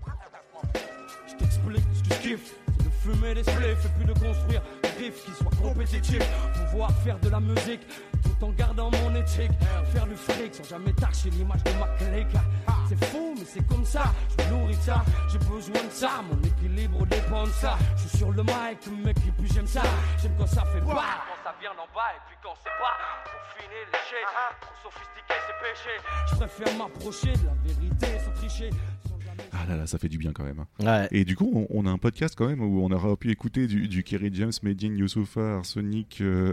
Je t'explique ce que je kiffe, c'est de fumer des spliffs et puis de construire des riffs qui soient compétitifs. Pouvoir faire de la musique tout en gardant mon éthique. Faire du fric sans jamais tâcher l'image de ma clique. C'est fou, mais c'est comme ça, je me nourris de ça. J'ai besoin de ça, mon équilibre dépend de ça. Je suis sur le mic, mec, et puis j'aime ça. J'aime quand ça fait pas, quand ça vient d'en bas et puis quand c'est pas. Pour finir léché, trop sophistiqué c'est péché. Je préfère m'approcher de la vérité sans tricher. Sans jamais... ah là là, ça fait du bien quand même. hein. Ouais. Et du coup, on, on a un podcast quand même où on aura pu écouter du, du Kerry James, Medine, Youssoufa, Arsenic, euh,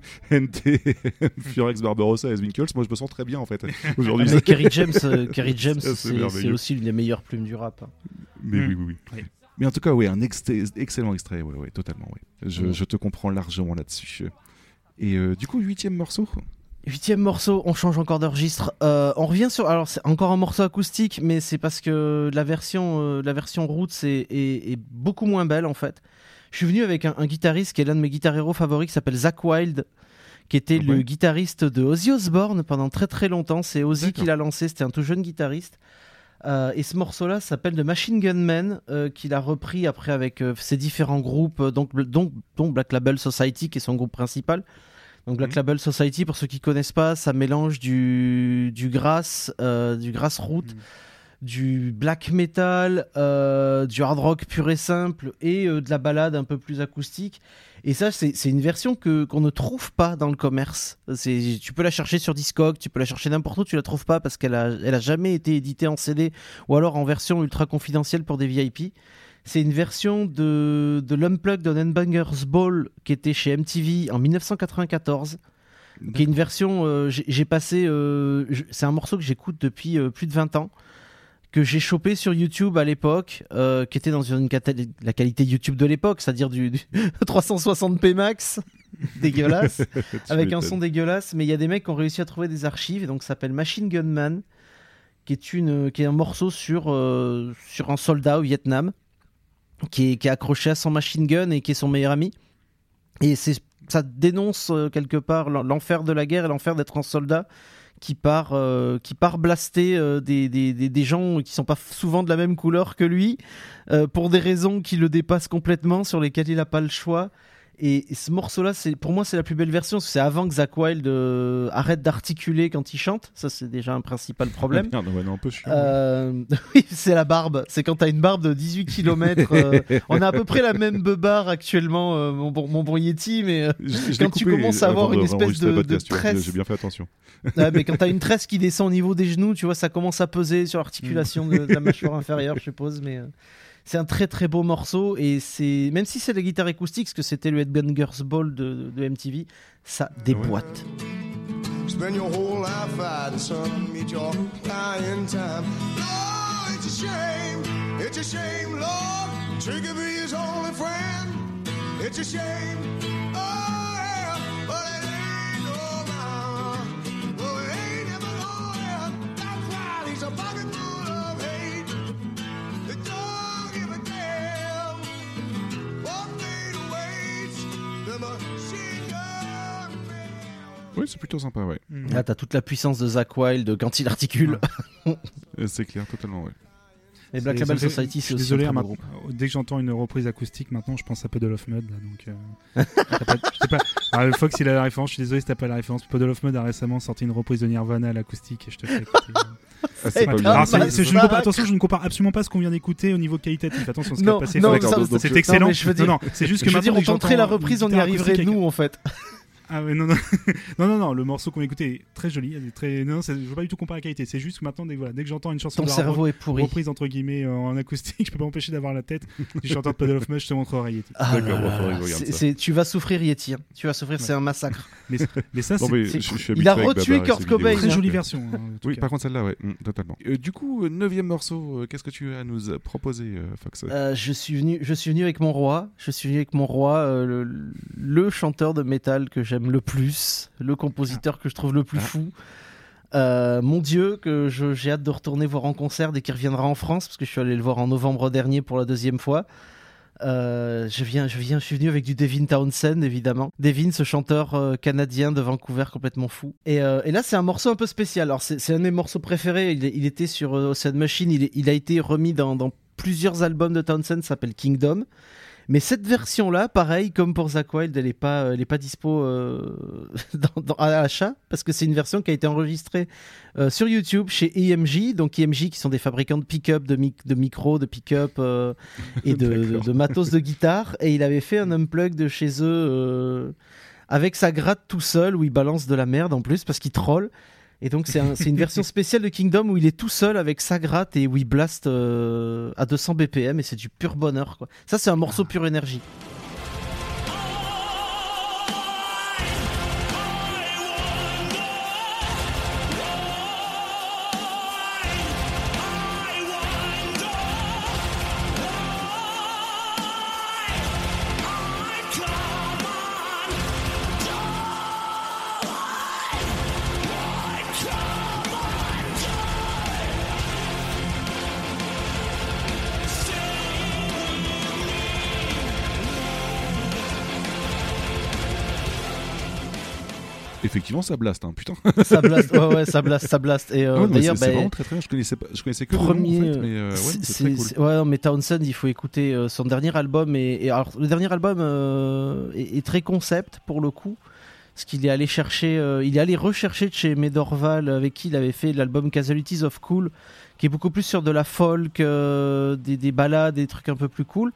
N T, Furex, Barbarossa, et Winkles. Moi, je me sens très bien en fait aujourd'hui. Mais Kerry James, euh, Kerry James, Ça, c'est c'est merveilleux. c'est aussi l'une des meilleures plumes du rap. hein. Mais Mm. oui, oui, oui. Oui. Mais en tout cas, oui, un ex- excellent extrait, ouais, ouais, totalement. Ouais. Je, Mm. je te comprends largement là-dessus. Et euh, du coup, huitième morceau. Huitième morceau, on change encore de registre. Euh, on revient sur, alors c'est encore un morceau acoustique, mais c'est parce que la version, euh, la version Roots est, est, est beaucoup moins belle en fait. Je suis venu avec un, un guitariste qui est l'un de mes guitar héros favoris, qui s'appelle Zakk Wylde, qui était Ah le ouais. guitariste de Ozzy Osbourne pendant très très longtemps. C'est Ozzy D'accord. qui l'a lancé, c'était un tout jeune guitariste. Euh, et ce morceau-là s'appelle The Machine Gun Man, euh, qu'il a repris après avec euh, ses différents groupes, euh, donc, donc, dont Black Label Society, qui est son groupe principal. Donc Black Mhm. Label Society, pour ceux qui connaissent pas, ça mélange du, du grass, euh, du grassroot, Mhm. du black metal, euh, du hard rock pur et simple, et euh, de la balade un peu plus acoustique. Et ça, c'est c'est une version que qu'on ne trouve pas dans le commerce. C'est- Tu peux la chercher sur Discog, tu peux la chercher n'importe où, tu la trouves pas parce qu'elle a, elle a jamais été éditée en C D ou alors en version ultra confidentielle pour des V I P. C'est une version de, de l'Unplugged on Headbangers Ball qui était chez M T V en dix-neuf cent quatre-vingt-quatorze. Qui est une version, euh, j'ai j'ai passé, euh, je- c'est un morceau que j'écoute depuis euh, plus de vingt ans, que j'ai chopé sur YouTube à l'époque, euh, qui était dans une cata- la qualité YouTube de l'époque, c'est-à-dire du, du trois cent soixante p max, dégueulasse, Tu avec un m'étonnes. son dégueulasse, mais il y a des mecs qui ont réussi à trouver des archives, et donc ça s'appelle Machine Gun Man, qui est, une, qui est un morceau sur, euh, sur un soldat au Vietnam, qui est, qui est accroché à son machine gun et qui est son meilleur ami. Et c'est, ça dénonce euh, quelque part l'en- l'enfer de la guerre et l'enfer d'être un soldat qui part, euh, qui part blaster euh, des, des, des, des gens qui sont pas f- souvent de la même couleur que lui, euh, pour des raisons qui le dépassent complètement, sur lesquelles il n'a pas le choix. Et, et ce morceau-là, c'est, pour moi, c'est la plus belle version, parce que c'est avant que Zakk Wylde euh, arrête d'articuler quand il chante. Ça, c'est déjà un principal problème. Merde, ouais, non, un peu chiant. Euh, oui, c'est la barbe. C'est quand t'as une barbe de dix-huit kilomètres. euh, on a à peu près la même beubare actuellement, euh, mon, bon, mon bon Yeti, mais euh, Je- je l'ai quand tu coupé commences à avant avoir une de- espèce d'enregistrer de, le de podcast, tu vois, tresse. J'ai bien fait attention. Ouais, mais quand t'as une tresse qui descend au niveau des genoux, tu vois, ça commence à peser sur l'articulation de, de la mâchoire inférieure, je suppose. Mais euh, c'est un très très beau morceau, et c'est, même si c'est la guitare acoustique, parce que c'était le Headbangers Ball de, de M T V, ça déboîte. Spend your whole life fighting, son, meet your dying time. Lord, it's a shame, it's a shame, Lord. Trigger be his only friend. It's a shame, oh yeah, but it ain't no man. Oh, it ain't never gonna end. That's right, he's a bucket full of hate. It don't give a damn what fate awaits. The machine gun man. Oui, c'est plutôt sympa, ouais. Là, t'as toute la puissance de Zakk Wylde quand il articule. Euh, C'est clair, totalement, ouais. Et Black C'est- Label ça me fait- Society, je c'est suis aussi désolé, un très hein, beau maintenant, groupe. dès que j'entends une reprise acoustique, maintenant je pense à Puddle of Mud. Là, donc, euh, je sais pas- je sais pas. Alors, Fox, il a la référence. Je suis désolé si t'as pas la référence. Puddle of Mud a récemment sorti une reprise de Nirvana à l'acoustique et je te fais écouter. Ah, c'est Eh, pas putain, bien. Alors, c'est- bah, c'est- je ne ça- compare, attention, je ne compare absolument pas ce qu'on vient d'écouter au niveau qualitatif. Attention, ce qui Non, a passé. non, Fox, ça- c'est non, excellent. mais je veux dire- Non, non, c'est juste que Je veux maintenant, dire, on dès que tenterait j'entends la une reprise, on y guitare arriverait acoustique nous en fait. Ah ouais, non, non. non, non, non, le morceau qu'on écoutait est très joli. Elle est très... Non, c'est... je veux pas du tout comparer la qualité. C'est juste que maintenant, dès, voilà, dès que j'entends une chanson Ton de cerveau hard est pourri. reprise entre guillemets euh, en acoustique, je peux pas m'empêcher d'avoir la tête. Si je chante Puddle of Mush, je te montrerai Yeti. Ah D'accord, là bon, là faudrait là. que je regarde C'est- ça. c'est- tu vas souffrir, Yeti. hein. Tu vas souffrir, Ouais. c'est un massacre. Mais, mais ça, Non, c'est, mais c'est je- je suis Il a habitué avec retué Babar et Kurt ses vidéos. Cobain, une très hein. jolie version. hein, en tout Oui, cas. par contre celle-là, ouais, mm, totalement. Euh, du coup, euh, neuvième morceau, euh, qu'est-ce que tu as à nous euh, proposer, euh, Fox Euh, je suis venu, je suis venu avec mon roi. Je suis venu avec mon roi, euh, le, le chanteur de métal que j'aime le plus, le compositeur que je trouve le plus Ah. fou. Euh, mon Dieu, que je- j'ai hâte de retourner voir en concert dès qu'il reviendra en France, parce que je suis allé le voir en novembre dernier pour la deuxième fois. Euh, je viens, je viens, je suis venu avec du Devin Townsend évidemment. Devin, ce chanteur euh, canadien de Vancouver complètement fou. Et, euh, et là, c'est un morceau un peu spécial. Alors, c'est, c'est un de mes morceaux préférés. Il, il était sur euh, Ocean Machine. Il, est- il a été remis dans, dans plusieurs albums de Townsend. Ça s'appelle Kingdom. Mais cette version-là, pareil, comme pour Zakk Wylde, elle n'est pas, elle est pas dispo euh, dans, dans- à l'achat parce que c'est une version qui a été enregistrée euh, sur YouTube chez E M J. Donc E M J qui sont des fabricants de pick-up, de, mic- de micros, de pick-up euh, et de, de, D'accord. de matos de guitare. Et il avait fait un unplug de chez eux euh, avec sa gratte tout seul où il balance de la merde en plus parce qu'il troll. Et donc c'est, un- c'est une version spéciale de Kingdom où il est tout seul avec sa gratte et où il blast euh, à deux cents B P M et c'est du pur bonheur quoi. Ça c'est un morceau pure énergie. Effectivement, ça blast, hein, putain. Ça blast, ouais, ouais, ça blast, ça blast. Et euh, Ah ouais, non, mais d'ailleurs, c'est, c'est bah, vraiment très très bien. Je connaissais, pas, je connaissais que premier, le nom, en fait, mais euh, ouais, c'est, c'est, très cool. c'est- ouais, non, mais Townsend, il faut écouter euh, son dernier album. Et, et alors, le dernier album euh, est, est très concept pour le coup. Parce qu'il est allé chercher, euh, il est allé rechercher de chez Medorval, avec qui il avait fait l'album Casualties of Cool, qui est beaucoup plus sur de la folk, euh, des, des ballades, des trucs un peu plus cool.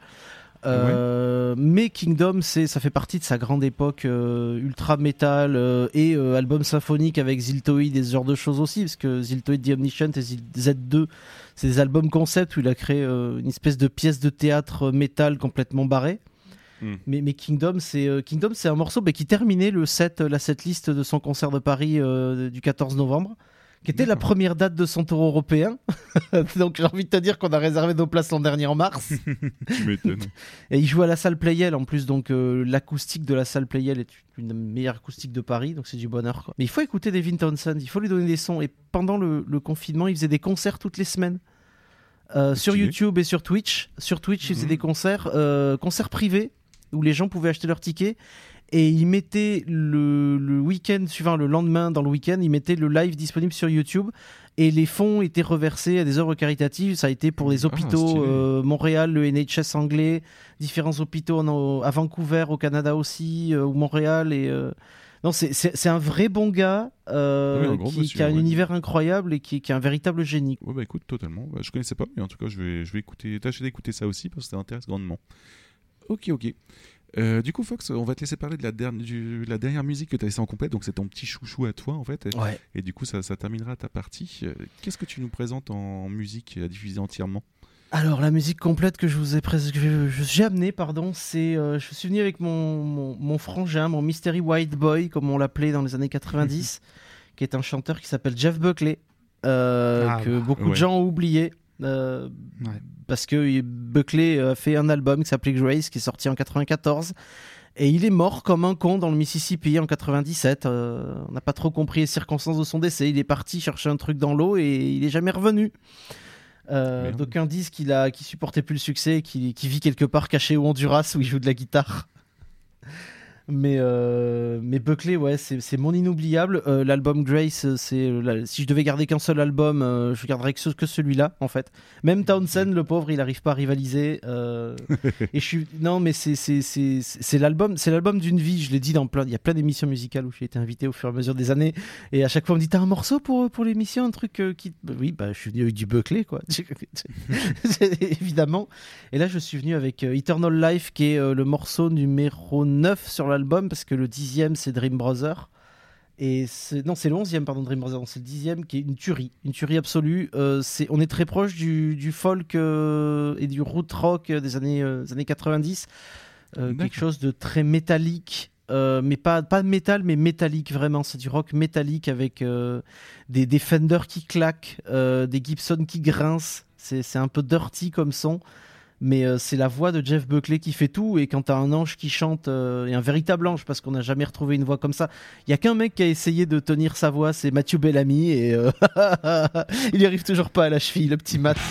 Euh, Mais Kingdom, c'est, ça fait partie de sa grande époque euh, ultra metal euh, et euh, album symphonique avec Ziltoid et ce genre de choses aussi, parce que Ziltoid The Omniscient et Z deux, c'est des albums concept où il a créé euh, une espèce de pièce de théâtre metal complètement barrée. Mm. Mais, mais Kingdom, c'est euh, Kingdom, c'est un morceau bah, qui terminait le set, la setlist de son concert de Paris euh, du quatorze novembre, qui était la D'accord. première date de son tour européen. Donc j'ai envie de te dire qu'on a réservé nos places l'an dernier en mars. Tu m'étonnes. Et il joue à la salle Playel en plus, donc euh, l'acoustique de la salle Playel est une des meilleures acoustiques de Paris, donc c'est du bonheur quoi. Mais il faut écouter Devin Townsend, il faut lui donner des sons. Et pendant le, le confinement, il faisait des concerts toutes les semaines. Euh, sur Stylé. YouTube et sur Twitch. Sur Twitch, il faisait Mhm. des concerts, euh, concerts privés où les gens pouvaient acheter leurs tickets. Et il mettait le, le week-end suivant, le lendemain dans le week-end, il mettait le live disponible sur YouTube. Et les fonds étaient reversés à des œuvres caritatives. Ça a été pour des Ah, hôpitaux, stylé. euh, Montréal, le N H S anglais, différents hôpitaux en- à Vancouver, au Canada aussi, euh, ou Montréal. Et, euh, non, c'est, c'est, c'est un vrai bon gars euh, Oui, un gros qui, monsieur, qui a un ouais. univers incroyable et qui, qui est un véritable génie. Ouais, bah écoute, totalement. Bah, je connaissais pas, mais en tout cas, je vais, je vais écouter, tâcher d'écouter ça aussi parce que ça m'intéresse grandement. Ok, ok. Euh, du coup, Fox, on va te laisser parler de la, dernière, du- la dernière musique que tu as laissée en complète. Donc, c'est ton petit chouchou à toi, en fait. Et, Ouais. et du coup, ça, ça terminera ta partie. Euh, Qu'est-ce que tu nous présentes en musique à diffuser entièrement? Alors la musique complète que je vous ai prés- que je- je- j'ai amenée, pardon, c'est euh, je suis venu avec mon, mon, mon frangin, mon Mystery White Boy, comme on l'appelait dans les années quatre-vingt-dix, qui est un chanteur qui s'appelle Jeff Buckley, euh, Ah, que bah, beaucoup ouais. de gens ont oublié. euh, Ouais. Parce que Buckley a fait un album qui s'appelait Grace, qui est sorti en quatre-vingt-quatorze. Et il est mort comme un con dans le Mississippi en quatre-vingt-dix-sept. Euh, on n'a pas trop compris les circonstances de son décès. Il est parti chercher un truc dans l'eau et il est jamais revenu. Euh, Merde. D'aucuns disent qu'il a, qu'il supportait plus le succès, qu'il qu'il vit quelque part caché au Honduras où il joue de la guitare. Mais, euh, mais Buckley, ouais, c'est c'est mon inoubliable. Euh, L'album Grace, c'est la- si je devais garder qu'un seul album, euh, je garderais que, ce- que celui-là, en fait. Même Townsend, le pauvre, il n'arrive pas à rivaliser. euh, et je suis non, mais c'est c'est c'est c'est l'album, c'est l'album d'une vie. Je l'ai dit dans plein, il y a plein d'émissions musicales où j'ai été invité au fur et à mesure des années. Et à chaque fois, on me dit t'as un morceau pour pour l'émission, un truc euh, qui. Bah oui, bah je suis venu avec du Buckley, quoi. C'est- évidemment. Et là, je suis venu avec euh, Eternal Life, qui est euh, le morceau numéro neuf sur l'album. l'album parce que le dixième c'est Dream Brother. Et c'est... non, c'est le onzième, pardon, Dream Brother. C'est le dixième qui est une tuerie, une tuerie absolue. Euh, c'est... On est très proche du, du folk euh, et du root rock des années, euh, des années quatre-vingt-dix. Euh, quelque chose de très métallique. Euh, mais pas, pas métal, mais métallique vraiment. C'est du rock métallique avec euh, des, des Fender qui claquent, euh, des Gibson qui grincent. C'est, c'est un peu dirty comme son. Mais euh, c'est la voix de Jeff Buckley qui fait tout. Et quand t'as un ange qui chante, euh, et un véritable ange, parce qu'on n'a jamais retrouvé une voix comme ça. Il n'y a qu'un mec qui a essayé de tenir sa voix, c'est Matthew Bellamy. Et euh, il n'y arrive toujours pas à la cheville, le petit Matt.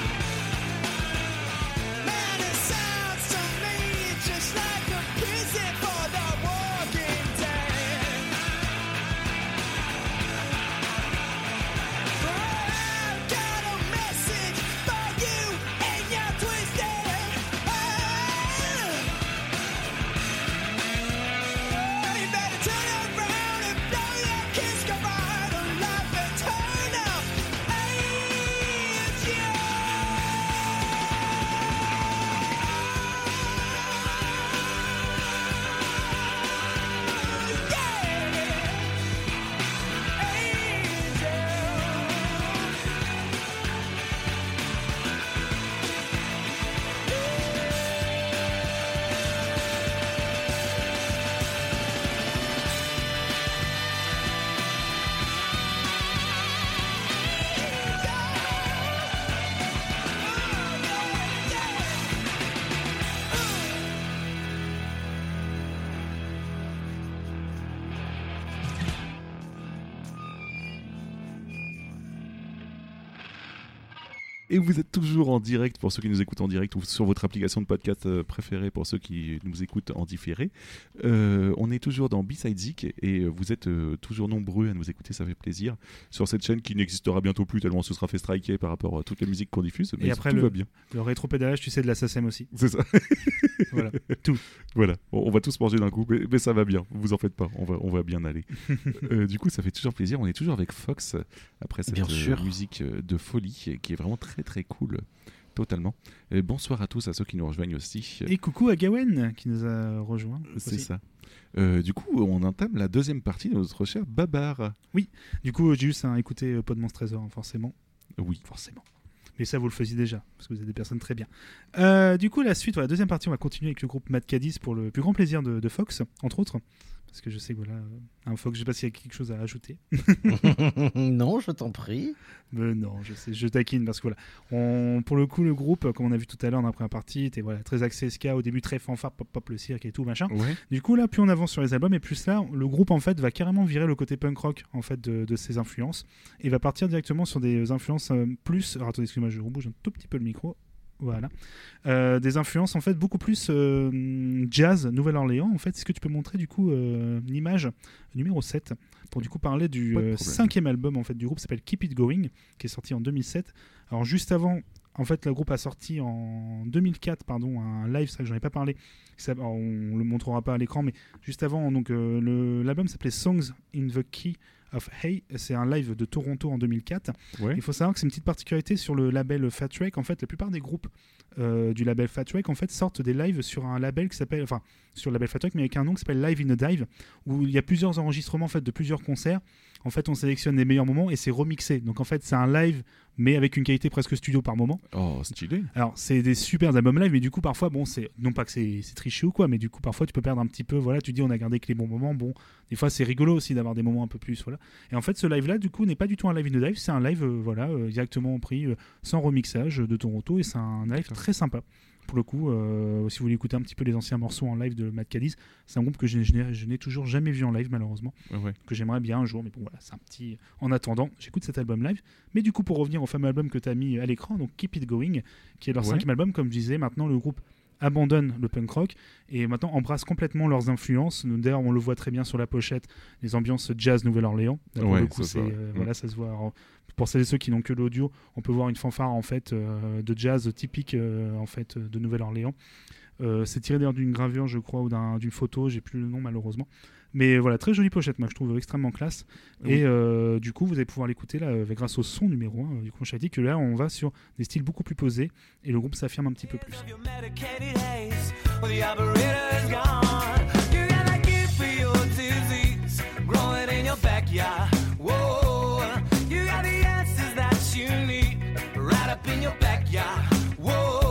Prison Et vous êtes toujours en direct pour ceux qui nous écoutent en direct ou sur votre application de podcast euh, préférée pour ceux qui nous écoutent en différé. Euh, on est toujours dans B-Side Zik et vous êtes euh, toujours nombreux à nous écouter, ça fait plaisir. Sur cette chaîne qui n'existera bientôt plus tellement on se sera fait striker par rapport à toutes les musiques qu'on diffuse. Mais et après, tout le, va bien. Le rétropédalage, tu sais, de la S A C E M aussi. C'est ça. Voilà, tout. Voilà, on, on va tous manger d'un coup, mais, mais ça va bien, vous en faites pas, on va, on va bien aller. euh, du coup, ça fait toujours plaisir, on est toujours avec Fox après cette Bien sûr. euh, musique de folie qui est vraiment très très cool, totalement. Et bonsoir à tous, à ceux qui nous rejoignent aussi. Et coucou à Gawen qui nous a rejoint. C'est aussi. ça. Euh, du coup, on entame la deuxième partie de notre cher Babar. Oui, du coup, j'ai juste à écouter euh, Podmans Trésor, forcément. Oui. Forcément. Mais ça, vous le faisiez déjà, parce que vous êtes des personnes très bien. Euh, du coup, la suite, voilà, la deuxième partie, on va continuer avec le groupe Mad Cadiz pour le plus grand plaisir de, de Fox, entre autres. Parce que je sais que voilà, euh, un Fox, je sais pas s'il y a quelque chose à ajouter. Non, je t'en prie. Mais non, je sais, je taquine parce que voilà, on, pour le coup, le groupe, comme on a vu tout à l'heure dans la première partie, était voilà, très axé ska, au début très fanfare, pop pop le cirque et tout machin. Ouais. Du coup là, plus on avance sur les albums et plus là, le groupe en fait va carrément virer le côté punk rock en fait de, de ses influences et va partir directement sur des influences euh, plus. Alors attendez, excusez-moi, je rebouge un tout petit peu le micro. Voilà. Euh, des influences en fait beaucoup plus euh, jazz, Nouvelle-Orléans. En fait, est-ce que tu peux montrer du coup euh, l'image numéro sept pour du coup parler du euh, cinquième album en fait du groupe, qui s'appelle Keep It Going, qui est sorti en deux mille sept. Alors juste avant, en fait, le groupe a sorti en deux mille quatre, pardon, un live, ça que j'en ai pas parlé. Ça, alors, on le montrera pas à l'écran, mais juste avant, donc euh, le, l'album s'appelait Songs in the Key of Hey, c'est un live de Toronto en deux mille quatre. Ouais. Il faut savoir que c'est une petite particularité sur le label Fat Wreck. En fait, la plupart des groupes euh, du label Fat Wreck en fait sortent des lives sur un label qui s'appelle, enfin, sur le label Fat Wreck, mais avec un nom qui s'appelle Live in a Dive, où il y a plusieurs enregistrements en fait de plusieurs concerts. En fait, on sélectionne les meilleurs moments et c'est remixé. Donc en fait, c'est un live mais avec une qualité presque studio par moment. Oh, stylé. Alors, c'est des super albums live, mais du coup, parfois, bon, c'est non pas que c'est, c'est triché ou quoi, mais du coup, parfois, tu peux perdre un petit peu. Voilà, tu dis, on a gardé que les bons moments. Bon, des fois, c'est rigolo aussi d'avoir des moments un peu plus. Voilà. Et en fait, ce live-là, du coup, n'est pas du tout un live in a dive, c'est un live, euh, voilà, euh, directement pris, euh, sans remixage de Toronto, et c'est un live très sympa. Pour le coup, euh, si vous voulez écouter un petit peu les anciens morceaux en live de Mad Cadiz, c'est un groupe que je n'ai, je n'ai, je n'ai toujours jamais vu en live malheureusement, Ouais, ouais. que j'aimerais bien un jour, mais bon voilà, c'est un petit... En attendant, j'écoute cet album live, mais du coup pour revenir au fameux album que tu as mis à l'écran, donc Keep It Going, qui est leur Ouais. cinquième album, comme je disais, maintenant le groupe abandonne le punk rock et maintenant embrasse complètement leurs influences. D'ailleurs, on le voit très bien sur la pochette, les ambiances jazz Nouvelle-Orléans. Là, pour Ouais, le coup, ça, c'est, ça, euh, mm. voilà, ça se voit. Alors, pour celles et ceux qui n'ont que l'audio, on peut voir une fanfare en fait euh, de jazz typique euh, en fait de Nouvelle-Orléans. Euh, c'est tiré d'ailleurs d'une gravure, je crois, ou d'un, d'une photo. J'ai plus le nom malheureusement. Mais voilà, très jolie pochette, moi je trouve extrêmement classe. Oui. Et euh, du coup, vous allez pouvoir l'écouter là, euh, grâce au son numéro un. Du coup, je t'ai dit que là, on va sur des styles beaucoup plus posés et le groupe s'affirme un petit peu plus. Your medicated haze, well, the operator is gone. You got a gift for your disease, growing in your backyard. Whoa, you got the answers that you need, right up in your backyard. Whoa.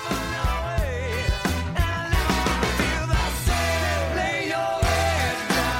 Down.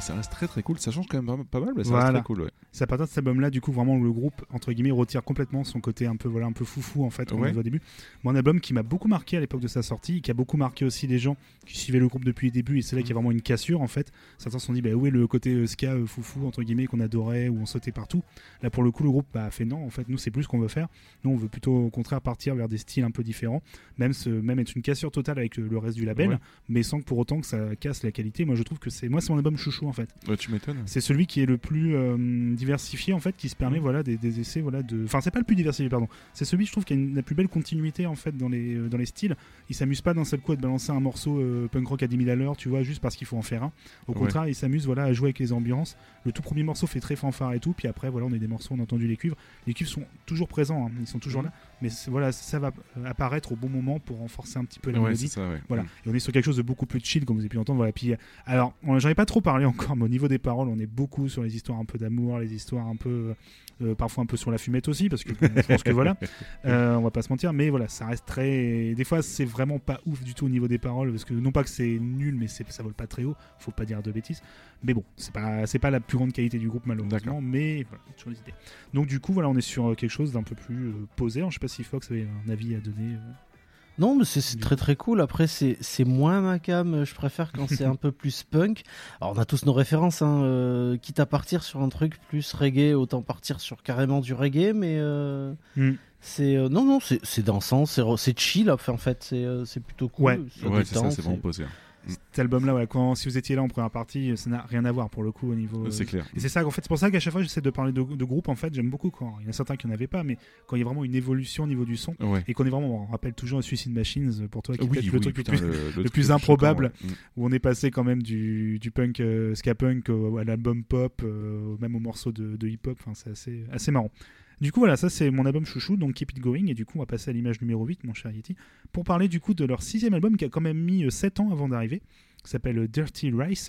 ça reste très très cool. Ça change quand même pas, pas mal, mais ça Voilà. reste très cool. Ouais. C'est à partir de cet album-là, du coup, vraiment le groupe entre guillemets retire complètement son côté un peu, voilà, un peu foufou en fait, comme Ouais. on disait au début. Moi, un album qui m'a beaucoup marqué à l'époque de sa sortie, qui a beaucoup marqué aussi les gens qui suivaient le groupe depuis le début, et c'est là qu'il y a vraiment une cassure en fait. Certains se sont dit, bah, où est le côté euh, ska euh, foufou entre guillemets qu'on adorait, où on sautait partout. Là, pour le coup, le groupe bah, a fait non. En fait, nous, c'est plus ce qu'on veut faire. Nous, on veut plutôt au contraire partir vers des styles un peu différents, même se, même être une cassure totale avec le, le reste du label, Ouais. mais sans que pour autant que ça casse la qualité. Moi, je trouve que c'est moi, c'est mon album chouchou en fait. Ouais, tu m'étonnes. C'est celui qui est le plus euh, diversifié en fait, qui se permet Mhm. voilà des, des essais voilà de. Enfin, c'est pas le plus diversifié, pardon. C'est celui je trouve qui a une- la plus belle continuité en fait dans les euh, dans les styles. Il s'amuse pas d'un seul coup à te balancer un morceau euh, punk rock à dix mille à l'heure, tu vois, juste parce qu'il faut en faire un. Au Ouais. contraire, il s'amuse voilà à jouer avec les ambiances. Le tout premier morceau fait très fanfare et tout, puis après voilà on a des morceaux, on a entendu les cuivres. Les cuivres sont toujours présents, hein, ils sont toujours Mhm. là, mais c'est- voilà ça va euh, apparaître au bon moment pour renforcer un petit peu la Ouais, mélodie. c'est ça, ouais. Voilà, Mm. et on est sur quelque chose de beaucoup plus chill, comme vous avez pu entendre. Voilà. Puis, euh, alors, on- j'en ai pas trop parlé encore, mais au niveau des paroles, on est beaucoup sur les histoires un peu d'amour, les histoires un peu, euh, parfois un peu sur la fumette aussi, parce que bon, je pense que voilà, euh, on va pas se mentir, mais voilà, ça reste très. Des fois, c'est vraiment pas ouf du tout au niveau des paroles, parce que non pas que c'est nul, mais c'est, ça vole pas très haut. Faut pas dire de bêtises. Mais bon, c'est pas, c'est pas la plus grande qualité du groupe malheureusement, D'accord. mais voilà, toujours les idées. Donc du coup, voilà, on est sur euh, quelque chose d'un peu plus euh, posé. Alors, je sais pas si Fox avait un avis à donner. euh. Non, mais c'est c'est très très cool. Après, c'est c'est moins ma cam. Je préfère quand c'est un peu plus punk. Alors, on a tous nos références. Hein. euh, quitte à partir sur un truc plus reggae, autant partir sur carrément du reggae. Mais euh, Mm. c'est euh, non, non, c'est c'est dansant, c'est re- c'est chill. Enfin, en fait, c'est euh, c'est plutôt cool. Ouais. ça Ouais, c'est ça, détend, c'est vraiment posé. hein. Cet album-là, ouais, quand, si vous étiez là en première partie, ça n'a rien à voir pour le coup au niveau. C'est clair. Et c'est ça, en fait, c'est pour ça qu'à chaque fois j'essaie de parler de, de groupe. En fait, j'aime beaucoup quand il y en a certains qui n'en avaient pas, mais quand il y a vraiment une évolution au niveau du son Ouais. et qu'on est vraiment, on rappelle toujours Suicide Machines pour toi, qui est Oui, peut-être oui, le truc putain, le plus, le, le truc plus le improbable, choquant, ouais. où on est passé quand même du, du punk, euh, ska punk au- à l'album pop, euh, même au morceau de, de hip hop. Enfin, c'est assez, assez marrant. Du coup, voilà, ça c'est mon album chouchou, donc Keep It Going, et du coup, on va passer à l'image numéro huit, mon cher Yeti, pour parler du coup de leur sixième album qui a quand même mis euh, sept ans avant d'arriver, qui s'appelle Dirty Rice.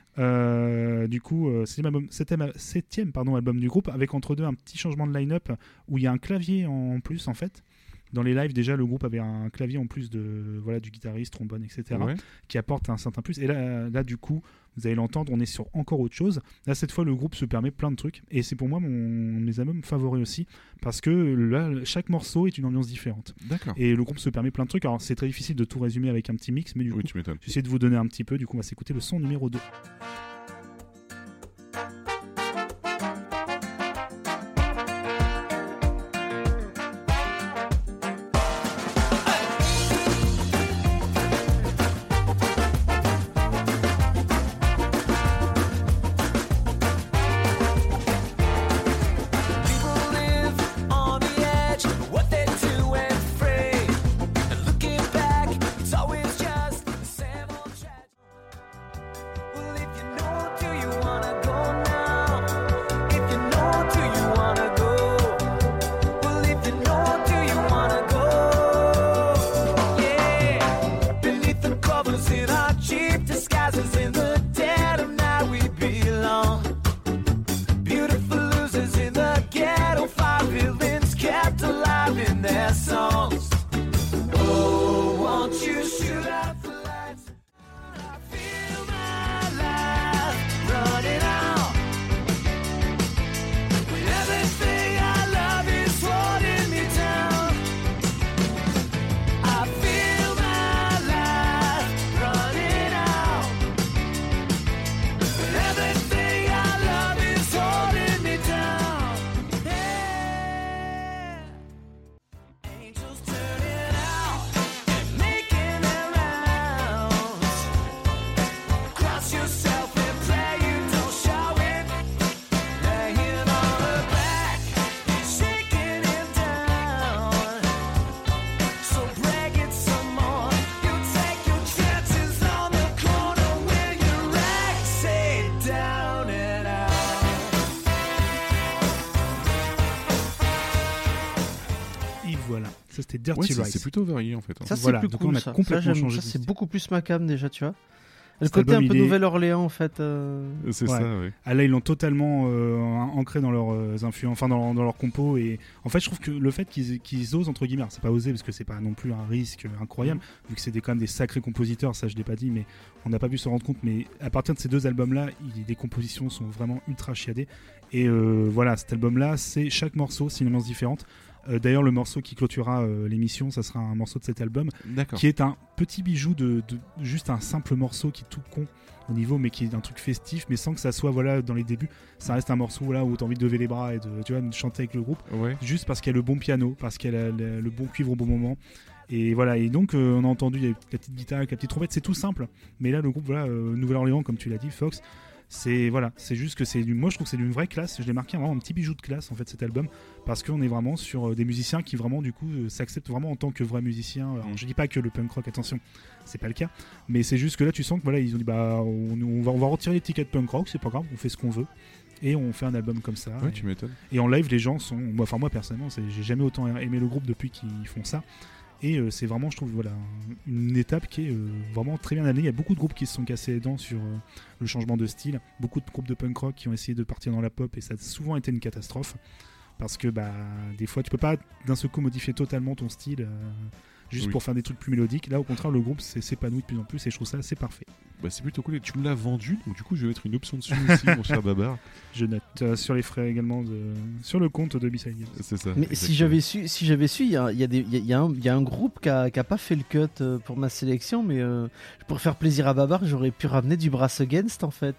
Euh, du coup, euh, septième, album, septième, septième pardon, album du groupe, avec entre deux un petit changement de line-up où il y a un clavier en plus en fait. Dans les lives, déjà, le groupe avait un clavier en plus de voilà du guitariste, trombone, et cetera, Ouais. qui apporte un certain plus. Et là, là, du coup, vous allez l'entendre, on est sur encore autre chose. Là, cette fois, le groupe se permet plein de trucs. Et c'est pour moi mon, mes albums favoris aussi, parce que là, chaque morceau est une ambiance différente. D'accord. Et le groupe se permet plein de trucs. Alors, c'est très difficile de tout résumer avec un petit mix, mais du Oui, coup, tu m'étonnes. j'essaie de vous donner un petit peu. Du coup, on va s'écouter le son numéro deux. People live on the edge, what they're doing free. And looking back, it's always just the same old tragedy. Well, if you know, do you wanna go now? If you know, do you wanna go? Well, if you know, do you wanna go? Yeah. Beneath the covers in our cheap disguises, in the dead of night we belong. Beautiful losers in the ghetto, five villains kept alive in their songs. Oh, won't you shoot out the lights? I feel my life running out. When everything I love is holding me down. I feel my life running out. When everything I love is holding me down. Yeah. Angels turning out and making their rounds. Cross yourself and pray you don't show it. Laying on her back, shaking him down. So break it some more. You take your chances on the corner where your racks say down and out. Et voilà, ça c'était Dirty Ouais, c'est Rice. c'est plutôt varié en fait. hein. Ça, c'est Voilà, plus donc cool. on a ça, complètement Ça, j'aime- changé ça, de c'est style. beaucoup plus ma cam déjà, tu vois. Le Cet côté album, un peu il est- Nouvelle-Orléans en fait. euh. C'est Ouais. ça, oui. Ah, là, ils l'ont totalement euh, ancré dans leurs euh, influences, enfin dans, dans leur compos. Et en fait, je trouve que le fait qu'ils qu'ils osent, entre guillemets, alors, c'est pas osé parce que c'est pas non plus un risque incroyable, vu que c'est des, quand même des sacrés compositeurs, ça je l'ai pas dit, mais on n'a pas pu se rendre compte. Mais à partir de ces deux albums-là, il- les compositions sont vraiment ultra chiadées. Et euh, voilà, cet album-là, c'est chaque morceau, c'est une ambiance différente. Euh, D'ailleurs, le morceau qui clôturera euh, l'émission, ça sera un morceau de cet album, D'accord. qui est un petit bijou de, de juste un simple morceau qui est tout con au niveau, mais qui est un truc festif, mais sans que ça soit voilà dans les débuts. Ça reste un morceau voilà où t'as envie de lever les bras et de tu vois de chanter avec le groupe, Ouais. juste parce qu'il y a le bon piano, parce qu'il y a la- la- le bon cuivre au bon moment. Et voilà, et donc euh, on a entendu il y a la petite guitare avec la petite trompette, c'est tout simple. Mais là, le groupe voilà, euh, Nouvelle-Orléans, comme tu l'as dit, Fox. C'est voilà, c'est juste que c'est du, moi je trouve que c'est d'une vraie classe. Je l'ai marqué vraiment un petit bijou de classe en fait cet album, parce qu'on est vraiment sur euh, des musiciens qui vraiment du coup euh, s'acceptent vraiment en tant que vrais musiciens. Alors, Mm. je dis pas que le punk rock, attention, c'est pas le cas, mais c'est juste que là tu sens que voilà ils ont dit bah on, on va on va retirer l'étiquette punk rock, c'est pas grave, on fait ce qu'on veut et on fait un album comme ça. Ouais, et, tu m'étonnes. et en live les gens sont, moi, enfin moi personnellement, c'est- j'ai jamais autant aimé le groupe depuis qu'ils font ça. Et euh, c'est vraiment, je trouve, voilà, une étape qui est euh, vraiment très bien amenée. Il y a beaucoup de groupes qui se sont cassés les dents sur euh, le changement de style. Beaucoup de groupes de punk rock qui ont essayé de partir dans la pop et ça a souvent été une catastrophe. Parce que bah, des fois, tu peux pas d'un seul coup modifier totalement ton style euh, juste Oui. pour faire des trucs plus mélodiques. Là, au contraire, le groupe s'est- s'épanouit de plus en plus et je trouve ça assez parfait. Bah, c'est plutôt cool. Et tu me l'as vendu, donc du coup, je vais mettre une option dessus aussi, mon cher Babar. Je note euh, sur les frais également, de... sur le compte de Missile Games. C'est ça. Mais si exactement. j'avais su, si j'avais su, il y a, il y a des- il y a- il y a un- il y a un groupe qui a, qui a pas fait le cut euh, pour ma sélection, mais euh, pour faire plaisir à Babar, j'aurais pu ramener du Brass Against en fait.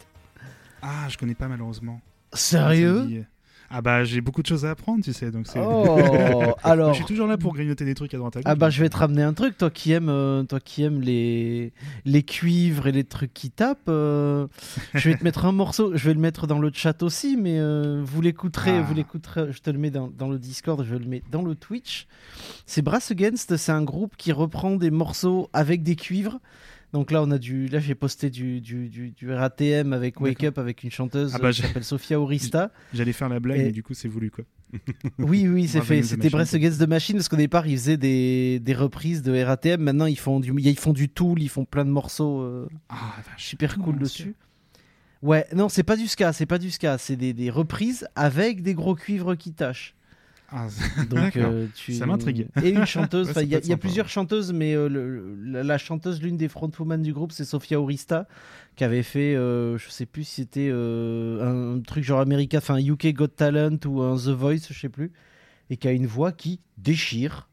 Ah, je connais pas malheureusement. Sérieux? Ça me dit- Ah bah j'ai beaucoup de choses à apprendre, tu sais, donc c'est. Oh, alors. Je suis toujours là pour grignoter des trucs à droite à gauche. Ah bah je vais te ramener un truc, toi qui aimes, euh, toi qui aimes les, les cuivres et les trucs qui tapent. euh, je vais te mettre un morceau, je vais le mettre dans le chat aussi, mais euh, vous l'écouterez, Ah. vous l'écouterez. Je te le mets dans, dans le Discord, je le mets dans le Twitch. C'est Brass Against, c'est un groupe qui reprend des morceaux avec des cuivres. Donc là, on a du, là j'ai posté du, du, du, du R A T M avec Wake D'accord. Up avec une chanteuse Ah bah, euh, j'ai- qui s'appelle Sofia Orista. J'allais faire la blague, Et- mais du coup c'est voulu quoi. Oui, oui, c'est Brass fait. Against the C'était Machine, Brass quoi. Against the Machine parce qu'au départ, ils faisaient des, des reprises de R A T M. Maintenant, ils font du, ils font du Tool, ils font plein de morceaux euh, Ah vache. super cool Comment dessus. Ouais, non, c'est pas du ska, c'est pas du ska, c'est des, des reprises avec des gros cuivres qui tâchent. Ah, Donc, D'accord. euh, tu... Ça m'intrigue. Et une chanteuse, Ouais, enfin, ça il y a, peut être il y a sympa. plusieurs chanteuses, mais euh, le- la, la chanteuse, l'une des frontwomen du groupe, c'est Sofia Orista, qui avait fait, euh, je sais plus si c'était euh, un, un truc genre America, enfin U K Got Talent ou un The Voice, je sais plus, et qui a une voix qui déchire.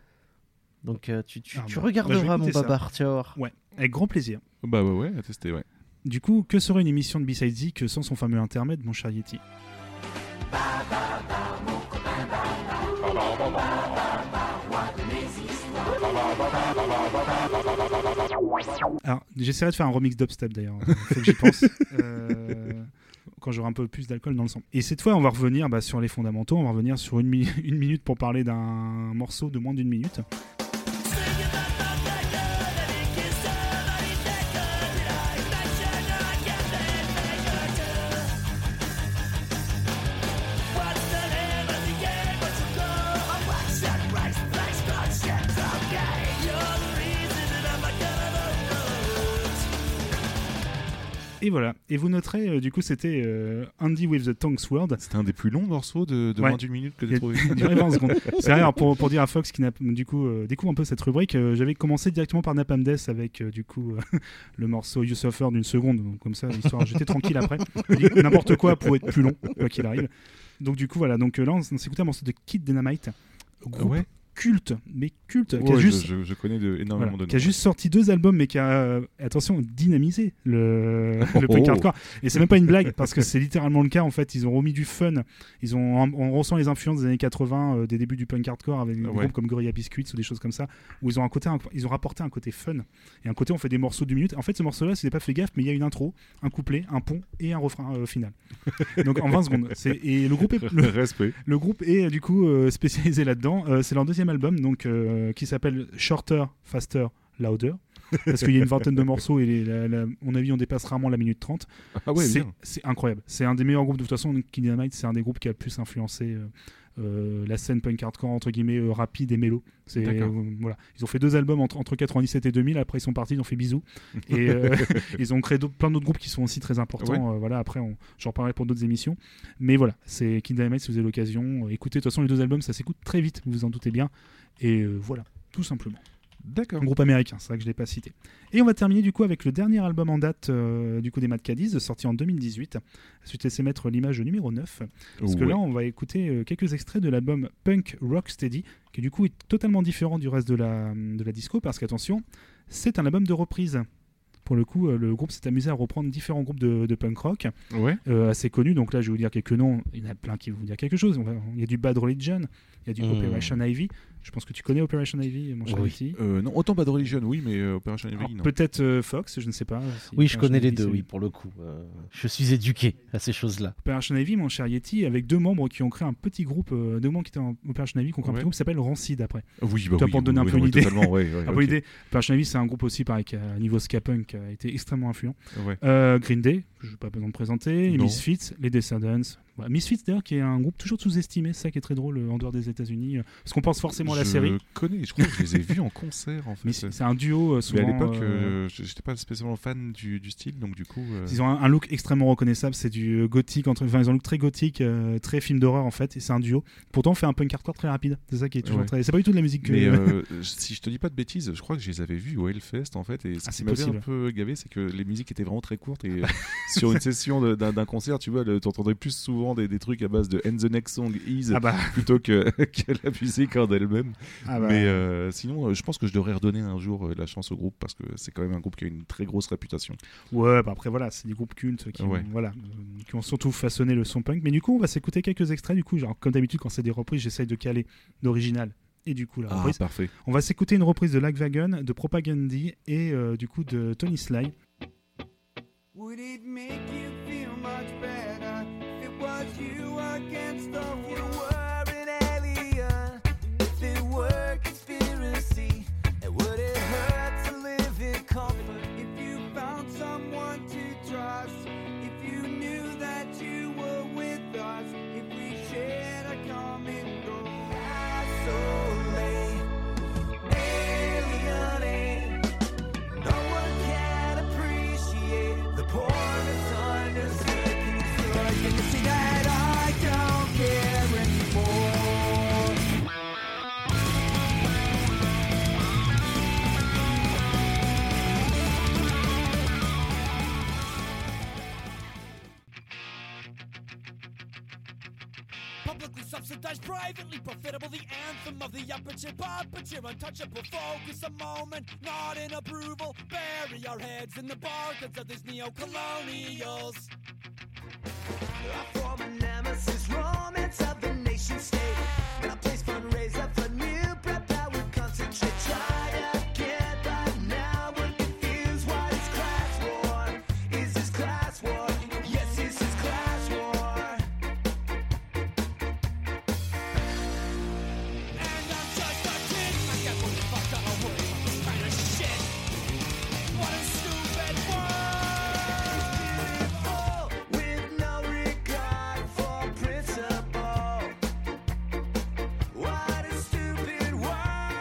Donc euh, tu, tu, Ah, tu bah, bah, je regarderas vais mon écouter ça. babar, tu vas voir. Ouais, avec grand plaisir. Bah ouais, ouais, à tester, ouais. Du coup, que serait une émission de B-Side Zik sans son fameux intermède, mon cher Yeti? Alors, j'essaierai de faire un remix dubstep d'ailleurs. Faut que j'y pense. Euh, quand j'aurai un peu plus d'alcool dans le sang. Et cette fois, on va revenir bah, sur les fondamentaux. On va revenir sur une, mi- une minute pour parler d'un morceau de moins d'une minute. Et voilà. Et vous noterez, euh, du coup, c'était euh, Andy with the Tongue Sword. C'était un des plus longs morceaux de, de Ouais. moins d'une minute que Il j'ai a- trouvé. il a duré vingt secondes. C'est rien, alors, pour, pour dire à Fox qui n'a du coup euh, découvre un peu cette rubrique, euh, j'avais commencé directement par Napalm Death avec euh, du coup euh, le morceau You Suffer d'une seconde, donc comme ça l'histoire, j'étais tranquille après. Je dis n'importe quoi pour être plus long, quoi qu'il arrive. Donc du coup voilà, donc euh, là on, on s'est écouté un morceau de Kid Dynamite, groupe Ouais. culte, mais culte, qui a Ouais, juste je, je, je connais de, énormément voilà, de qui a noms. juste sorti deux albums, mais qui a, euh, attention, dynamisé le, le Oh. punk hardcore. Et c'est même pas une blague, parce que c'est littéralement le cas. En fait, ils ont remis du fun. Ils ont, on ressent les influences des années quatre-vingts, euh, des débuts du punk hardcore, avec des Ouais. groupes comme Gorilla Biscuits ou des choses comme ça, où ils ont un côté, ils ont rapporté un côté fun. Et un côté, on fait des morceaux d'une minute. En fait, ce morceau-là, si vous n'avez pas fait gaffe, mais il y a une intro, un couplet, un pont et un refrain euh, final. Donc en vingt secondes. C'est, et le groupe est, le, Respect. le groupe est euh, du coup euh, spécialisé là-dedans. Euh, c'est leur deuxième album, donc euh, qui s'appelle Shorter, Faster, Louder. Parce qu'il y a une vingtaine de morceaux et les, la, la, à mon avis, on dépasse rarement la minute trente. Ah ouais, c'est, bien. c'est incroyable. C'est un des meilleurs groupes. De toute façon, Kid Dynamite, c'est un des groupes qui a le plus influencé euh, euh, la scène punk hardcore entre guillemets euh, rapide et mélo. C'est D'accord. euh, voilà, ils ont fait deux albums entre, entre quatre-vingt-dix-sept et deux mille. Après ils sont partis, ils ont fait bisous et euh, ils ont créé d'autres- plein d'autres groupes qui sont aussi très importants. Euh, voilà, après on, j'en reparlerai pour d'autres émissions. Mais voilà, c'est Kid Dynamite. Si vous avez l'occasion, euh, écoutez. De toute façon, les deux albums, ça s'écoute très vite. Vous vous en doutez bien. Et euh, voilà, tout simplement. D'accord. Un groupe américain, c'est vrai que je l'ai pas cité. Et on va terminer du coup avec le dernier album en date euh, du coup des Mad Caddies, sorti en deux mille dix-huit. Ensuite, laissez mettre l'image numéro neuf. Parce que Ouais. là, on va écouter euh, quelques extraits de l'album Punk Rocksteady, qui du coup est totalement différent du reste de la, de la disco, parce qu'attention, c'est un album de reprise. Pour le coup, euh, le groupe s'est amusé à reprendre différents groupes de, de punk rock Ouais. euh, assez connus. Donc là, je vais vous dire quelques noms. Il y en a plein qui vont vous dire quelque chose. On va- Il y a du Bad Religion, il y a du Mmh. Operation Ivy. Je pense que tu connais Operation Ivy, mon cher Oui. Alexis. Euh, non, autant Bad Religion, oui, mais euh, Operation Alors, Ivy, non. peut-être euh, Fox, je ne sais pas. si Oui, je Operation connais les Ivy, deux, c'est- oui, pour le coup. Euh, je suis éduqué à ces choses-là. Operation Ivy, mon cher Yeti, avec deux membres qui ont créé un petit groupe, euh, deux membres qui étaient en Operation Ivy, qui ont créé un Ouais. petit groupe qui s'appelle Rancid après. Oui, bah Toi, oui, pour te donner oui, un peu oui, une idée. totalement, ouais, ouais, Un peu ok. l'idée. Operation Ivy, c'est un groupe aussi pareil, qui a, à niveau ska punk, qui a été extrêmement influent. Ouais. Euh, Green Day, que je n'ai pas besoin de présenter, les Non. Misfits, les Descendants. Voilà. Misfits d'ailleurs, qui est un groupe toujours sous-estimé, c'est ça qui est très drôle euh, en dehors des États-Unis, euh, parce qu'on pense forcément à la je série. connais, je crois que je les ai vus en concert en fait. Mais c'est c'est un duo euh, Mais souvent. à l'époque, euh, euh, j'étais pas spécialement fan du, du style, donc du coup. euh, Ils ont un, un look extrêmement reconnaissable, c'est du euh, gothique, entre... enfin ils ont un look très gothique, euh, très film d'horreur en fait, et c'est un duo. Pourtant on fait un punk hardcore très rapide, c'est ça qui est toujours Ouais. très... C'est pas du tout de la musique que... Mais euh, si je te dis pas de bêtises, je crois que je les avais vus au Hellfest en fait, et ce Ah, qui c'est m'avait possible. un peu gavé, c'est que les musiques étaient vraiment très courtes, et euh, sur une session de- d'un d'un concert, tu vois, le- t'entendrais plus souvent des, des trucs à base de And the Next Song Is Ah bah, plutôt que, que la musique en elle-même. ah bah. Mais euh, sinon, euh, je pense que je devrais redonner un jour euh, la chance au groupe parce que c'est quand même un groupe qui a une très grosse réputation. Ouais, bah après voilà, c'est des groupes cultes qui, Ouais. ont, voilà, euh, qui ont surtout façonné le son punk. Mais du coup, on va s'écouter quelques extraits. Du coup, genre, comme d'habitude, quand c'est des reprises, j'essaye de caler l'original et du coup la Ah, reprise. parfait. On va s'écouter une reprise de Lagwagon, de Propagandy et euh, du coup de Tony Sly. Would it make you feel much better if it was you against the whole world an alien? If it were conspiracy, and would it hurt to live in comfort if you found someone to trust? If you knew that you were with us, if we shared a common goal? Isolate, alienate. No one can appreciate the poor misunderstood. Can you feel like you can see that I don't care anymore? Publicly subsidized, privately profitable, the anthem of the upper tier puppeteer, untouchable. Focus a moment, not in approval. Bury our heads in the barcodes of these neo-colonials. I form a nemesis, romance of the nation state. A place fundraiser for new prep that would concentrate. Try to get by now, we're confused. What is class war? Is this class war? Yes, this is class war. And I'm just a kid. I get what the fuck out of worry about this kind of shit. What a stupid world. Oh, with no regard for principle. What a stupid world.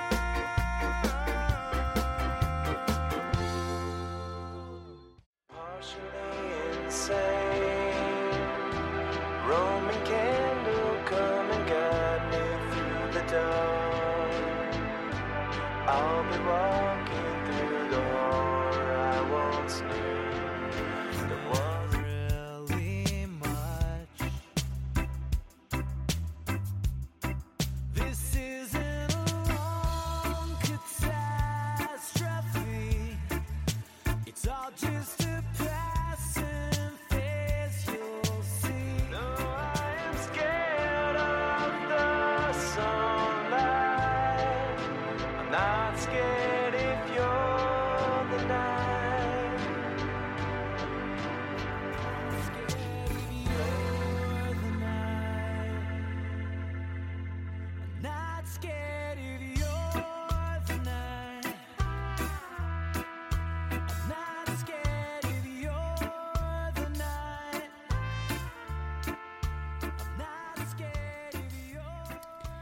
Partially insane. Roman candle come and guide me through the dark. I'll be walking through the horror I once knew. There wasn't really much. This isn't a long catastrophe. It's all just a passing phase, you'll see. No, I am scared of the sunlight. I'm not scared if you're the night. I'm scared if you're the night. I'm not scared if you're the night. I'm not scared if you're the night. I'm not scared if you're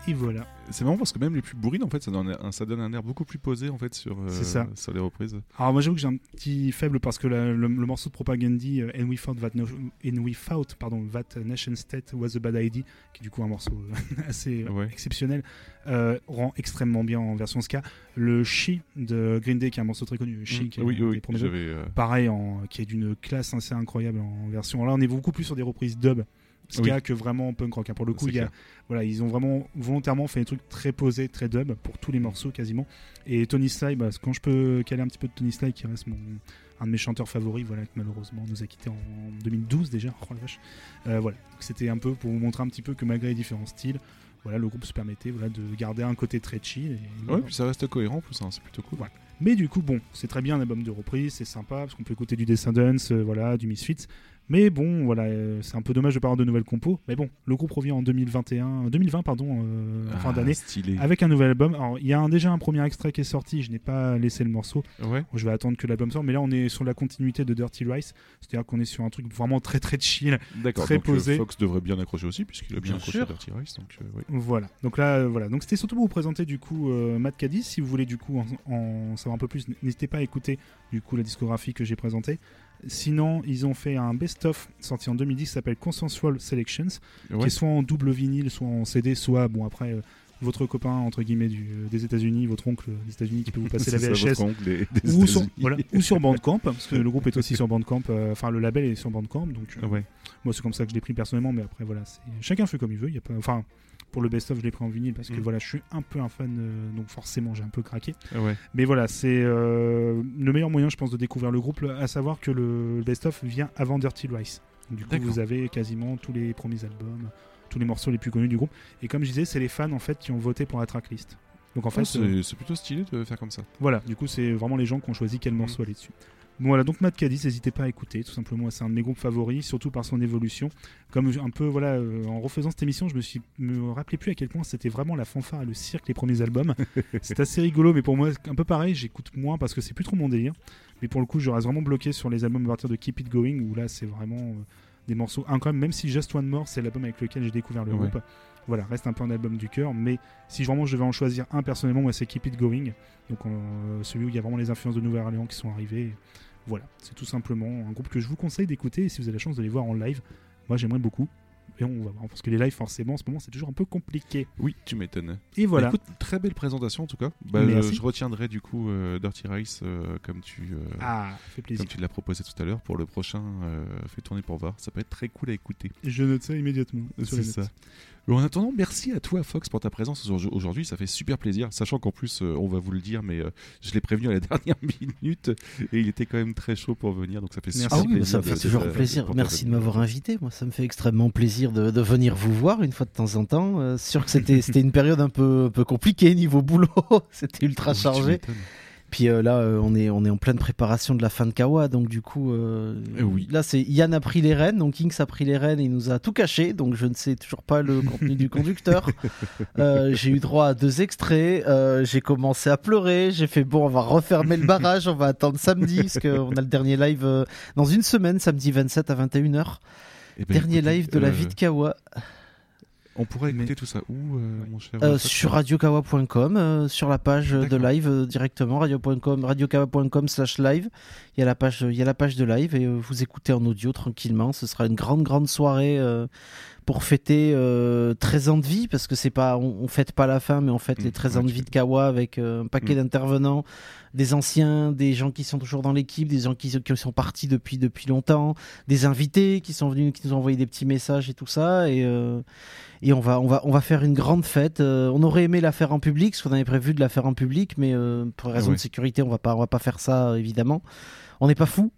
Et voilà. C'est marrant parce que même les plus bourrines, en fait, ça donne un, ça donne un air beaucoup plus posé en fait sur, euh, C'est ça. sur les reprises. Alors moi j'avoue que j'ai un petit faible parce que la- le, le morceau de Propagandhi, euh, And We Thought That, no, And We Thought, pardon, That Nation State Was a Bad Idea, qui est du coup un morceau euh, assez euh, Ouais. exceptionnel, euh, rend extrêmement bien en version ska. Le She de Green Day, qui est un morceau très connu, She, Mm. qui est Oui, un oui, des oui, premiers j'avais. euh, pareil, en, qui est d'une classe assez incroyable en version. Là, on est beaucoup plus sur des reprises dub ska Oui. que vraiment punk rock. hein. Pour le coup, C'est il y a, clair. voilà, ils ont vraiment volontairement fait des trucs très posés, très dub pour tous les morceaux quasiment. Et Tony Sly, bah, quand je peux caler un petit peu de Tony Sly, qui reste mon, un de mes chanteurs favoris, voilà, qui malheureusement nous a quittés en deux mille douze déjà. Oh la vache. Euh, voilà, donc c'était un peu pour vous montrer un petit peu que malgré les différents styles, voilà, le groupe se permettait, voilà, de garder un côté très chill. Et, Ouais, voilà. puis ça reste cohérent en plus, hein, c'est plutôt cool. Ouais. Mais du coup, bon, c'est très bien un album de reprise, c'est sympa parce qu'on peut écouter du Descendants, euh, voilà, du Misfits. Mais bon, voilà, euh, c'est un peu dommage de pas avoir de nouvelles compos. Mais bon, le groupe revient en deux mille vingt et un, deux mille vingt pardon, euh, en fin Ah, d'année, stylé. avec un nouvel album. Alors, il y a un- déjà un premier extrait qui est sorti. Je n'ai pas laissé le morceau. Ouais. Je vais attendre que l'album sorte. Mais là, on est sur la continuité de Dirty Rice, c'est-à-dire qu'on est sur un truc vraiment très très chill. D'accord. Très donc, euh, posé. Fox devrait bien accrocher aussi puisqu'il a bien, Bien accroché sûr. à Dirty Rice. Donc, euh, ouais. Voilà. Donc là, euh, voilà. Donc c'était surtout pour vous présenter du coup euh, Matt Cadiz. Si vous voulez du coup en, en savoir un peu plus, n'hésitez pas à écouter du coup la discographie que j'ai présentée. Sinon, ils ont fait un best-of sorti en deux mille dix qui s'appelle Consensual Selections, qui Ouais. est soit en double vinyle, soit en C D, soit bon après euh, votre copain entre guillemets du, euh, des États-Unis, votre oncle des États-Unis qui peut vous passer la C'est V ça, H S. votre ongle des- des Ou sur, États-Unis. voilà, ou sur Bandcamp, parce que le groupe est aussi sur Bandcamp, euh, enfin le label est sur Bandcamp, donc euh, Ouais. moi c'est comme ça que je l'ai pris personnellement, mais après voilà, c'est... chacun fait comme il veut, il y a pas... enfin pour le best-of je l'ai pris en vinyle parce que Mm. voilà, je suis un peu un fan, euh, donc forcément j'ai un peu craqué. Ouais. Mais voilà, c'est euh, le meilleur moyen je pense de découvrir le groupe, à savoir que le best-of vient avant Dirty Rice. Donc, du coup D'accord. vous avez quasiment tous les premiers albums, tous les morceaux les plus connus du groupe, et comme je disais, c'est les fans en fait qui ont voté pour la tracklist. Donc en fait, Ah, c'est euh, c'est plutôt stylé de faire comme ça. voilà, du coup, c'est vraiment les gens qui ont choisi quel morceau aller dessus. Bon, voilà, donc Matt Cadiz, n'hésitez pas à écouter, tout simplement, c'est un de mes groupes favoris, surtout par son évolution. Comme un peu, voilà, euh, en refaisant cette émission, je me suis me rappelais plus à quel point c'était vraiment la fanfare et le cirque les premiers albums. C'est assez rigolo, mais pour moi, un peu pareil, j'écoute moins parce que c'est plus trop mon délire. Mais pour le coup, je reste vraiment bloqué sur les albums à partir de Keep It Going, où là, c'est vraiment euh, des morceaux incroyables, même si Just One More, c'est l'album avec lequel j'ai découvert le Ouais. groupe. Voilà, reste un peu un album du cœur, mais si vraiment je devais en choisir un personnellement, moi c'est Keep It Going, donc euh, celui où il y a vraiment les influences de Nouvelle-Orléans qui sont arrivées. Voilà, c'est tout simplement un groupe que je vous conseille d'écouter, et si vous avez la chance de les voir en live, moi j'aimerais beaucoup. Et on va voir, parce que les lives forcément en ce moment c'est toujours un peu compliqué. Oui, tu m'étonnes. Et voilà. Bah, écoute, très belle présentation en tout cas. Bah, Merci. je, je retiendrai du coup euh, Dirty Rice euh, comme tu euh, Ah, fait plaisir. comme tu l'as proposé tout à l'heure pour le prochain. Euh, fais tourner pour voir. Ça peut être très cool à écouter. Je note ça immédiatement. sur C'est les ça. notes. Bon, en attendant, merci à toi Fox pour ta présence aujourd- aujourd'hui. Ça fait super plaisir, sachant qu'en plus, euh, on va vous le dire, mais euh, je l'ai prévenu à la dernière minute et il était quand même très chaud pour venir, donc ça fait Merci. super Ah oui, mais plaisir. ça me fait de- toujours de- plaisir. pour ta Merci de venue. m'avoir invité. Moi, ça me fait extrêmement plaisir de, de venir vous voir une fois de temps en temps. Euh, sûr que c'était c'était une période un peu, un peu compliquée niveau boulot. C'était ultra Oui, tu chargé. m'étonnes. Puis euh, là, euh, on est, on est en pleine préparation de la fin de Kawa, donc du coup, euh, Eh oui. là, c'est Yann a pris les rênes, donc Kings a pris les rênes et il nous a tout caché, donc je ne sais toujours pas le contenu du conducteur. Euh, j'ai eu droit à deux extraits, euh, j'ai commencé à pleurer, j'ai fait bon, on va refermer le barrage, on va attendre samedi, parce qu'on a le dernier live euh, dans une semaine, samedi vingt-sept à vingt et une heures. Eh ben, Dernier écoutez, live de la euh, vie de Kawa. On pourrait écouter Mais- tout ça où, euh, mon cher Euh, Fox sur radio kawa point com, euh, sur la page de D'accord. live euh, directement, radio point com, radio kawa point com slash live. Il y a la page, il y a la page de live et euh, vous écoutez en audio tranquillement. Ce sera une grande grande soirée euh, pour fêter euh, treize ans de vie, parce que c'est pas, on, on fête pas la fin, mais on fête Mmh, les treize ouais, ans de tu vie de Kawa avec euh, un paquet Mmh. d'intervenants, des anciens, des gens qui sont toujours dans l'équipe, des gens qui, qui sont partis depuis depuis longtemps, des invités qui sont venus, qui nous ont envoyé des petits messages et tout ça et euh, et on va, on, va, on va faire une grande fête. Euh, on aurait aimé la faire en public, parce qu'on avait prévu de la faire en public, mais euh, pour raison ouais. de sécurité, on va pas, on va pas faire ça, évidemment. On n'est pas fous.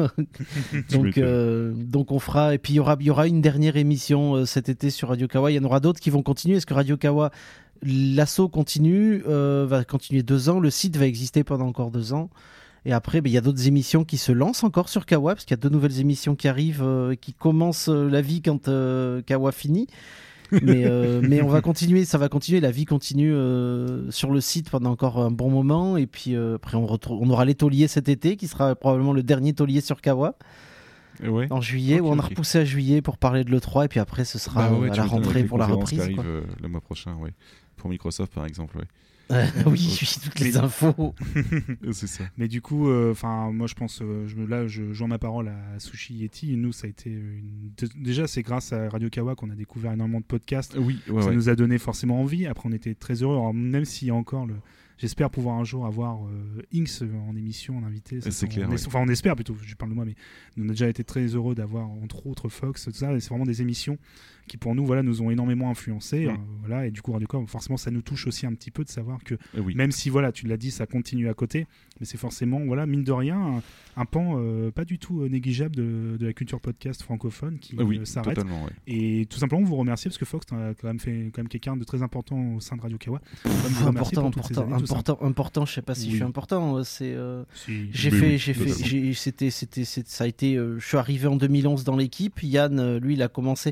donc, m'étonnes. euh, donc on fera. Et puis il y aura, il y aura une dernière émission euh, cet été sur Radio Kawa. Il y en aura d'autres qui vont continuer. Est-ce que Radio Kawa, l'assaut continue, euh, va continuer deux ans. Le site va exister pendant encore deux ans. Et après, ben, il y a d'autres émissions qui se lancent encore sur Kawa, parce qu'il y a deux nouvelles émissions qui arrivent, euh, qui commencent euh, la vie quand euh, Kawa finit. mais, euh, mais on va continuer, ça va continuer, la vie continue euh, sur le site pendant encore un bon moment. Et puis euh, après, on, retrouve, on aura les tauliers cet été, qui sera probablement le dernier taulier sur Kawa. Ouais. en juillet, Ok, où on a ok. repoussé à juillet pour parler de l'E trois, et puis après ce sera Bah ouais, à tu la m'étonnes, avec rentrée les pour la conférences reprise. qui quoi. arrivent, euh, le mois prochain, ouais. Pour Microsoft, par exemple, ouais. oui, oui, toutes les infos. C'est ça. Mais du coup, enfin, moi je pense, euh, je, là, je joins ma parole à Sushi Yeti. Nous, ça a été une... de- déjà, c'est grâce à Radio Kawa qu'on a découvert énormément de podcasts. Oui, ouais, ça ouais. nous a donné forcément envie. Après, on était très heureux. Alors, même s'il y a encore le, j'espère pouvoir un jour avoir euh, Inks en émission, en invité. Ça, C'est on- clair, on ouais. es- Enfin, on espère plutôt. Je parle de moi, mais on a déjà été très heureux d'avoir entre autres Fox, tout ça. Et c'est vraiment des émissions qui pour nous, voilà, nous ont énormément influencés. Mm. euh, voilà, et du coup, Radio Kawa, forcément, ça nous touche aussi un petit peu de savoir que Euh, oui. même si voilà, tu l'as dit, ça continue à côté, mais c'est forcément, voilà, mine de rien, un, un pan euh, pas du tout euh, négligeable de, de la culture podcast francophone qui Euh, oui, euh, s'arrête. totalement, ouais. Et tout simplement vous remercier parce que Fox a quand même fait quand même quelqu'un de très important au sein de Radio Kawa. Quand même vous remercier Important, pour toutes ces important, années, tout ça. important, important. Je sais pas si je Oui. suis important. euh, C'est. euh, Si. J'ai Mais fait, oui, j'ai fait, totalement. j'ai- c'était, c'était, c'est- ça a été. euh, je suis arrivé en deux mille onze dans l'équipe. Yann, euh, lui, il a commencé.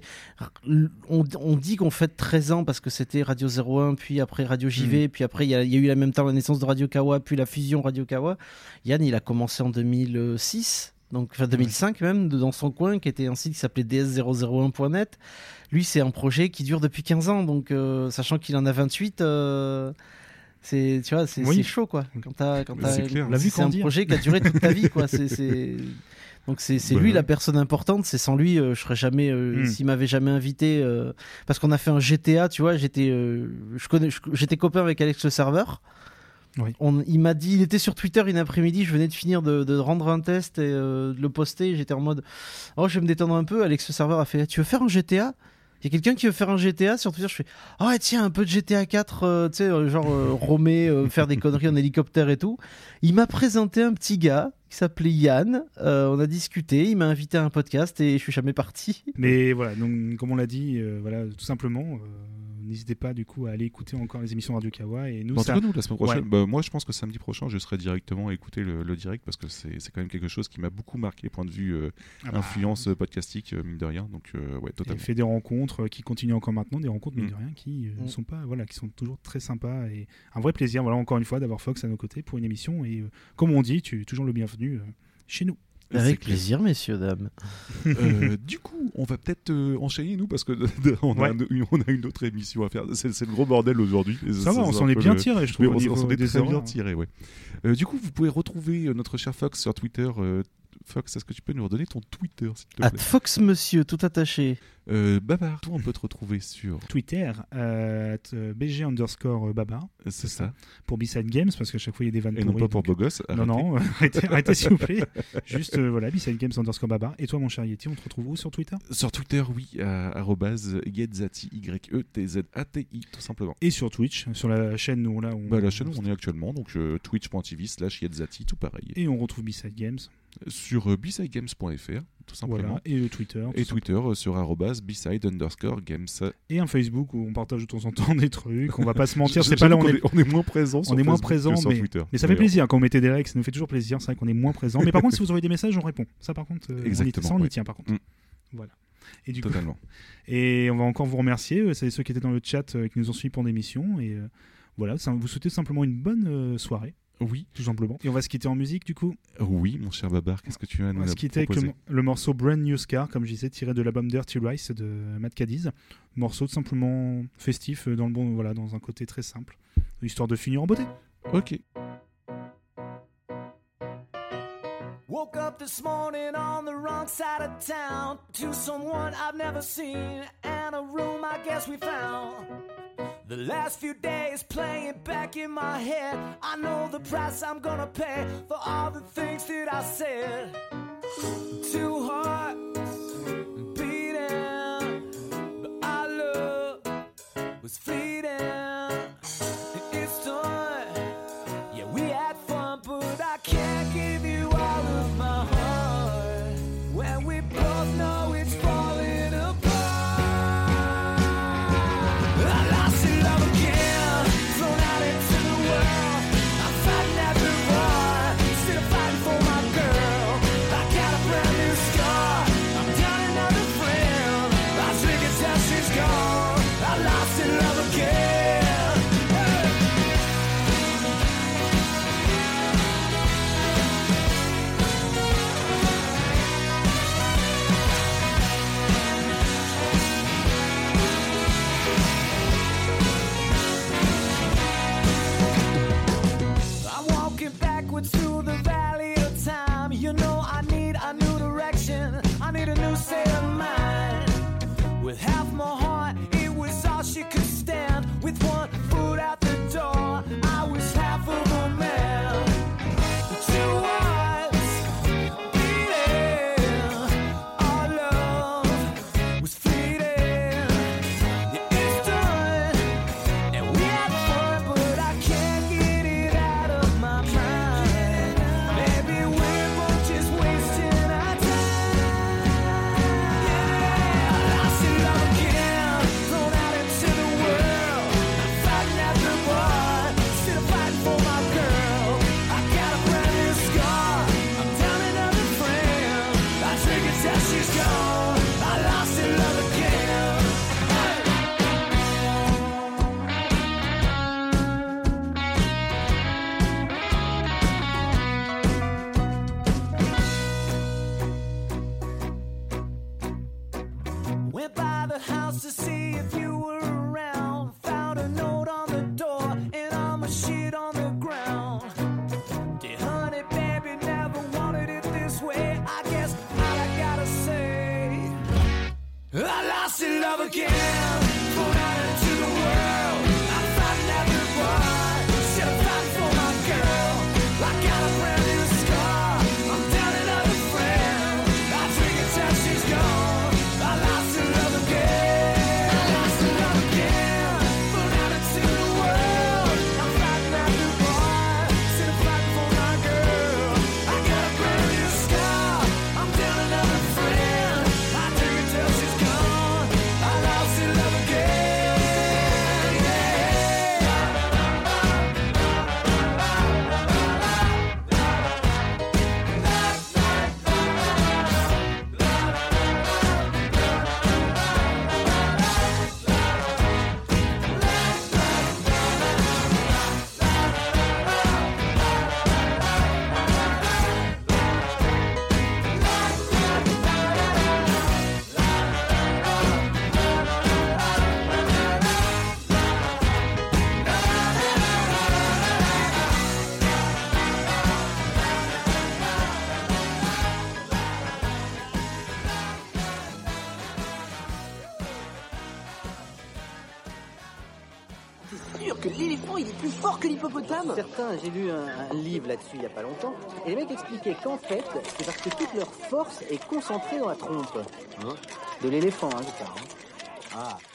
On, on dit qu'on fête treize ans parce que c'était Radio zéro un, puis après Radio J V, puis après il y, a il y a eu en même temps la naissance de Radio Kawa, puis la fusion Radio Kawa. Yann, il a commencé en deux mille six, donc enfin deux mille cinq même, de- dans son coin, qui était un site qui s'appelait D S zéro zéro un point net. Lui, c'est un projet qui dure depuis quinze ans, donc euh, sachant qu'il en a vingt-huit. euh, C'est, tu vois, c'est Oui. c'est chaud, quoi. Quand t'as, quand t'as- C'est clair. On l'a vu c'est un grandir. projet qui a duré toute ta vie, quoi. C'est, c'est... Donc c'est, c'est Bah lui ouais. la personne importante. C'est sans lui, euh, je serais jamais. euh, Mm. S'il m'avait jamais invité, euh, parce qu'on a fait un G T A, tu vois. J'étais, euh, je connais, je- j'étais copain avec Alex le serveur. Oui. On, il m'a dit, il était sur Twitter une après-midi. Je venais de finir de, de rendre un test et euh, de le poster. J'étais en mode, oh, je vais me détendre un peu. Alex le serveur a fait, tu veux faire un G T A? Il y a quelqu'un qui veut faire un G T A sur Twitter. Je fais, ah ouais, tiens, un peu de G T A quatre, euh, tu sais, euh, genre euh, romer, euh, faire des conneries en hélicoptère et tout. Il m'a présenté un petit gars qui s'appelait Yann. Euh, on a discuté, il m'a invité à un podcast et je suis jamais parti. Mais voilà, donc comme on l'a dit, euh, voilà, tout simplement, euh, n'hésitez pas du coup à aller écouter encore les émissions de Radio Kawa et nous En ça. tout cas, nous, la semaine prochaine, Ouais. bah, moi je pense que samedi prochain, je serai directement à écouter le, le direct parce que c'est c'est quand même quelque chose qui m'a beaucoup marqué, point de vue euh, Ah bah, influence euh, podcastique, euh, mine de rien. Donc, euh, ouais, et totalement. fait des rencontres euh, qui continuent encore maintenant, des rencontres mine Mm. de rien qui euh, Mm. sont pas, voilà, qui sont toujours très sympas et un vrai plaisir, voilà, encore une fois d'avoir Fox à nos côtés pour une émission et euh, comme on dit, tu es toujours le bienvenu euh, chez nous. C'est Avec clair. plaisir, messieurs, dames. Euh, du coup, on va peut-être euh, enchaîner, nous, parce que de- de- on, Ouais. a une, on a une autre émission à faire. C'est c'est le gros bordel aujourd'hui. Et Ça va, on c'est s'en un est peu bien le- tiré, je Oui, trouve. on au s- on niveau s'en est des très bien horaires. tiré, ouais. Euh, du coup, vous pouvez retrouver euh, notre cher Fox sur Twitter. Euh, Fox, est-ce que tu peux nous redonner ton Twitter, s'il te At plaît? Fox Monsieur, tout attaché. euh, Babar, toi, on peut te retrouver sur. Twitter, euh, at, euh, B G underscore Baba, C'est ça. pour B-Side Games, parce qu'à chaque fois il y a des vannes Et non pourries, pas pour donc- beau gosse. Non, non, arrêtez, arrêtez s'il vous plaît. Juste, euh, voilà, B-Side Games underscore Baba. Et toi, mon cher Yeti, on te retrouve où sur Twitter? Sur Twitter, oui, à arrobase Yetzati, Y-E-T-Z-A-T-I, tout simplement. Et sur Twitch, sur la chaîne où, là, où Bah, la chaîne où on est actuellement, donc euh, twitch.tv slash Yetzati, tout pareil. Et on retrouve B-Side Games. Sur euh, b side games point f r, tout simplement. Voilà. Et le Twitter. tout Et ça. Twitter euh, sur arrobase b-side underscore games. Et un Facebook où on partage de temps en temps des trucs. On va pas se mentir, Je- c'est pas là où on j'avoue est. qu'on on est moins présent sur On est moins Facebook présent, que sur mais, Twitter. mais ça fait D'ailleurs. plaisir quand on mettait des likes, ça nous fait toujours plaisir. C'est vrai qu'on est moins présent. Mais par contre, si vous envoyez des messages, on répond. Ça, par contre, euh, on y, Exactement, ça, on y ouais. tient, par contre. Mm. Voilà. Et du coup, Totalement. et on va encore vous remercier. euh, C'est ceux qui étaient dans le chat euh, qui nous ont suivis pour l'émission. Et euh, voilà, ça, vous souhaitez simplement une bonne euh, soirée. Oui. Tout simplement. Et on va se quitter en musique, du coup. Oui, mon cher Babar, qu'est-ce que tu as à On nous va se quitter avec le, proposer mo- le morceau Brand New Scar, comme je disais, tiré de l'album Dirty Rice de Matt Cadiz. Morceau tout simplement festif, euh, dans, le bon, voilà, dans un côté très simple, histoire de finir en beauté. Ok. Woke up this morning on the wrong side of town to someone I've never seen and a room I guess we found. The last few days playing back in my head. I know the price I'm gonna pay for all the things that I said. Two hearts beating, but our love was fleeting. It's done. Yeah, we had fun, but I can't give you all of my heart when we both know it's falling apart. I lost in love again, thrown out into the world. I'm fighting at the bar, still fighting for my girl. I got a brand new scar. my shit on the ground. Dear honey, baby, never wanted it this way. I guess all I gotta say, I lost in love again. Thrown out into the world, I'm fighting every war. Instead of fighting for my girl, I got a brand new scar. I'm down another friend. I drink until she's gone. I lost in love again. I lost in love again. Thrown out into the world, I'm fighting every war. Instead of fighting for my girl, I got a brand new scar. I'm down another friend. I drink until she's gone. I lost in love again. T'es sûr que l'éléphant il est plus fort que l'hippopotame? Certains, j'ai lu un, un livre là-dessus il y a pas longtemps, et les mecs expliquaient qu'en fait, c'est parce que toute leur force est concentrée dans la trompe. Hein de l'éléphant, hein, je parle. Hein. Ah.